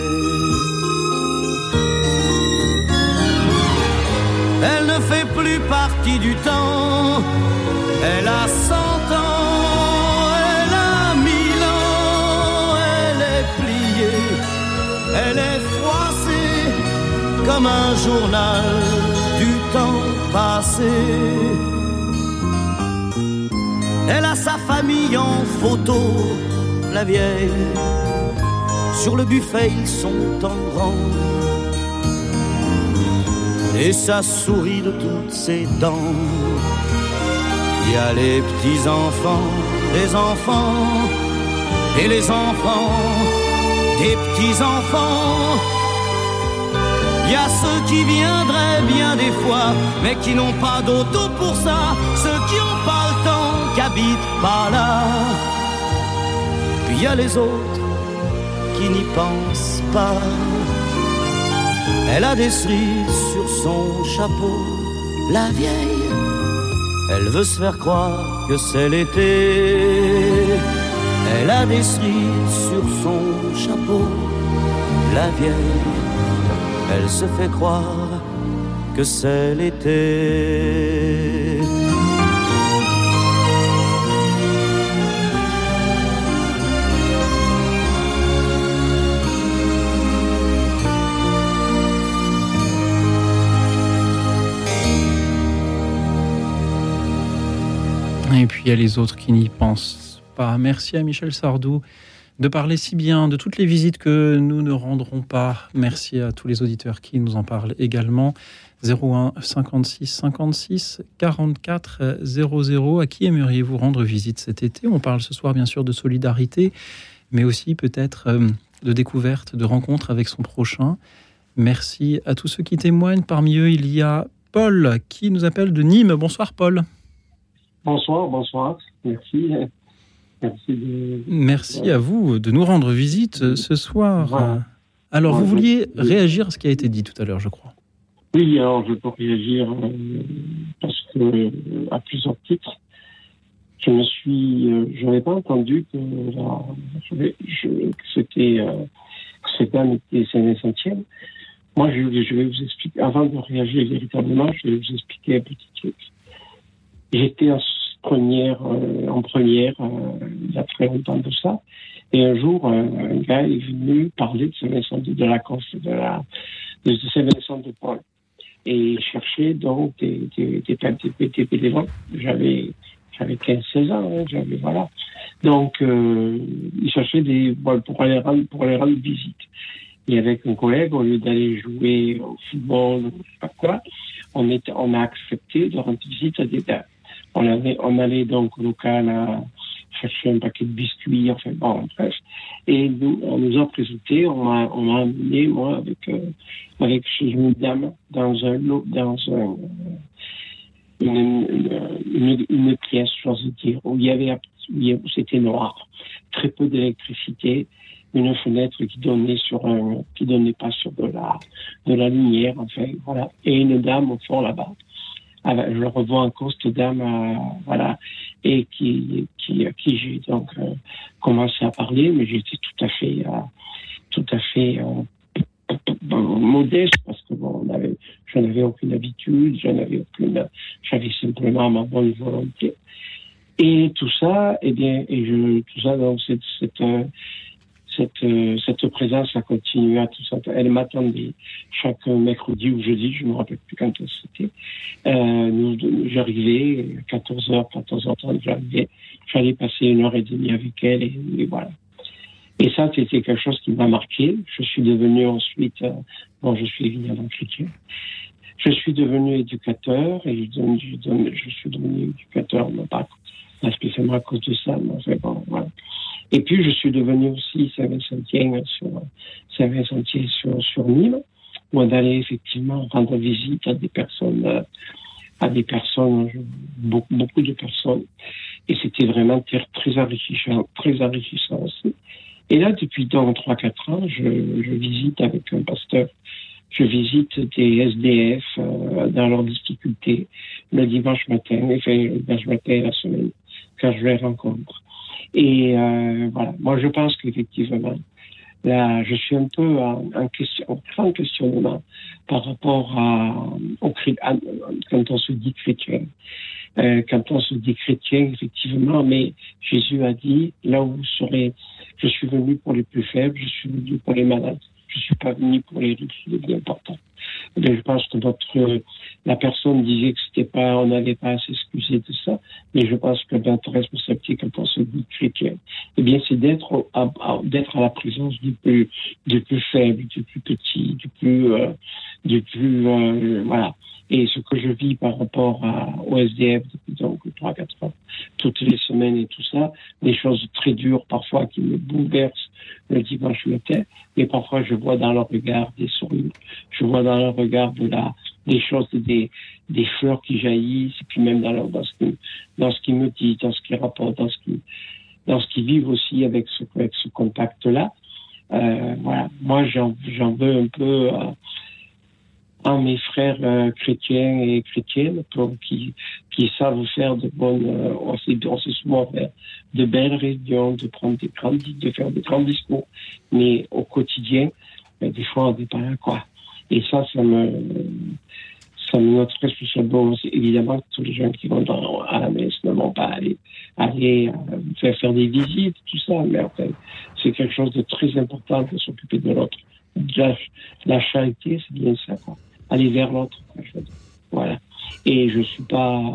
Elle ne fait plus partie du temps. Elle a cent ans, elle a mille ans. Elle est pliée, elle est froissée comme un journal du temps passé. Elle a sa famille en photo, la vieille. Sur le buffet ils sont en rang, et ça sourit de toutes ses dents. Il y a les petits enfants, les enfants, et les enfants, des petits-enfants. Il y a ceux qui viendraient bien des fois, mais qui n'ont pas d'auto pour ça, ceux qui n'ont pas le temps, qui habitent pas là. Puis il y a les autres qui n'y pensent pas. Elle a des cerises sur son chapeau, la vieille. Elle veut se faire croire que c'est l'été. Elle a des cerises sur son chapeau, la vieille. Elle se fait croire que c'est l'été. Et puis il y a les autres qui n'y pensent pas. Merci à Michel Sardou de parler si bien de toutes les visites que nous ne rendrons pas. Merci à tous les auditeurs qui nous en parlent également. zéro un cinquante-six cinquante-six quarante-quatre zéro zéro. À qui aimeriez-vous rendre visite cet été ? On parle ce soir bien sûr de solidarité, mais aussi peut-être de découverte, de rencontre avec son prochain. Merci à tous ceux qui témoignent. Parmi eux, il y a Paul qui nous appelle de Nîmes. Bonsoir Paul. Bonsoir, bonsoir. Merci. Merci, de... Merci à vous de nous rendre visite ce soir. Voilà. Alors, voilà, vous vouliez je... réagir à ce qui a été dit tout à l'heure, je crois. Oui, alors je peux réagir euh, parce que, euh, à plusieurs titres, je me suis, euh, je n'avais pas entendu que, la, je, je, que c'était, euh, que cette dame était Saint-Vincentienne. Moi, je, je vais vous expliquer, avant de réagir véritablement, je vais vous expliquer un petit truc. J'étais en première, euh, en première, euh, il y a très longtemps de ça. Et un jour, euh, un gars est venu parler de Saint-Vincent de, de la Coste, de la, de Saint-Vincent de Paul. Et il cherchait donc des, des, des, des, des pédérants. J'avais, j'avais quinze seize ans, hein, j'avais, voilà. Donc, euh, il cherchait des, bon, pour aller rendre, pour aller rendre visite. Et avec un collègue, au lieu d'aller jouer au football, ou je sais pas quoi, on était, on a accepté de rendre visite à des dames. On avait, on allait donc au local à chercher un paquet de biscuits, enfin bon, bref. Et nous, on nous a présenté, on m'a, on m'a amené, moi, avec, euh, avec chez une dame, dans un lot, dans un, une, une, une, une pièce, j'ose dire, où il y avait, où c'était noir, très peu d'électricité, une fenêtre qui donnait sur un, qui donnait pas sur de la, de la lumière, enfin, voilà. Et une dame au fond là-bas. Ah ben, je le revois encore, cette dame, euh, voilà, et qui, qui, qui j'ai donc euh, commencé à parler, mais j'étais tout à fait, euh, tout à fait euh, modeste parce que bon, on avait, je n'avais aucune habitude, je n'avais aucune, j'avais simplement ma bonne volonté. Et tout ça, eh bien, et je, tout ça, donc cette, cette, euh, cette, euh, cette présence a continué à tout ça. Elle m'attendait chaque mercredi ou jeudi, je ne me rappelle plus quand c'était. Euh, nous, j'arrivais, quatorze heures, quatorze heures trente, j'arrivais. J'allais passer une heure et demie avec elle et, et voilà. Et ça, c'était quelque chose qui m'a marqué. Je suis devenu ensuite, euh, bon, je suis évidemment chrétien. Je suis devenu éducateur et je, je, je suis devenu éducateur, non pas spécialement à cause de ça, mais enfin bon, voilà. Et puis, je suis devenu aussi Saint-Vincentien sur, Saint-Vincentien sur, sur Nîmes, où on allait effectivement rendre visite à des personnes, à des personnes, beaucoup, beaucoup de personnes. Et c'était vraiment très, très enrichissant, très enrichissant aussi. Et là, depuis donc trois quatre ans, je, je visite avec un pasteur, je visite des S D F euh, dans leurs difficultés le dimanche matin, enfin le dimanche matin la semaine, quand je les rencontre. Et euh, voilà, moi je pense qu'effectivement, là, je suis un peu en, en, question, en grand questionnement par rapport à, au, à quand on se dit chrétien. Euh, quand on se dit chrétien, effectivement, mais Jésus a dit, là où vous serez, je suis venu pour les plus faibles, je suis venu pour les malades. Je suis pas venu pour les riches, les bien importants. Mais je pense que notre, la personne disait que c'était pas, on n'avait pas à s'excuser de ça. Mais je pense que notre responsabilité quand on se dit chrétien, eh bien, c'est d'être à, à, d'être à la présence du plus, du plus faible, du plus petit, du plus, euh, du plus, euh, voilà. Et ce que je vis par rapport à, au S D F depuis donc trois quatre ans, toutes les semaines et tout ça, des choses très dures parfois qui me bouleversent le dimanche matin, et parfois je vois dans leur regard des sourires, je vois dans leur regard de la, des choses, des, des fleurs qui jaillissent, et puis même dans, leur, dans, ce, qui, dans ce qu'ils me disent, dans ce qu'ils rapportent, dans ce qu'ils, dans ce qu'ils vivent aussi avec ce, avec ce contact-là. Euh, voilà. Moi, j'en, j'en veux un peu euh, à mes frères euh, chrétiens et chrétiennes pour, qui, qui savent faire de bonnes, euh, on sait, on sait souvent faire de belles réunions, de prendre des grands, de faire de grands discours, mais au quotidien, ben, des fois, on n'est pas là, quoi. Et ça, ça me, ça me note très spécialement. Évidemment, que tous les gens qui vont dans, à la messe ne vont pas aller, aller euh, faire, faire des visites, tout ça, mais en fait, c'est quelque chose de très important de s'occuper de l'autre. La, la charité, c'est bien ça, quoi. Aller vers l'autre, quoi, je veux dire. Voilà. Et je suis pas,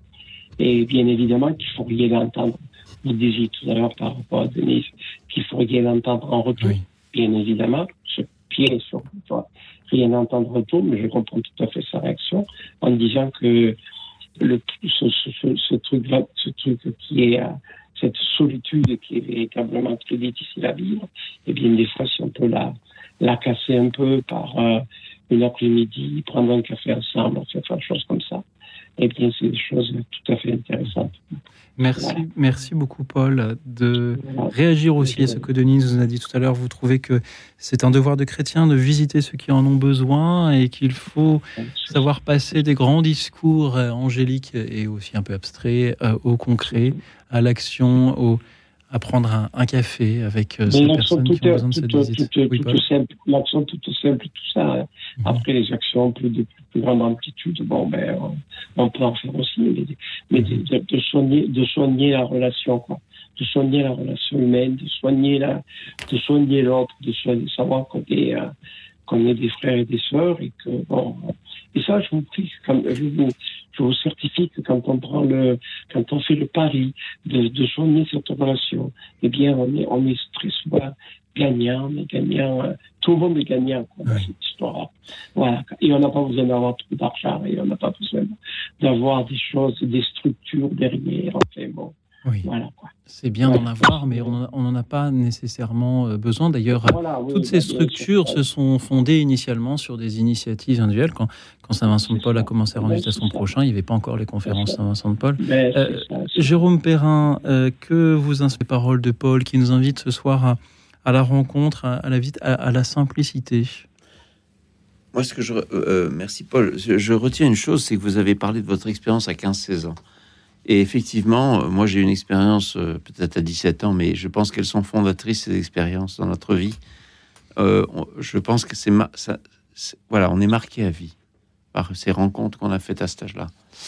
et bien évidemment qu'il faut rien entendre. Vous disiez tout à l'heure par rapport à Denise qu'il faut rien entendre en retour. Oui. Bien évidemment, ce pied sur toi, rien entendre en retour, mais je comprends tout à fait sa réaction en disant que le, ce, ce, ce truc-là, ce truc qui est, euh, cette solitude qui est véritablement très difficile à vivre, et bien des fois, si on peut la, la casser un peu par euh, une après-midi, prendre un café ensemble, faire des choses comme ça, et bien c'est des choses tout à fait intéressantes. Merci, voilà. Merci beaucoup Paul de voilà. réagir aussi à ce que Denise vous a dit tout à l'heure. Vous trouvez que c'est un devoir de chrétien de visiter ceux qui en ont besoin et qu'il faut savoir passer des grands discours angéliques et aussi un peu abstraits euh, au concret, à l'action, au, à prendre un, un café avec euh, ces personnes qui ont besoin de cette visite. Tout, oui, tout simple, l'action toute simple, tout ça. Hein. Mm-hmm. Après les actions plus de plus, plus grande amplitude, bon ben on, on peut en faire aussi, mais, mais de, de, de soigner, de soigner la relation, quoi. De soigner la relation humaine, de soigner la, de soigner l'autre, de soigner, savoir qu'on est, euh, qu'on est des frères et des sœurs et que bon. Et ça, je vous prie, comme je vous, je vous certifie que quand on prend le, quand on fait le pari de, de soigner cette relation, eh bien, on est, on est très souvent gagnant, on est gagnant, euh, tout le monde est gagnant, quoi, dans cette histoire. Voilà. Et on n'a pas besoin d'avoir trop d'argent et on n'a pas besoin d'avoir des choses, des structures derrière. Enfin, bon. Oui. Voilà, quoi. C'est bien ouais. d'en avoir, mais on n'en a pas nécessairement besoin. D'ailleurs, voilà, oui, toutes ces structures se sont fondées initialement sur des initiatives individuelles. Quand, quand Saint-Vincent de Paul a commencé à rendre visite à son prochain, il n'y avait pas encore les conférences Saint-Vincent de Paul. Euh, Jérôme Perrin, euh, que vous inspirent les paroles de Paul qui nous invite ce soir à, à la rencontre, à, à, la, à, à la simplicité? Moi, ce que je... Euh, merci Paul. Je, je retiens une chose, c'est que vous avez parlé de votre expérience à quinze seize ans. Et effectivement, moi j'ai une expérience euh, peut-être à dix-sept ans, mais je pense qu'elles sont fondatrices, ces expériences dans notre vie. Euh, on, je pense que c'est, ma, ça, c'est... Voilà, on est marqué à vie par ces rencontres qu'on a faites à cet âge-là.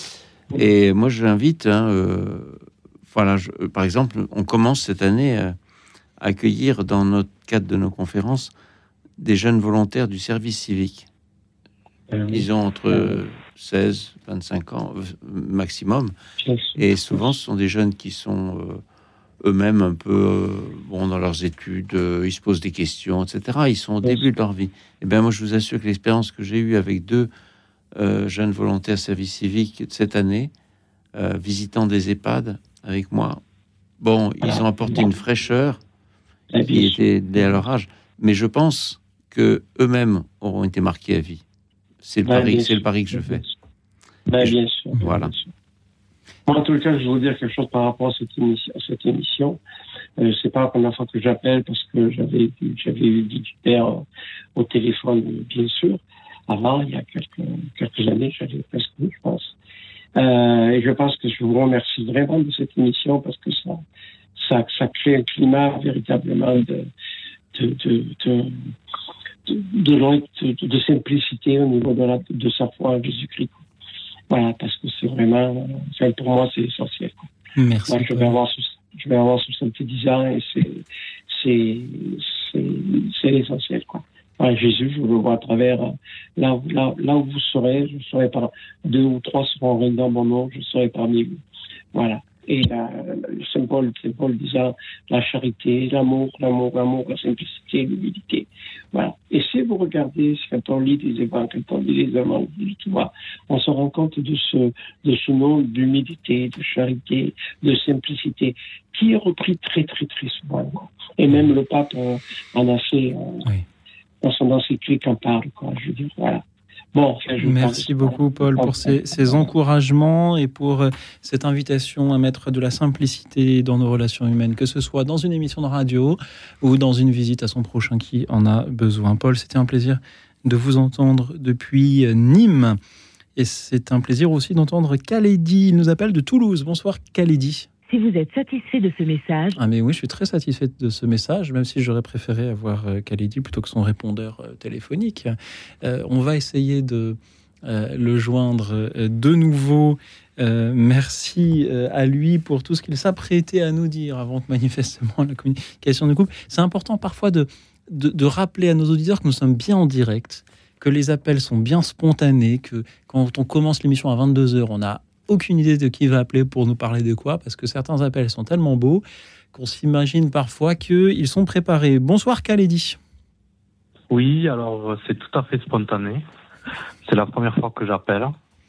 Et moi je l'invite, hein, euh, voilà, je, par exemple, on commence cette année à accueillir dans notre cadre de nos conférences des jeunes volontaires du service civique. Ils ont entre seize, vingt-cinq ans maximum. Et souvent, ce sont des jeunes qui sont euh, eux-mêmes un peu euh, bon, dans leurs études, euh, ils se posent des questions, et cetera. Ils sont au début de leur vie. Et bien, moi, je vous assure que l'expérience que j'ai eue avec deux euh, jeunes volontaires service civique cette année, euh, visitant des EHPAD avec moi, bon, ils ont apporté une fraîcheur qui était à leur âge. Mais je pense que eux-mêmes auront été marqués à vie. C'est le, pari, c'est le pari que je fais. Ben, bien sûr. Voilà. Bien sûr. Moi, en tout cas, je vais vous dire quelque chose par rapport à cette émission. À cette émission. Euh, c'est pas la première fois que j'appelle parce que j'avais, j'avais eu du père euh, au téléphone, bien sûr. Avant, il y a quelques, quelques années, j'avais presque vu, je pense. Euh, et je pense que je vous remercie vraiment de cette émission parce que ça, ça, ça crée un climat véritablement de, de, de, de De, de, de, de simplicité au niveau de, la, de sa foi en Jésus-Christ. Voilà, parce que c'est vraiment, enfin, pour moi, c'est essentiel. Quoi. Merci. Moi, je vais avoir, je vais avoir soixante-dix ans et c'est, c'est, c'est, c'est l'essentiel, quoi. Voilà, Jésus, je le vois à travers, là, là, là où vous serez, je serai par, deux ou trois seront réunis dans mon nom, je serai parmi vous. Voilà. Et euh, le symbole, le symbole disant la charité, l'amour, l'amour, l'amour, la simplicité, l'humilité. Voilà. Et si vous regardez, quand on lit des évangiles, quand on lit les évangiles, tu vois, on se rend compte de ce, de ce nom d'humilité, de charité, de simplicité, qui est repris très, très, très souvent. Et même le pape euh, en a fait, euh, oui. dans son encyclique en parle, quoi. Je veux dire, voilà. Bon, enfin, je Merci beaucoup, Paul, pour ces, ces encouragements et pour cette invitation à mettre de la simplicité dans nos relations humaines, que ce soit dans une émission de radio ou dans une visite à son prochain qui en a besoin. Paul, c'était un plaisir de vous entendre depuis Nîmes. Et c'est un plaisir aussi d'entendre Khaledi. Il nous appelle de Toulouse. Bonsoir, Khaledi. Si vous êtes satisfait de ce message... Ah mais oui, je suis très satisfait de ce message, même si j'aurais préféré avoir euh, Khaledi plutôt que son répondeur euh, téléphonique. Euh, on va essayer de euh, le joindre euh, de nouveau. Euh, merci euh, à lui pour tout ce qu'il s'apprêtait à nous dire avant que manifestement la communication ne coupe. C'est important parfois de, de, de rappeler à nos auditeurs que nous sommes bien en direct, que les appels sont bien spontanés, que quand on commence l'émission à vingt-deux heures, on a aucune idée de qui va appeler pour nous parler de quoi, parce que certains appels sont tellement beaux qu'on s'imagine parfois qu'ils sont préparés. Bonsoir Khaledi. Oui, alors c'est tout à fait spontané. C'est la première fois que j'appelle.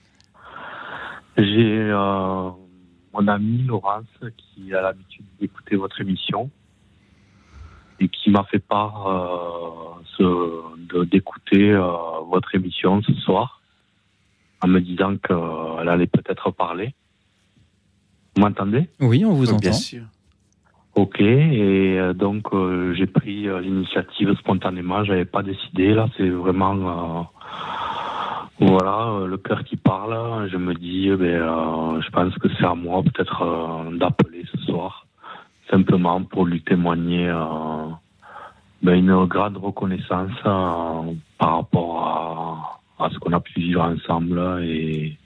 J'ai euh, mon ami Laurence qui a l'habitude d'écouter votre émission et qui m'a fait part euh, ce, de, d'écouter euh, votre émission ce soir, en me disant qu'elle allait peut-être parler. Vous m'entendez ? Oui, on vous oui, entend. Bien sûr. Ok, et euh, donc euh, j'ai pris euh, l'initiative spontanément, j'avais pas décidé, là c'est vraiment, euh, voilà, euh, le cœur qui parle. Je me dis, eh ben, euh, je pense que c'est à moi peut-être euh, d'appeler ce soir, simplement pour lui témoigner euh, ben, une grande reconnaissance euh, par rapport à à ce qu'on a pu vivre ensemble et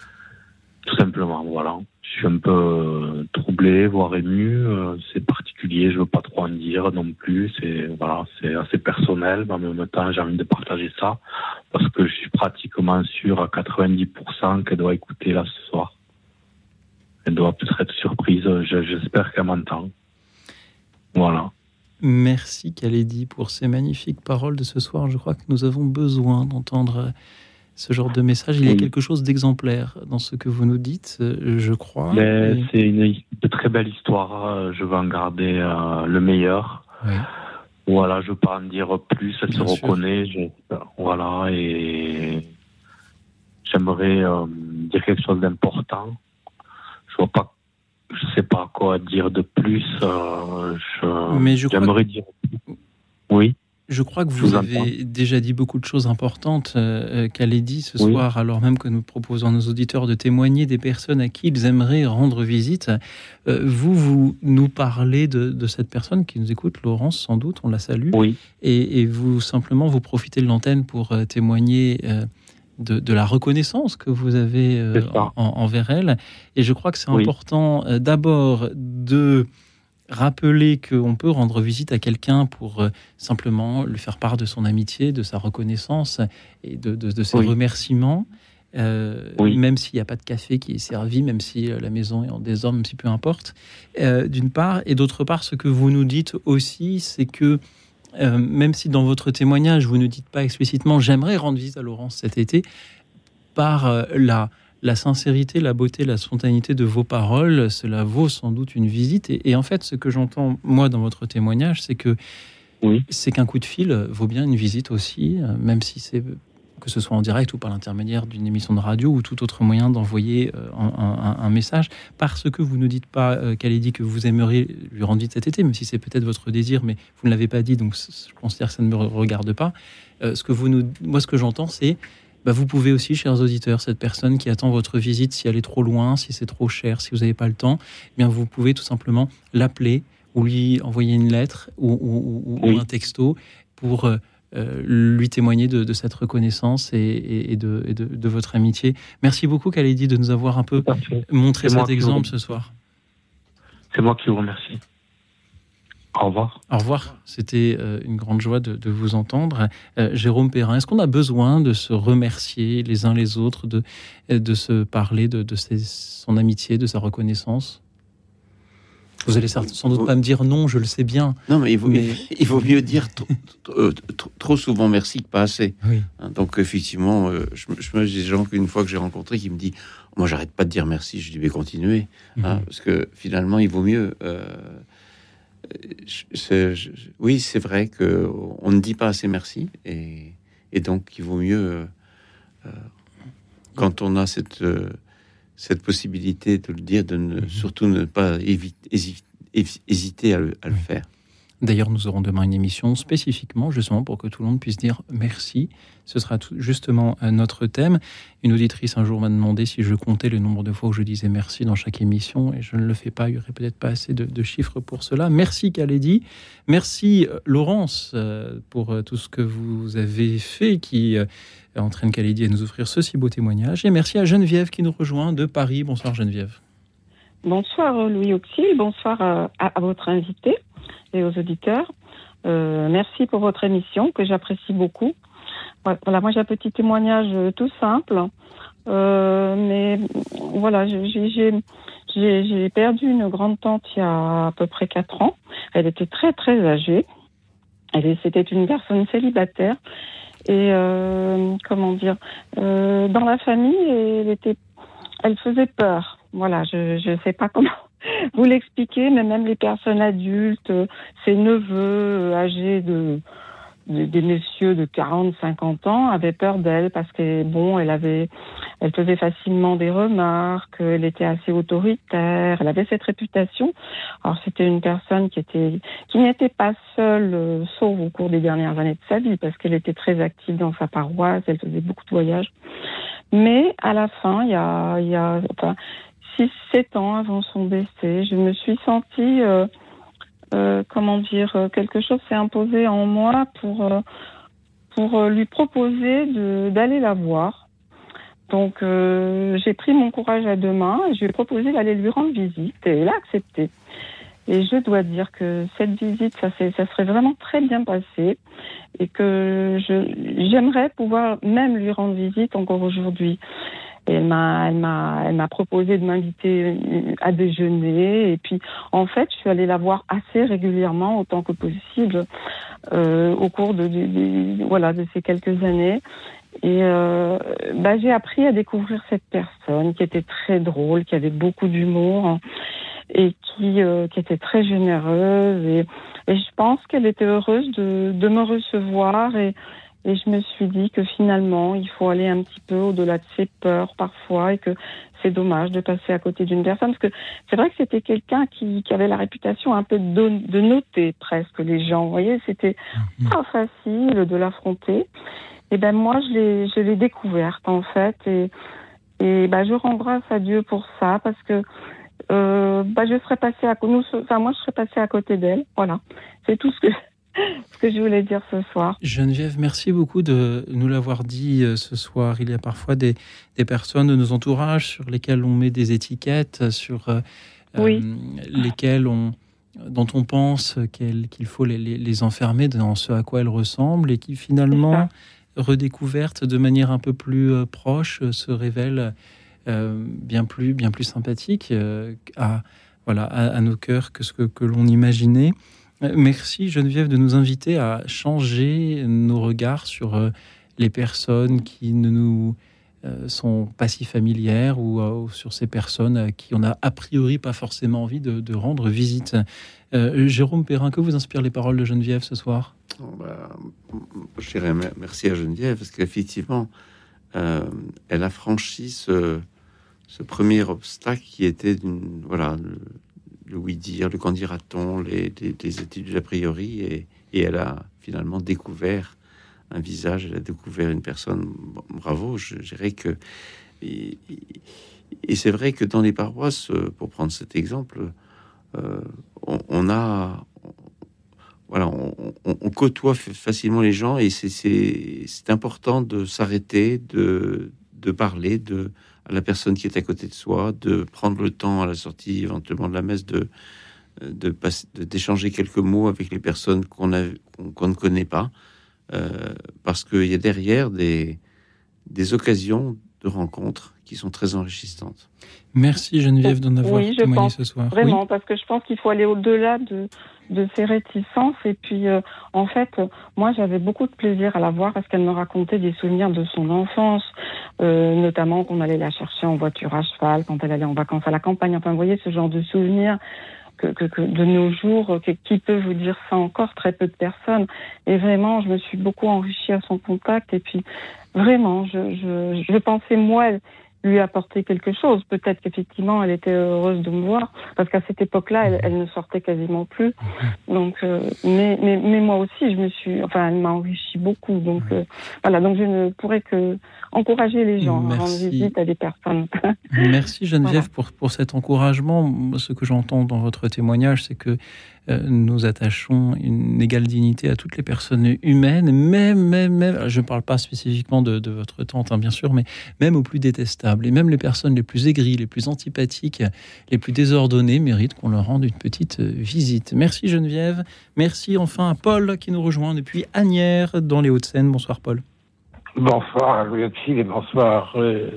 tout simplement, voilà. Je suis un peu troublé, voire ému. C'est particulier, je veux pas trop en dire non plus. C'est voilà, c'est assez personnel, mais en même temps, j'ai envie de partager ça parce que je suis pratiquement sûr à quatre-vingt-dix pour cent qu'elle doit écouter là ce soir. Elle doit peut-être être surprise. J'espère qu'elle m'entend. Voilà. Merci Khaledi pour ces magnifiques paroles de ce soir. Je crois que nous avons besoin d'entendre ce genre de message. Il y a quelque chose d'exemplaire dans ce que vous nous dites, je crois. Mais et... C'est une de très belle histoire. Je veux en garder euh, le meilleur. Oui. Voilà, je ne veux pas en dire plus. Elle Bien se sûr. reconnaît. Je... Voilà, et j'aimerais euh, dire quelque chose d'important. Je vois pas. Je ne sais pas quoi dire de plus. Euh, je, Mais je j'aimerais crois... dire. Oui. Je crois que vous, vous avez entends. déjà dit beaucoup de choses importantes, euh, Khaledi, ce oui. soir, alors même que nous proposons à nos auditeurs de témoigner des personnes à qui ils aimeraient rendre visite. Euh, vous, vous nous parlez de, de cette personne qui nous écoute, Laurence, sans doute, on la salue. Oui. Et, et vous, simplement, vous profitez de l'antenne pour euh, témoigner euh, de, de la reconnaissance que vous avez euh, en, envers elle. Et je crois que c'est oui. important, euh, d'abord, de... rappeler qu'on peut rendre visite à quelqu'un pour euh, simplement lui faire part de son amitié, de sa reconnaissance et de, de, de ses oui. remerciements, euh, oui. même s'il n'y a pas de café qui est servi, même si euh, la maison est en désordre, même si peu importe, euh, d'une part. Et d'autre part, ce que vous nous dites aussi, c'est que euh, même si dans votre témoignage, vous ne dites pas explicitement « j'aimerais rendre visite à Laurence cet été », par euh, la... la sincérité, la beauté, la spontanéité de vos paroles, cela vaut sans doute une visite. Et, et en fait, ce que j'entends, moi, dans votre témoignage, c'est que oui. c'est qu'un coup de fil vaut bien une visite aussi, même si c'est, que ce soit en direct ou par l'intermédiaire d'une émission de radio ou tout autre moyen d'envoyer un, un, un message. Parce que vous ne dites pas, euh, Khaledi, que vous aimeriez lui rendre visite cet été, même si c'est peut-être votre désir, mais vous ne l'avez pas dit, donc je considère que ça ne me regarde pas. Euh, ce que vous nous, moi, ce que j'entends, c'est Bah vous pouvez aussi, chers auditeurs, cette personne qui attend votre visite, si elle est trop loin, si c'est trop cher, si vous n'avez pas le temps, eh bien vous pouvez tout simplement l'appeler ou lui envoyer une lettre ou, ou, ou, oui. ou un texto pour euh, lui témoigner de, de cette reconnaissance et, et, et, de, et de, de votre amitié. Merci beaucoup, Khaledi, de nous avoir un peu montré cet exemple ce soir. C'est moi qui vous remercie. Au revoir. Au revoir. C'était euh, une grande joie de, de vous entendre. Euh, Jérôme Perrin, est-ce qu'on a besoin de se remercier les uns les autres, de, de se parler de, de ses, son amitié, de sa reconnaissance ? Vous allez sans doute pas me dire non, je le sais bien. Non, mais il vaut, mais... il faut mieux dire trop, trop, trop souvent merci que pas assez. Oui. Donc effectivement, euh, je, je me dis des gens qu'une fois que j'ai rencontré qui me dit, moi j'arrête pas de dire merci, je dis mais continuez, mm-hmm. hein, parce que finalement il vaut mieux. Euh, c'est, je, oui, c'est vrai que on ne dit pas assez merci, et, et donc il vaut mieux euh, quand on a cette euh, cette possibilité de le dire, de ne, mm-hmm. surtout ne pas éviter, hésiter à le, à le oui. faire. D'ailleurs, nous aurons demain une émission spécifiquement, justement, pour que tout le monde puisse dire merci. Ce sera tout, justement notre thème. Une auditrice un jour m'a demandé si je comptais le nombre de fois où je disais merci dans chaque émission, et je ne le fais pas. Il n'y aurait peut-être pas assez de, de chiffres pour cela. Merci Khaledi. Merci Laurence pour tout ce que vous avez fait, qui entraîne Khaledi à nous offrir ce si beau témoignage. Et merci à Geneviève qui nous rejoint de Paris. Bonsoir Geneviève. Bonsoir Louis Auxil. Bonsoir à, à, à votre invité et aux auditeurs. Euh, merci pour votre émission que j'apprécie beaucoup. Voilà, moi j'ai un petit témoignage tout simple, euh, mais voilà, j'ai, j'ai, j'ai, j'ai perdu une grande tante il y a à peu près quatre ans. Elle était très très âgée. Elle, c'était une personne célibataire et euh, comment dire, euh, dans la famille, elle était, elle faisait peur. Voilà, je je sais pas comment vous l'expliquer, mais même les personnes adultes, ses neveux âgés de, de des messieurs de quarante, cinquante ans avaient peur d'elle parce que bon, elle avait, elle faisait facilement des remarques, elle était assez autoritaire, elle avait cette réputation. Alors c'était une personne qui était, qui n'était pas seule, euh, sauf au cours des dernières années de sa vie, parce qu'elle était très active dans sa paroisse, elle faisait beaucoup de voyages. Mais à la fin, il y a, il y a, enfin, six sept ans avant son décès, je me suis sentie, euh, euh, comment dire, quelque chose s'est imposé en moi pour, euh, pour lui proposer de, d'aller la voir. Donc, euh, j'ai pris mon courage à deux mains et je lui ai proposé d'aller lui rendre visite et elle a accepté. Et je dois dire que cette visite, ça, c'est, ça serait vraiment très bien passé et que je, j'aimerais pouvoir même lui rendre visite encore aujourd'hui. Et elle m'a, elle m'a, elle m'a proposé de m'inviter à déjeuner. Et puis, en fait, je suis allée la voir assez régulièrement, autant que possible, euh, au cours de, de, de, voilà, de ces quelques années. Et euh, bah, j'ai appris à découvrir cette personne qui était très drôle, qui avait beaucoup d'humour et qui, euh, qui était très généreuse. Et, et je pense qu'elle était heureuse de, de me recevoir. Et, et je me suis dit que finalement, il faut aller un petit peu au-delà de ses peurs parfois et que c'est dommage de passer à côté d'une personne. Parce que c'est vrai que c'était quelqu'un qui, qui avait la réputation un peu de, de noter presque les gens. Vous voyez, c'était pas facile de l'affronter. Et ben moi, je l'ai, je l'ai découverte en fait. Et, et ben, je rends grâce à Dieu pour ça parce que euh, ben, je serais passée à nous, enfin moi, je serais passée à côté d'elle. Voilà, c'est tout ce que ce que je voulais dire ce soir. Geneviève, merci beaucoup de nous l'avoir dit ce soir. Il y a parfois des, des personnes de nos entourages sur lesquelles on met des étiquettes, sur euh, oui. euh, lesquelles on, dont on pense qu'elles, qu'il faut les, les, les enfermer dans ce à quoi elles ressemblent et qui finalement, redécouvertes de manière un peu plus euh, proche, euh, se révèlent euh, bien plus, bien plus sympathiques euh, à, voilà, à, à nos cœurs que ce que, que l'on imaginait. Merci Geneviève de nous inviter à changer nos regards sur euh, les personnes qui ne nous euh, sont pas si familières ou, euh, ou sur ces personnes à qui on a a priori pas forcément envie de, de rendre visite. Euh, Jérôme Perrin, que vous inspirent les paroles de Geneviève ce soir ? Oh bah, je dirais merci à Geneviève parce qu'effectivement, euh, elle a franchi ce, ce premier obstacle qui était d'une, voilà, le, le oui-dire, le qu'en dira-t-on, les, les, les attitudes a priori, et, et elle a finalement découvert un visage, elle a découvert une personne. Bon, bravo, je, je dirais que... Et, et c'est vrai que dans les paroisses, pour prendre cet exemple, euh, on, on a... Voilà, on, on, on côtoie facilement les gens et c'est, c'est, c'est important de s'arrêter, de, de parler de, à la personne qui est à côté de soi, de prendre le temps à la sortie éventuellement de la messe de, de, de, d'échanger quelques mots avec les personnes qu'on, a, qu'on, qu'on ne connaît pas, euh, parce qu'il y a derrière des, des occasions de rencontres qui sont très enrichissantes. Merci Geneviève d'en avoir oui, témoigné pense, ce soir. Vraiment, oui. parce que je pense qu'il faut aller au-delà de, de ces réticences. Et puis, euh, en fait, euh, moi, j'avais beaucoup de plaisir à la voir parce qu'elle me racontait des souvenirs de son enfance, euh, notamment qu'on allait la chercher en voiture à cheval, quand elle allait en vacances à la campagne. Enfin, vous voyez, ce genre de souvenirs que, que, que de nos jours, que, qui peut vous dire ça encore, très peu de personnes. Et vraiment, je me suis beaucoup enrichie à son contact. Et puis, vraiment, je, je, je pensais, moi, lui apporter quelque chose. Peut-être qu'effectivement, elle était heureuse de me voir, parce qu'à cette époque-là, elle, elle ne sortait quasiment plus. Donc, euh, mais, mais, mais moi aussi, je me suis, enfin, elle m'a enrichi beaucoup. Donc, euh, voilà. Donc, je ne pourrais que encourager les gens Merci. à rendre visite à des personnes. Merci Geneviève Voilà. pour, pour cet encouragement. Ce que j'entends dans votre témoignage, c'est que euh, nous attachons une égale dignité à toutes les personnes humaines, même, même, même je ne parle pas spécifiquement de, de votre tante, hein, bien sûr, mais même aux plus détestables. Et même les personnes les plus aigries, les plus antipathiques, les plus désordonnées méritent qu'on leur rende une petite visite. Merci Geneviève. Merci enfin à Paul qui nous rejoint depuis Asnières dans les Hauts-de-Seine. Bonsoir Paul. Bonsoir Louis Auxil et bonsoir euh,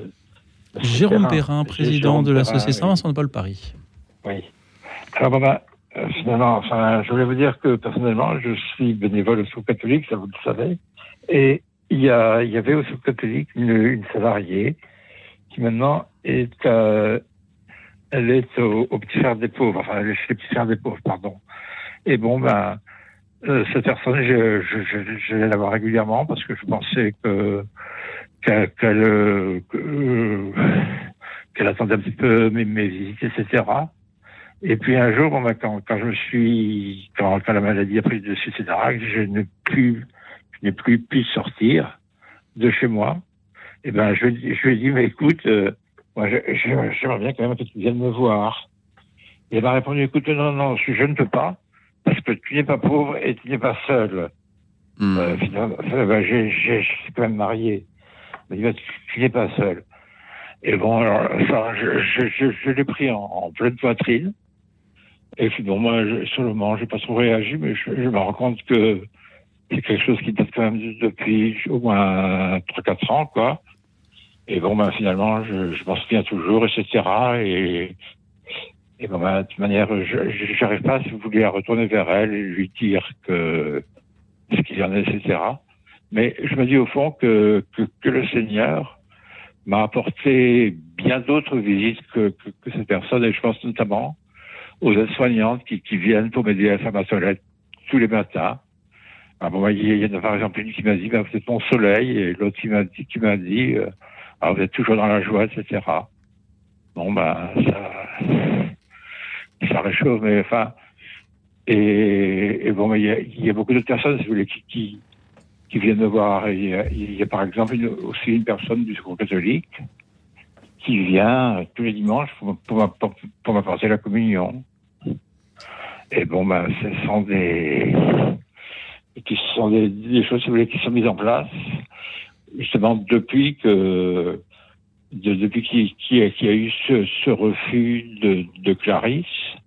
Jérôme Perrin, président Jérôme de l'association Perrin, Saint-Vincent de Paul Paris. Oui. Alors bon, ben, euh, finalement, enfin, je voulais vous dire que personnellement, je suis bénévole au Secours catholique, ça vous le savez, et il y a, il y avait au Secours catholique une, une salariée qui maintenant est, euh, elle est au, au Petit Frère des Pauvres, enfin, elle est chez les Petits Frères des Pauvres, pardon. Et bon, ben, euh, cette personne, je, je, je, je vais la voir régulièrement parce que je pensais que qu'elle, qu'elle, euh, que, qu'elle attendait un petit peu mes, mes visites, et cetera. Et puis un jour, bon, ben, quand, quand je me suis, quand, quand la maladie a pris le dessus, et cetera, je n'ai plus, je n'ai plus pu sortir de chez moi. Et ben, je, je lui ai dit, mais écoute, euh, moi, je, je, j'aimerais bien quand même que tu viennes me voir. Et elle m'a répondu, écoute, non, non, je, je ne peux pas, parce que tu n'es pas pauvre et tu n'es pas seul. Mmh. Euh, finalement, ben, j'ai, j'ai, je suis quand même marié. Elle m'a dit, tu, tu n'es pas seul. Et bon, alors, ça, je, je, je, je l'ai pris en, en pleine poitrine. Et puis bon, moi, je, sur le moment, j'ai pas trop réagi, mais je, je me rends compte que c'est quelque chose qui date quand même depuis au moins trois quatre ans, quoi. Et bon, ben, finalement, je, je m'en souviens toujours, et cetera. Et, et bon, ben, de toute manière, je, j'arrive pas, si vous voulez, à retourner vers elle et lui dire que ce qu'il y en a, et cetera. Mais je me dis au fond que, que, que le Seigneur m'a apporté bien d'autres visites que, que, que cette personne, et je pense notamment aux aides-soignantes qui, qui viennent pour m'aider à faire ma toilette tous les matins. Ah bon, il y en a par exemple une qui m'a dit, ben, vous êtes mon soleil, et l'autre qui m'a dit, qui m'a dit, euh, alors vous êtes toujours dans la joie, et cetera. Bon, ben, ça, ça réchauffe, mais enfin, et, et bon, il y a, il y a beaucoup d'autres personnes, si vous voulez, qui, qui, qui viennent me voir. Il y a, il y a par exemple une, aussi une personne du Secours catholique qui vient euh, tous les dimanches pour, pour, pour, pour m'apporter la communion. Et bon, ben, ce sont des, qui sont des, des choses, si vous voulez, qui sont mises en place, justement, depuis que, de, depuis qu'il, qu'il, y a, qu'il y a eu ce, ce refus de, de Clarisse.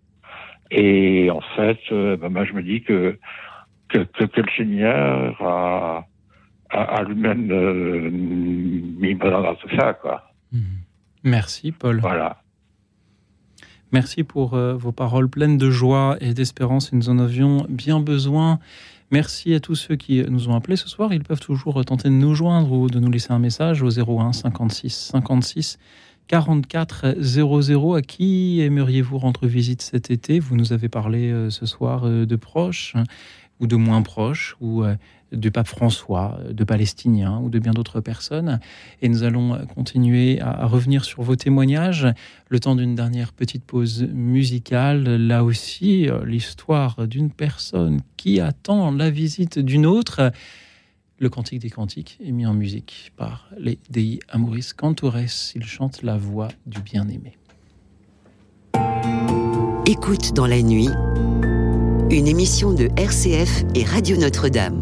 Et en fait, euh, ben, moi, je me dis que, que, que, que le Seigneur a, a, a lui-même euh, mis dans, dans tout ça, quoi. Merci, Paul. Voilà. Merci pour euh, vos paroles pleines de joie et d'espérance. Nous en avions bien besoin. Merci à tous ceux qui nous ont appelés ce soir. Ils peuvent toujours tenter de nous joindre ou de nous laisser un message au zéro un cinquante-six cinquante-six quarante-quatre zéro zéro. À qui aimeriez-vous rendre visite cet été ? Vous nous avez parlé euh, ce soir euh, de proches hein, ou de moins proches, ou euh, du pape François, de Palestiniens ou de bien d'autres personnes. Et nous allons continuer à revenir sur vos témoignages le temps d'une dernière petite pause musicale. Là aussi, l'histoire d'une personne qui attend la visite d'une autre. Le Cantique des Cantiques est mis en musique par les Dei Amoris Cantores. Ils chantent la voix du bien-aimé. Écoute dans la nuit, une émission de R C F et Radio Notre-Dame.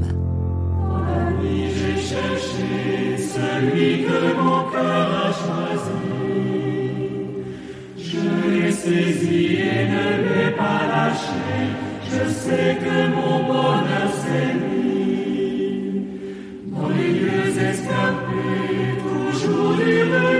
Celui que mon cœur a choisi, je l'ai saisi et ne l'ai pas lâché. Je sais que mon bonheur c'est lui. Dans les lieux escarpés, toujours du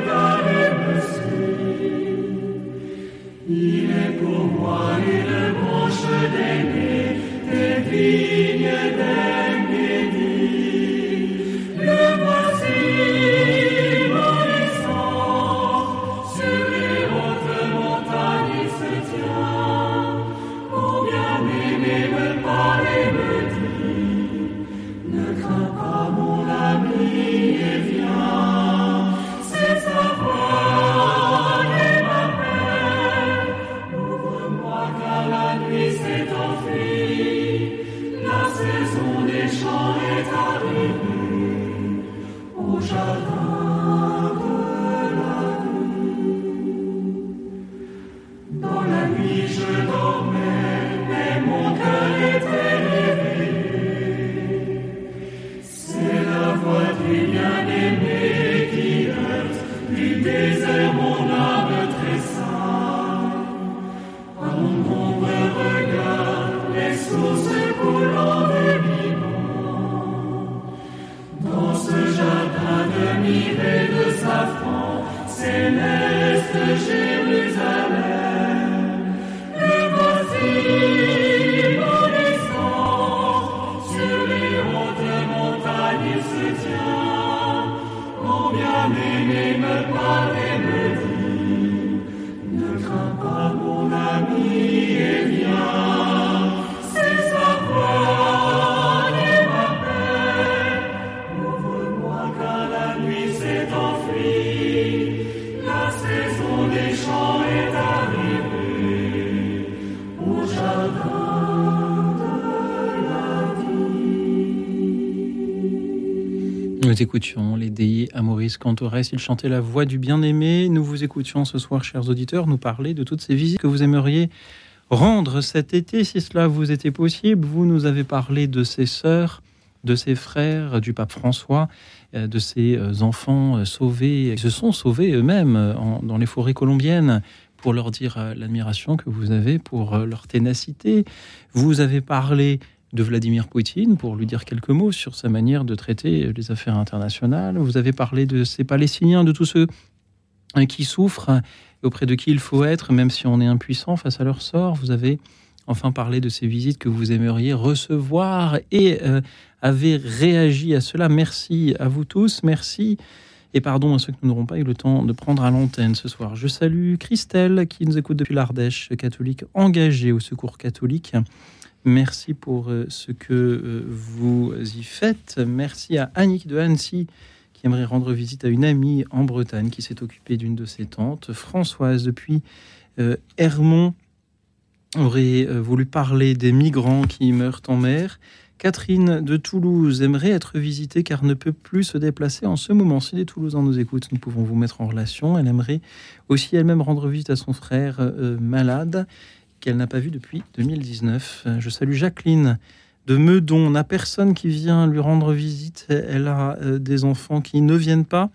Nous écoutions les Dei Amoris Cantores, ils chantaient la voix du bien-aimé. Nous vous écoutions ce soir, chers auditeurs, nous parler de toutes ces visites que vous aimeriez rendre cet été, si cela vous était possible. Vous nous avez parlé de ces sœurs, de ses frères, du pape François, de ses enfants sauvés. Ils se sont sauvés eux-mêmes en, dans les forêts colombiennes pour leur dire l'admiration que vous avez pour leur ténacité. Vous avez parlé de Vladimir Poutine pour lui dire quelques mots sur sa manière de traiter les affaires internationales. Vous avez parlé de ces Palestiniens, de tous ceux qui souffrent et auprès de qui il faut être, même si on est impuissant face à leur sort. Vous avez enfin parlé de ces visites que vous aimeriez recevoir et euh, avez réagi à cela. Merci à vous tous, merci. Et pardon à ceux que nous n'aurons pas eu le temps de prendre à l'antenne ce soir. Je salue Christelle qui nous écoute depuis l'Ardèche, catholique engagée au Secours catholique. Merci pour ce que vous y faites. Merci à Annick de Annecy qui aimerait rendre visite à une amie en Bretagne qui s'est occupée d'une de ses tantes. Françoise depuis euh, Hermont aurait euh, voulu parler des migrants qui meurent en mer. Catherine de Toulouse aimerait être visitée car ne peut plus se déplacer en ce moment. Si les Toulousains nous écoutent, nous pouvons vous mettre en relation. Elle aimerait aussi elle-même rendre visite à son frère euh, malade qu'elle n'a pas vu depuis deux mille dix-neuf. Je salue Jacqueline de Meudon. On n'a personne qui vient lui rendre visite. Elle a euh, des enfants qui ne viennent pas.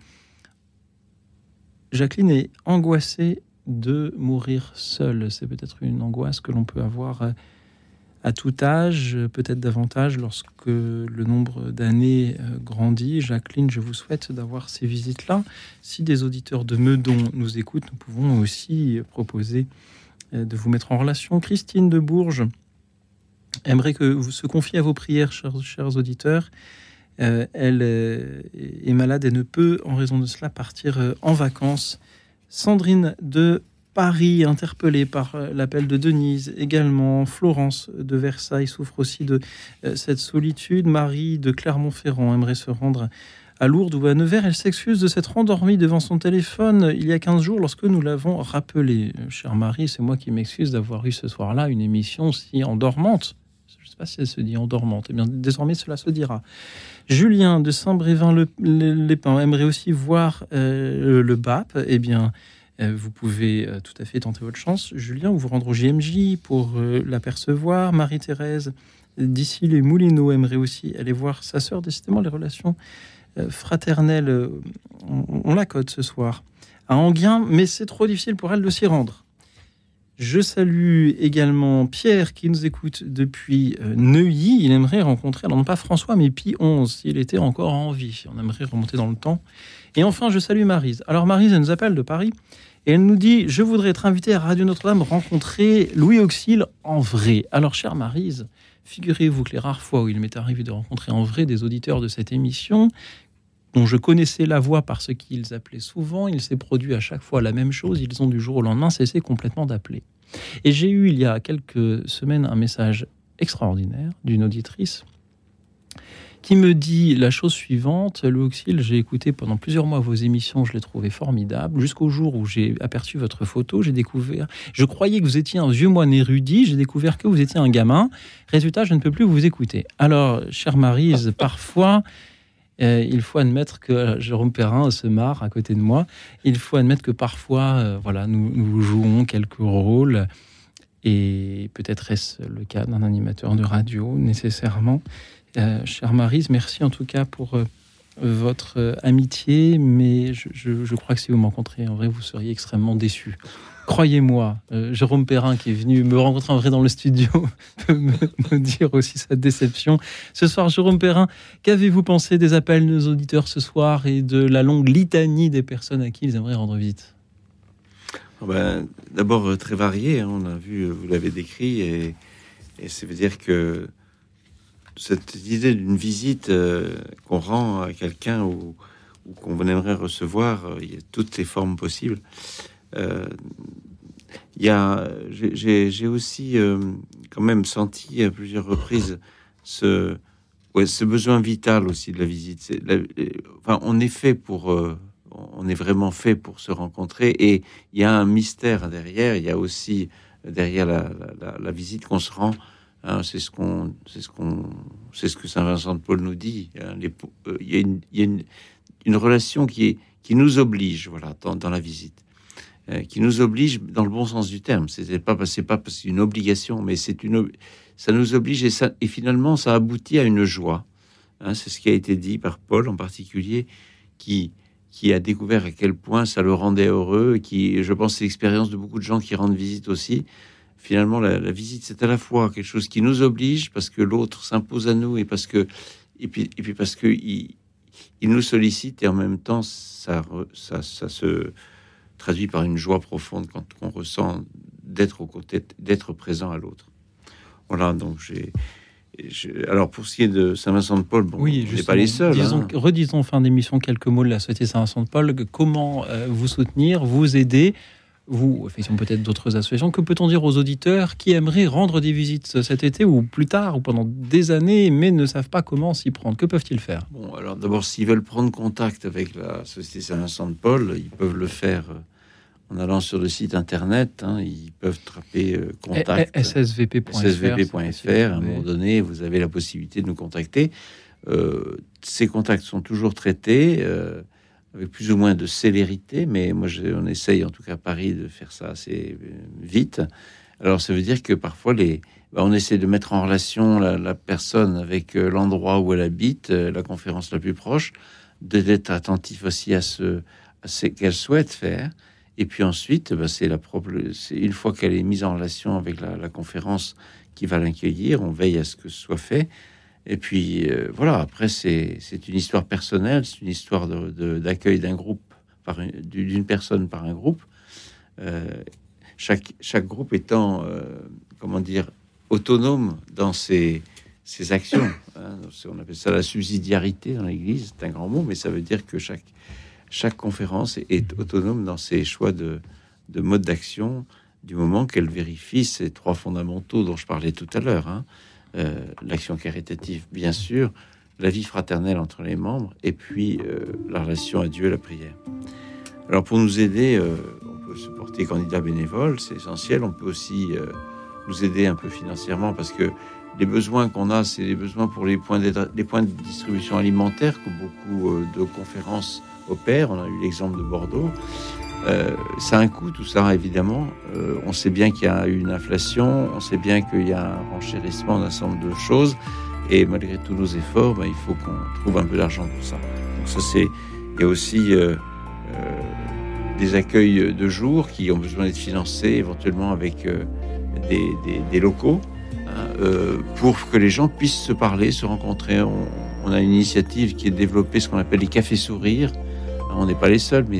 Jacqueline est angoissée de mourir seule. C'est peut-être une angoisse que l'on peut avoir euh, à tout âge, peut-être davantage lorsque le nombre d'années euh, grandit. Jacqueline, je vous souhaite d'avoir ces visites-là. Si des auditeurs de Meudon nous écoutent, nous pouvons aussi proposer de vous mettre en relation. Christine de Bourges aimerait que vous se confiez à vos prières, chers, chers auditeurs. Euh, elle est malade et ne peut, en raison de cela, partir en vacances. Sandrine de Paris, interpellée par l'appel de Denise, également. Florence de Versailles souffre aussi de euh, cette solitude. Marie de Clermont-Ferrand aimerait se rendre à Lourdes ou à Nevers. Elle s'excuse de s'être endormie devant son téléphone il y a quinze jours lorsque nous l'avons rappelé. Chère Marie, c'est moi qui m'excuse d'avoir eu ce soir-là une émission si endormante. Je ne sais pas si elle se dit endormante. Eh bien, désormais, cela se dira. Julien de Saint-Brévin-les-Pins aimerait aussi voir euh, le B A P. Eh bien, euh, vous pouvez euh, tout à fait tenter votre chance, Julien, ou vous rendre au J M J pour euh, l'apercevoir. Marie-Thérèse, d'ici les Moulineaux, aimerait aussi aller voir sa sœur. Décidément, les relations fraternelle, on, on la cote ce soir à Enghien, mais c'est trop difficile pour elle de s'y rendre. Je salue également Pierre qui nous écoute depuis euh, Neuilly. Il aimerait rencontrer, alors non pas François, mais Pie onze, s'il était encore en vie. On aimerait remonter dans le temps. Et enfin, je salue Maryse. Alors Maryse, elle nous appelle de Paris Et elle nous dit « Je voudrais être invitée à Radio Notre-Dame rencontrer Louis Auxil en vrai. » Alors, chère Maryse, figurez-vous que les rares fois où il m'est arrivé de rencontrer en vrai des auditeurs de cette émission, dont je connaissais la voix par ce qu'ils appelaient souvent, il s'est produit à chaque fois la même chose. Ils ont du jour au lendemain cessé complètement d'appeler. Et j'ai eu, il y a quelques semaines, un message extraordinaire d'une auditrice qui me dit la chose suivante: Louis Auxil, j'ai écouté pendant plusieurs mois vos émissions, je les trouvais formidables, jusqu'au jour où j'ai aperçu votre photo, j'ai découvert, je croyais que vous étiez un vieux moine érudit, j'ai découvert que vous étiez un gamin, résultat, je ne peux plus vous écouter. Alors, chère Maryse, parfois, euh, il faut admettre que Jérôme Perrin se marre à côté de moi, il faut admettre que parfois, euh, voilà, nous, nous jouons quelques rôles, et peut-être est-ce le cas d'un animateur de radio, nécessairement. Euh, chère Maryse, merci en tout cas pour euh, votre euh, amitié, mais je, je, je crois que si vous me rencontrez en vrai, vous seriez extrêmement déçu. Croyez-moi, euh, Jérôme Perrin, qui est venu me rencontrer en vrai dans le studio, peut me, me dire aussi sa déception. Ce soir, Jérôme Perrin, qu'avez-vous pensé des appels de nos auditeurs ce soir et de la longue litanie des personnes à qui ils aimeraient rendre visite? Ben, d'abord, très varié, hein, on a vu, vous l'avez décrit, et, et ça veut dire que cette idée d'une visite euh, qu'on rend à quelqu'un ou, ou qu'on aimerait recevoir, euh, il y a toutes les formes possibles. Euh, il y a, j'ai, j'ai aussi euh, quand même senti à plusieurs reprises ce, ouais, ce besoin vital aussi de la visite. C'est la, enfin, on est fait pour, euh, on est vraiment fait pour se rencontrer, et il y a un mystère derrière. Il y a aussi derrière la, la, la, la visite qu'on se rend. Hein, c'est ce qu'on, c'est ce qu'on, c'est ce que Saint Vincent de Paul nous dit. Hein, les, euh, il y a, une, il y a une, une relation qui est, qui nous oblige, voilà, dans, dans la visite, euh, qui nous oblige dans le bon sens du terme. C'est pas, c'est pas parce que c'est une obligation, mais c'est une, ça nous oblige, et ça, et finalement, ça aboutit à une joie. Hein, c'est ce qui a été dit par Paul en particulier, qui, qui a découvert à quel point ça le rendait heureux, et qui, je pense, c'est l'expérience de beaucoup de gens qui rendent visite aussi. Finalement, la, la visite, c'est à la fois quelque chose qui nous oblige, parce que l'autre s'impose à nous, et parce que, et puis, et puis parce que il, il nous sollicite, et en même temps, ça, ça, ça se traduit par une joie profonde quand on ressent d'être aux côtés, d'être présent à l'autre. Voilà. Donc j'ai, j'ai alors pour ce qui est de Saint Vincent de Paul, bon, oui, on n'est pas les seuls. Disons, hein. Redisons en fin d'émission quelques mots de la Société Saint Vincent de Paul. Comment euh, vous soutenir, vous aider? Vous, effectivement, peut-être d'autres associations. Que peut-on dire aux auditeurs qui aimeraient rendre des visites cet été ou plus tard ou pendant des années, mais ne savent pas comment s'y prendre? Que peuvent-ils faire? Bon, alors d'abord, s'ils veulent prendre contact avec la Société Saint Vincent de Paul, ils peuvent le faire en allant sur le site internet. Hein, ils peuvent taper euh, contact s s v p point f r. s s v p point f r. À un moment donné, vous avez la possibilité de nous contacter. Euh, ces contacts sont toujours traités. Euh, avec plus ou moins de célérité, mais moi, je, on essaye, en tout cas à Paris, de faire ça assez vite. Alors, ça veut dire que parfois, les, bah, on essaie de mettre en relation la, la personne avec euh, l'endroit où elle habite, euh, la conférence la plus proche, d'être attentif aussi à ce, à ce qu'elle souhaite faire. Et puis ensuite, bah, c'est la propre, c'est une fois qu'elle est mise en relation avec la, la conférence qui va l'accueillir, on veille à ce que ce soit fait. Et puis, euh, voilà, après, c'est, c'est une histoire personnelle, c'est une histoire de, de, d'accueil d'un groupe, par une, d'une personne par un groupe. Euh, chaque, chaque groupe étant, euh, comment dire, autonome dans ses, ses actions. Hein. On appelle ça la subsidiarité dans l'Église, c'est un grand mot, mais ça veut dire que chaque, chaque conférence est, est autonome dans ses choix de, de mode d'action, du moment qu'elle vérifie ces trois fondamentaux dont je parlais tout à l'heure, hein. Euh, l'action caritative, bien sûr, la vie fraternelle entre les membres, et puis euh, la relation à Dieu et la prière. Alors, pour nous aider, euh, on peut se porter candidat bénévole, c'est essentiel. On peut aussi euh, nous aider un peu financièrement, parce que les besoins qu'on a, c'est les besoins pour les points, les points de distribution alimentaire que beaucoup euh, de conférences opèrent. On a eu l'exemple de Bordeaux. Euh, ça a un coût, tout ça, évidemment. Euh, on sait bien qu'il y a eu une inflation, on sait bien qu'il y a un renchérissement d'un certain nombre de choses, et malgré tous nos efforts, ben, il faut qu'on trouve un peu d'argent pour ça. Donc ça, c'est... Il y a aussi euh, euh, des accueils de jour qui ont besoin d'être financés, éventuellement avec euh, des, des, des locaux, hein, euh, pour que les gens puissent se parler, se rencontrer. On, on a une initiative qui est développée, ce qu'on appelle les cafés sourires. On n'est pas les seuls, mais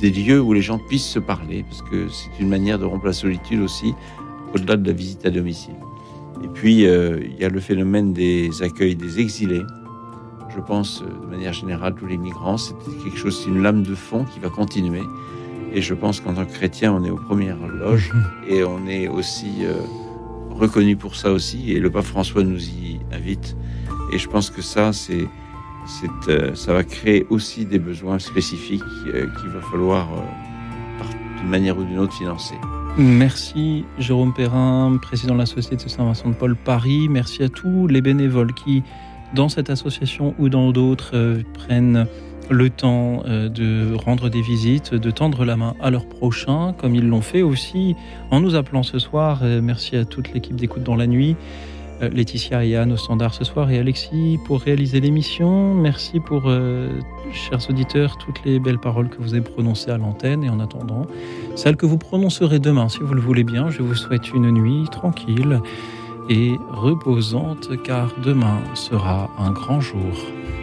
des lieux où les gens puissent se parler, parce que c'est une manière de rompre la solitude aussi, au-delà de la visite à domicile. Et puis, euh, il y a le phénomène des accueils des exilés. Je pense, de manière générale, tous les migrants, c'est quelque chose, c'est une lame de fond qui va continuer. Et je pense qu'en tant que chrétien, on est aux premières loges et on est aussi euh, reconnu pour ça aussi. Et le pape François nous y invite. Et je pense que ça, c'est, c'est, euh, ça va créer aussi des besoins spécifiques euh, qu'il va falloir, euh, d'une manière ou d'une autre, financer. Merci Jérôme Perrin, président de la Société Saint-Vincent-de-Paul Paris. Merci à tous les bénévoles qui, dans cette association ou dans d'autres, euh, prennent le temps euh, de rendre des visites, de tendre la main à leurs prochains, comme ils l'ont fait aussi en nous appelant ce soir. Euh, merci à toute l'équipe d'Écoute dans la nuit, euh, Laetitia et Anne au standard ce soir, et Alexis pour réaliser l'émission. Merci pour, euh, chers auditeurs, toutes les belles paroles que vous avez prononcées à l'antenne. Et en attendant, celles que vous prononcerez demain, si vous le voulez bien, je vous souhaite une nuit tranquille et reposante, car demain sera un grand jour.